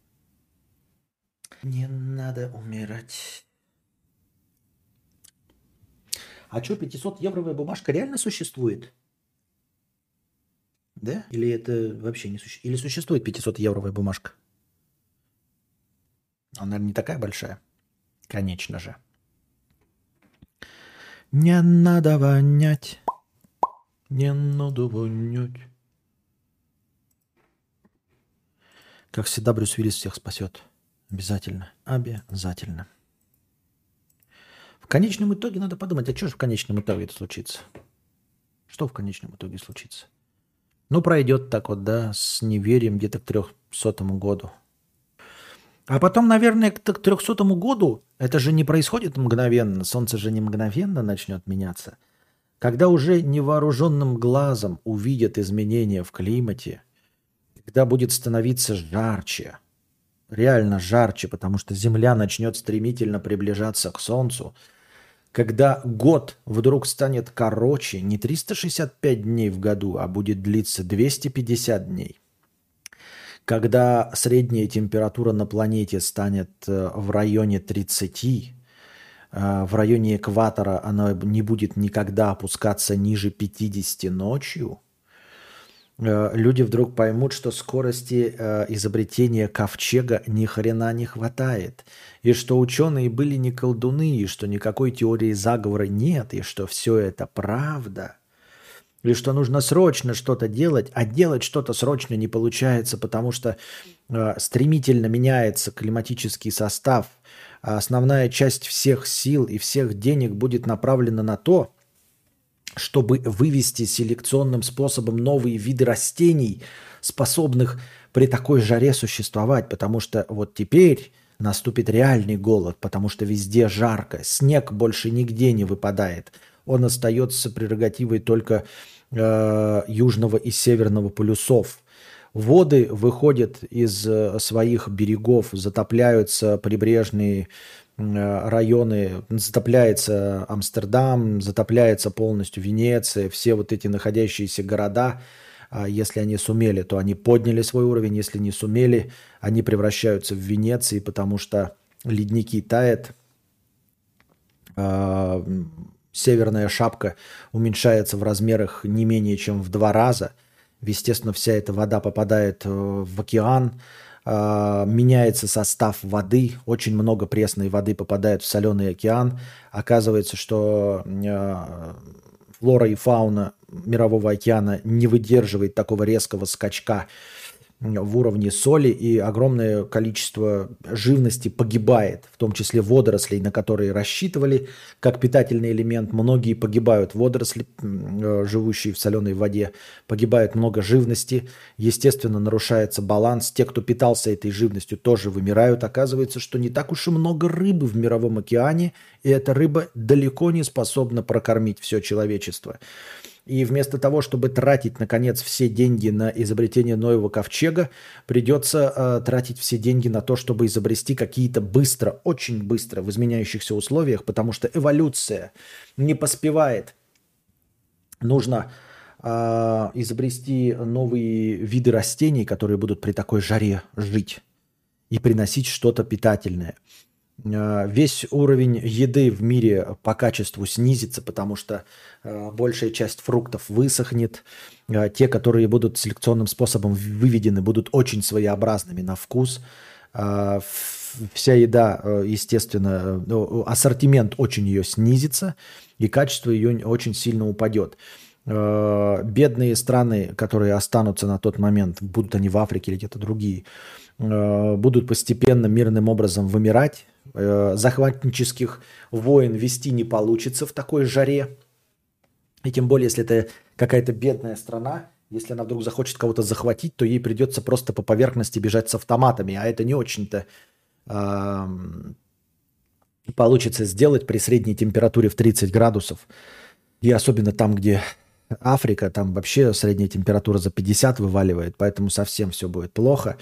Не надо умирать. А что, 500-евровая бумажка реально существует? Да? Или это вообще не существует? Или существует 500-евровая бумажка? Она, наверное, не такая большая. Конечно же. Не надо вонять. Не надо вонять. Как всегда, Брюс Уиллис всех спасет. Обязательно. Обязательно. В конечном итоге надо подумать, а что же в конечном итоге это случится? Что в конечном итоге случится? Пройдет так вот, да, с неверием где-то к 300 году. А потом, наверное, к 300 году, это же не происходит мгновенно, солнце же не мгновенно начнет меняться. Когда уже невооруженным глазом увидят изменения в климате, когда будет становиться жарче, реально жарче, потому что Земля начнет стремительно приближаться к Солнцу, когда год вдруг станет короче, не 365 дней в году, а будет длиться 250 дней, когда средняя температура на планете станет в районе 30, в районе экватора она не будет никогда опускаться ниже 50 ночью, люди вдруг поймут, что скорости изобретения ковчега ни хрена не хватает, и что ученые были не колдуны, и что никакой теории заговора нет, и что все это правда. Или что нужно срочно что-то делать, а делать что-то срочно не получается, потому что стремительно меняется климатический состав. А основная часть всех сил и всех денег будет направлена на то, чтобы вывести селекционным способом новые виды растений, способных при такой жаре существовать. Потому что вот теперь наступит реальный голод, потому что везде жарко, снег больше нигде не выпадает. Он остается прерогативой только южного и северного полюсов. Воды выходят из своих берегов, затопляются прибрежные районы, затопляется Амстердам, затопляется полностью Венеция, все вот эти находящиеся города, если они сумели, то они подняли свой уровень, если не сумели, они превращаются в Венеции, потому что ледники тают, северная шапка уменьшается в размерах не менее чем в 2 раза. Естественно, вся эта вода попадает в океан, меняется состав воды, очень много пресной воды попадает в соленый океан. Оказывается, что флора и фауна Мирового океана не выдерживает такого резкого скачка в уровне соли, и огромное количество живности погибает, в том числе водорослей, на которые рассчитывали как питательный элемент. Многие погибают, водоросли, живущие в соленой воде, погибает много живности, естественно, нарушается баланс. Те, кто питался этой живностью, тоже вымирают. Оказывается, что не так уж и много рыбы в мировом океане, и эта рыба далеко не способна прокормить все человечество. И вместо того, чтобы тратить, наконец, все деньги на изобретение Ноева ковчега, придется тратить все деньги на то, чтобы изобрести какие-то быстро, очень быстро в изменяющихся условиях, потому что эволюция не поспевает. Нужно изобрести новые виды растений, которые будут при такой жаре жить и приносить что-то питательное. Весь уровень еды в мире по качеству снизится, потому что большая часть фруктов высохнет. Те, которые будут селекционным способом выведены, будут очень своеобразными на вкус. Вся еда, естественно, ассортимент очень ее снизится, и качество ее очень сильно упадет. Бедные страны, которые останутся на тот момент, будут они в Африке или где-то другие, будут постепенно мирным образом вымирать. Захватнических войн вести не получится в такой жаре. И тем более, если это какая-то бедная страна, если она вдруг захочет кого-то захватить, то ей придется просто по поверхности бежать с автоматами. А это не очень-то получится сделать при средней температуре в 30 градусов. И особенно там, где Африка, там вообще средняя температура за 50 вываливает, поэтому совсем все будет плохо.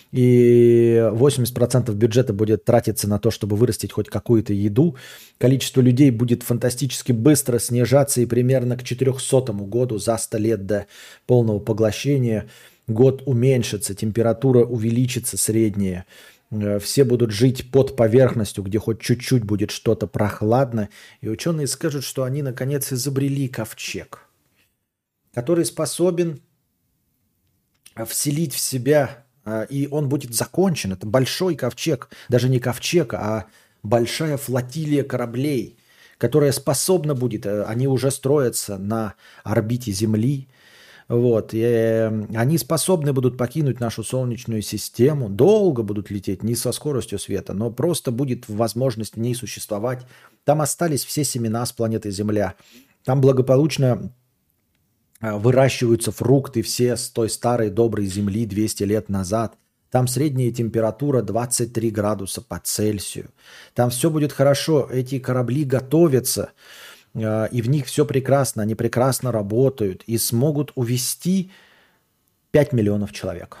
И 80% бюджета будет тратиться на то, чтобы вырастить хоть какую-то еду. Количество людей будет фантастически быстро снижаться, и примерно к 400 году, за 100 лет до полного поглощения, год уменьшится, температура увеличится средняя. Все будут жить под поверхностью, где хоть чуть-чуть будет что-то прохладно. И ученые скажут, что они наконец изобрели ковчег, который способен вселить в себя, и он будет закончен. Это большой ковчег, даже не ковчег, а большая флотилия кораблей, которая способна будет, они уже строятся на орбите Земли, вот, и они способны будут покинуть нашу Солнечную систему, долго будут лететь, не со скоростью света, но просто будет возможность в ней существовать. Там остались все семена с планеты Земля, там благополучно выращиваются фрукты все с той старой доброй земли 200 лет назад. Там средняя температура 23 градуса по Цельсию. Там все будет хорошо. Эти корабли готовятся, и в них все прекрасно. Они прекрасно работают и смогут увезти 5 миллионов человек.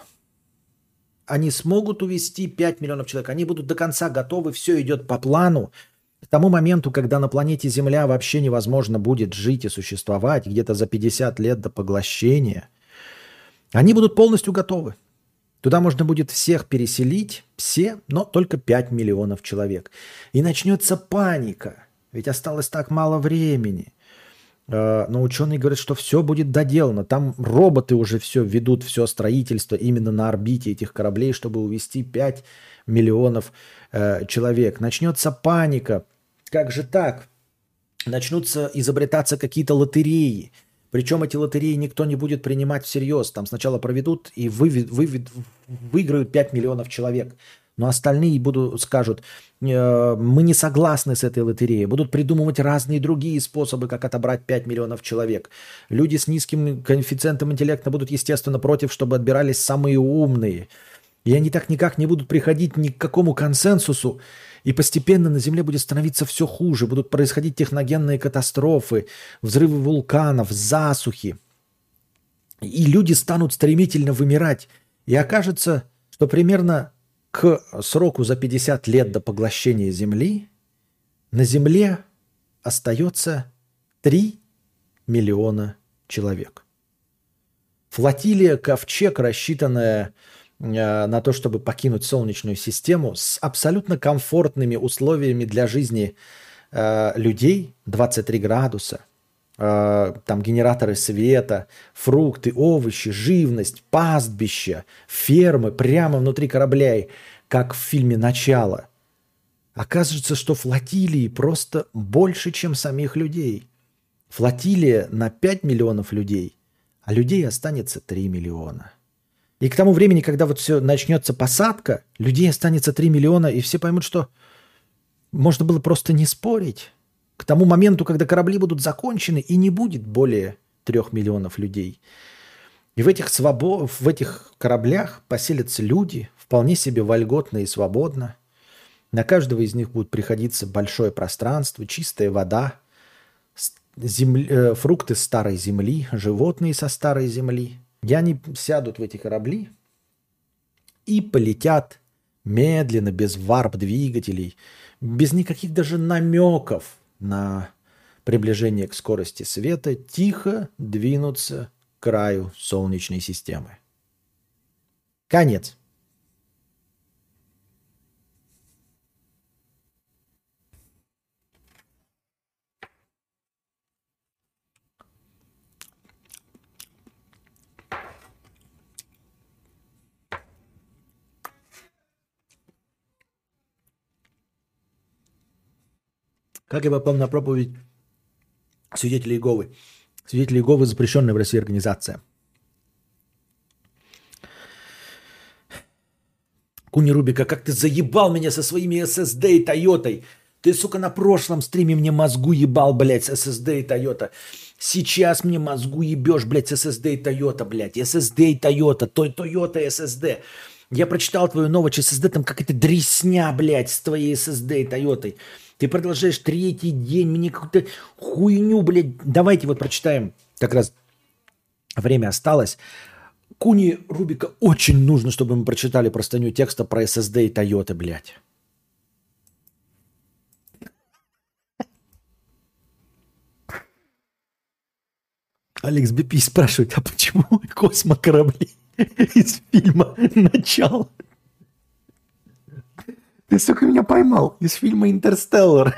Они смогут увезти 5 миллионов человек. Они будут до конца готовы. Все идет по плану. К тому моменту, когда на планете Земля вообще невозможно будет жить и существовать, где-то за 50 лет до поглощения, они будут полностью готовы. Туда можно будет всех переселить, все, но только 5 миллионов человек. И начнется паника, ведь осталось так мало времени. Но ученые говорят, что все будет доделано. Там роботы уже все ведут, все строительство именно на орбите этих кораблей, чтобы увезти 5 миллионов человек. Начнется паника. Как же так? Начнутся изобретаться какие-то лотереи. Причем эти лотереи никто не будет принимать всерьез. Там сначала проведут и выиграют 5 миллионов человек. Но остальные скажут, мы не согласны с этой лотереей. Будут придумывать разные другие способы, как отобрать 5 миллионов человек. Люди с низким коэффициентом интеллекта будут, естественно, против, чтобы отбирались самые умные. И они так никак не будут приходить ни к какому консенсусу. И постепенно на Земле будет становиться все хуже. Будут происходить техногенные катастрофы, взрывы вулканов, засухи. И люди станут стремительно вымирать. И окажется, что примерно к сроку за 50 лет до поглощения Земли на Земле остается 3 миллиона человек. Флотилия «Ковчег», рассчитанная на то, чтобы покинуть Солнечную систему с абсолютно комфортными условиями для жизни людей, 23 градуса, там генераторы света, фрукты, овощи, живность, пастбища, фермы прямо внутри кораблей, как в фильме «Начало». Оказывается, что флотилии просто больше, чем самих людей. Флотилия на 5 миллионов людей, а людей останется 3 миллиона. И к тому времени, когда вот все начнется посадка, людей останется 3 миллиона, и все поймут, что можно было просто не спорить. К тому моменту, когда корабли будут закончены, и не будет более 3 миллионов людей. И в этих кораблях поселятся люди, вполне себе вольготно и свободно. На каждого из них будет приходиться большое пространство, чистая вода, фрукты с старой земли, животные со старой земли. И они сядут в эти корабли и полетят медленно, без варп-двигателей, без никаких даже намеков на приближение к скорости света, тихо двинуться к краю Солнечной системы. Конец. Как я попал на проповедь свидетелей Иеговы. Свидетели Иеговы – запрещенная в России организация. Куни Рубика, как ты заебал меня со своими SSD и Тойотой. Ты, сука, на прошлом стриме мне мозгу ебал, блядь, с SSD и Тойота. Сейчас мне мозгу ебешь, блядь, с SSD и Тойота, блядь. SSD и Тойота, Тойота SSD. Я прочитал твою новость SSD, там какая-то дресня, блядь, с твоей SSD и Тойотой. Ты продолжаешь третий день мне какую-то хуйню, блядь. Давайте вот прочитаем. Как раз время осталось. Куни Рубика очень нужно, чтобы мы прочитали простыню текста про SSD и Тойоты, блядь. Алекс БП спрашивает, а почему космокорабли из фильма «Начало»? Ты, сука, меня поймал из фильма «Интерстеллар».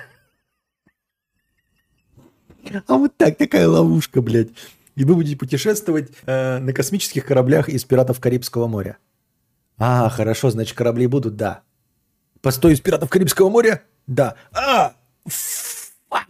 А вот так, такая ловушка, блядь. И вы будете путешествовать на космических кораблях из «Пиратов Карибского моря». А, хорошо, значит, корабли будут, да. Постой, из «Пиратов Карибского моря»? Да. Фак.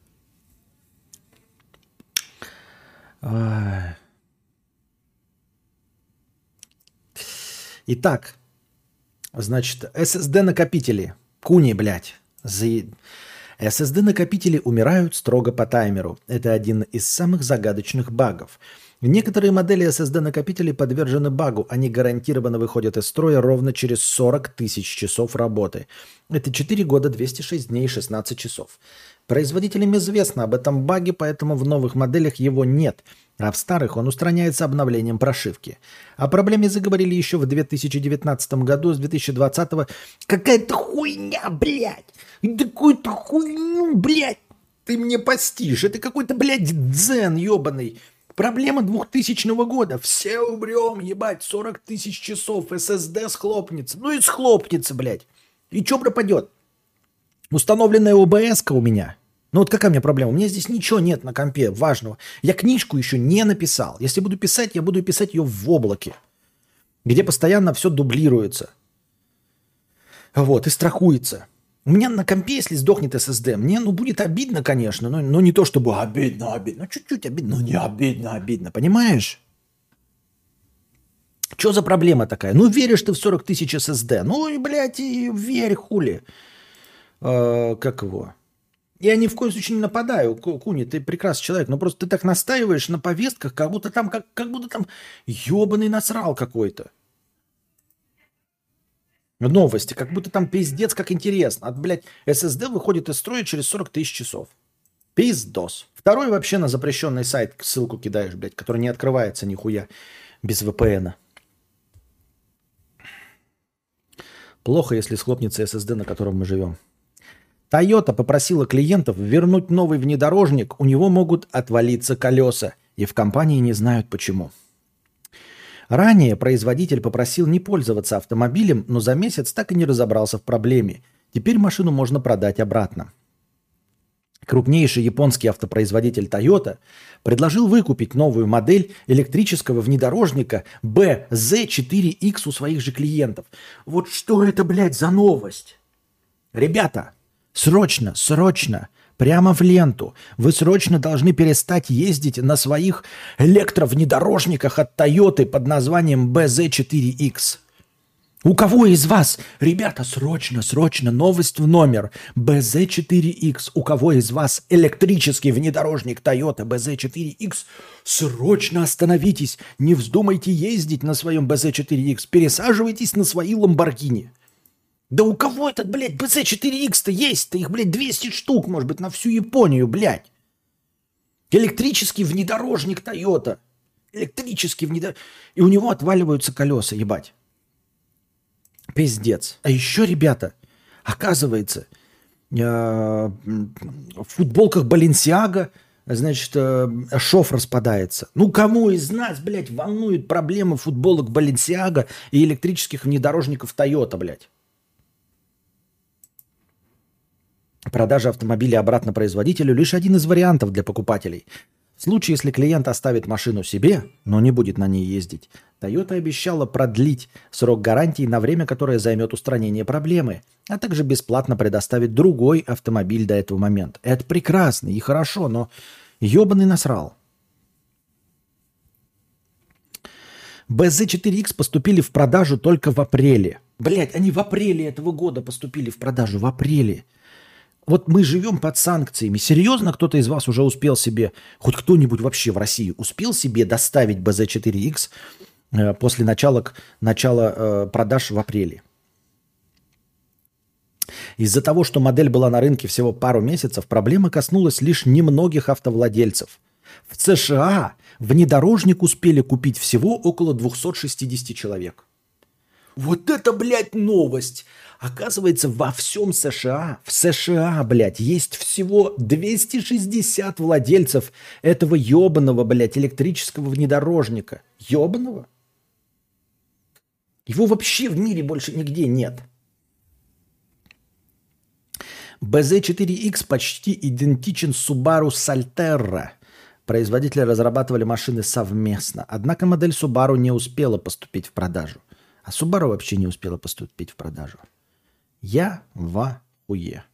Итак, значит, SSD-накопители. Куни, блядь. SSD-накопители умирают строго по таймеру. Это один из самых загадочных багов. Некоторые модели SSD-накопителей подвержены багу. Они гарантированно выходят из строя ровно через 40 тысяч часов работы. Это 4 года, 206 дней, 16 часов. Производителям известно об этом баге, поэтому в новых моделях его нет, а в старых он устраняется обновлением прошивки. О проблеме заговорили еще в 2019 году, с 2020 какая-то хуйня, блядь! Какую-то хуйню, блядь! Ты мне постишь, это какой-то, блядь, дзен ебаный. Проблема 2000 года. Все умрем, ебать, 40 тысяч часов, SSD схлопнется. Ну и схлопнется, блядь. И что пропадет? Установленная ОБС-ка у меня. Ну вот какая у меня проблема? У меня здесь ничего нет на компе важного. Я книжку еще не написал. Если буду писать, я буду писать ее в облаке, где постоянно все дублируется. Вот, и страхуется. У меня на компе, если сдохнет SSD, мне, будет обидно, конечно, но не то, чтобы обидно. Ну, чуть-чуть обидно, но не обидно, понимаешь? Что за проблема такая? Ну, веришь ты в 40 тысяч SSD. Ну, и, блядь, и верь, хули. Как его? Я ни в коем случае не нападаю, Куни, ты прекрасный человек, но просто ты так настаиваешь на повестках, как будто там ебаный насрал какой-то. Новости, как будто там пиздец, как интересно. Блядь, SSD выходит из строя через 40 тысяч часов. Пиздос. Второй вообще на запрещенный сайт ссылку кидаешь, блядь, который не открывается нихуя без VPN. Плохо, если схлопнется SSD, на котором мы живем. Toyota попросила клиентов вернуть новый внедорожник, у него могут отвалиться колеса, и в компании не знают почему. Ранее производитель попросил не пользоваться автомобилем, но за месяц так и не разобрался в проблеме. Теперь машину можно продать обратно. Крупнейший японский автопроизводитель Toyota предложил выкупить новую модель электрического внедорожника BZ4X у своих же клиентов. Вот что это, блядь, за новость? Ребята, срочно Прямо в ленту. Вы срочно должны перестать ездить на своих электровнедорожниках от Toyota под названием BZ4X. У кого из вас, ребята, срочно, новость в номер, BZ4X, у кого из вас электрический внедорожник Toyota BZ4X, срочно остановитесь, не вздумайте ездить на своем BZ4X, пересаживайтесь на свои Lamborghini. Да у кого этот, блядь, BZ4X-то есть-то? Их, блядь, 200 штук, может быть, на всю Японию, блядь. Электрический внедорожник Toyota. Электрический внедорожник. И у него отваливаются колеса, ебать. Пиздец. А еще, ребята, оказывается, в футболках Balenciaga, значит, шов распадается. Ну, кому из нас, блядь, волнует проблема футболок Balenciaga и электрических внедорожников Toyota, блядь? Продажа автомобиля обратно производителю – лишь один из вариантов для покупателей. В случае, если клиент оставит машину себе, но не будет на ней ездить, Toyota обещала продлить срок гарантии на время, которое займет устранение проблемы, а также бесплатно предоставить другой автомобиль до этого момента. Это прекрасно и хорошо, но ебаный насрал. BZ4X поступили в продажу только в апреле. Блять, они в апреле этого года поступили в продажу, в апреле. Вот мы живем под санкциями. Серьезно, кто-то из вас уже успел себе, хоть кто-нибудь вообще в России, успел себе доставить BZ4X после начала продаж в апреле? Из-за того, что модель была на рынке всего пару месяцев, проблема коснулась лишь немногих автовладельцев. В США внедорожник успели купить всего около 260 человек. Вот это, блядь, новость! Оказывается, во всем США, блядь, есть всего 260 владельцев этого ебаного, блядь, электрического внедорожника. Ебаного? Его вообще в мире больше нигде нет. BZ4X почти идентичен Subaru Solterra. Производители разрабатывали машины совместно. Однако модель Subaru не успела поступить в продажу. А Subaru вообще не успела поступить в продажу. Я в ахуе.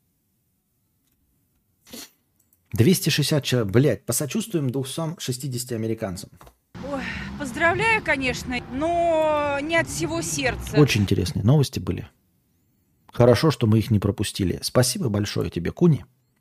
260 человек. Блядь, посочувствуем 260 американцам. Ой, поздравляю, конечно, но не от всего сердца. Очень интересные новости были. Хорошо, что мы их не пропустили. Спасибо большое тебе, Куни.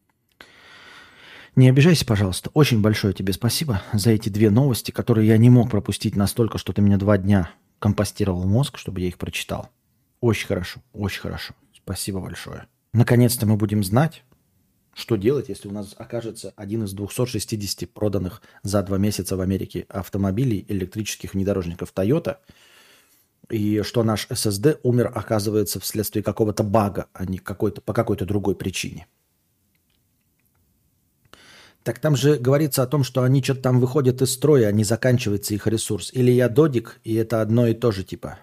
Не обижайся, пожалуйста. Очень большое тебе спасибо за эти две новости, которые я не мог пропустить настолько, что ты мне 2 дня компостировал мозг, чтобы я их прочитал. Очень хорошо, очень хорошо. Спасибо большое. Наконец-то мы будем знать, что делать, если у нас окажется один из 260 проданных за 2 месяца в Америке автомобилей электрических внедорожников Toyota, и что наш SSD умер, оказывается, вследствие какого-то бага, а не по какой-то другой причине. Так там же говорится о том, что они что-то там выходят из строя, а не заканчивается их ресурс. Или я додик, и это одно и то же типа.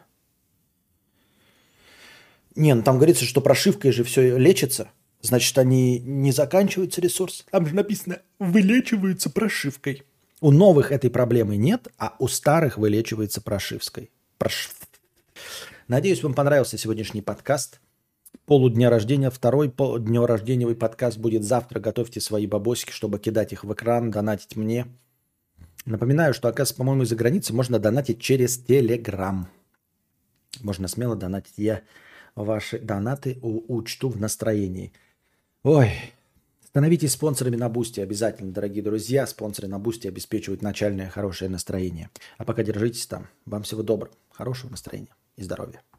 Не, ну там говорится, что прошивкой же все лечится. Значит, они не заканчиваются ресурс. Там же написано «вылечиваются прошивкой». У новых этой проблемы нет, а у старых вылечивается прошивкой. Надеюсь, вам понравился сегодняшний подкаст. Полудня рождения. Второй днёрожденевый подкаст будет завтра. Готовьте свои бабосики, чтобы кидать их в экран, донатить мне. Напоминаю, что, оказывается, по-моему, из-за границы можно донатить через Telegram. Можно смело донатить. Я ваши донаты учту в настроении. Ой, становитесь спонсорами на Бусти обязательно, дорогие друзья. Спонсоры на Бусти обеспечивают начальное хорошее настроение. А пока держитесь там. Вам всего доброго, хорошего настроения и здоровья.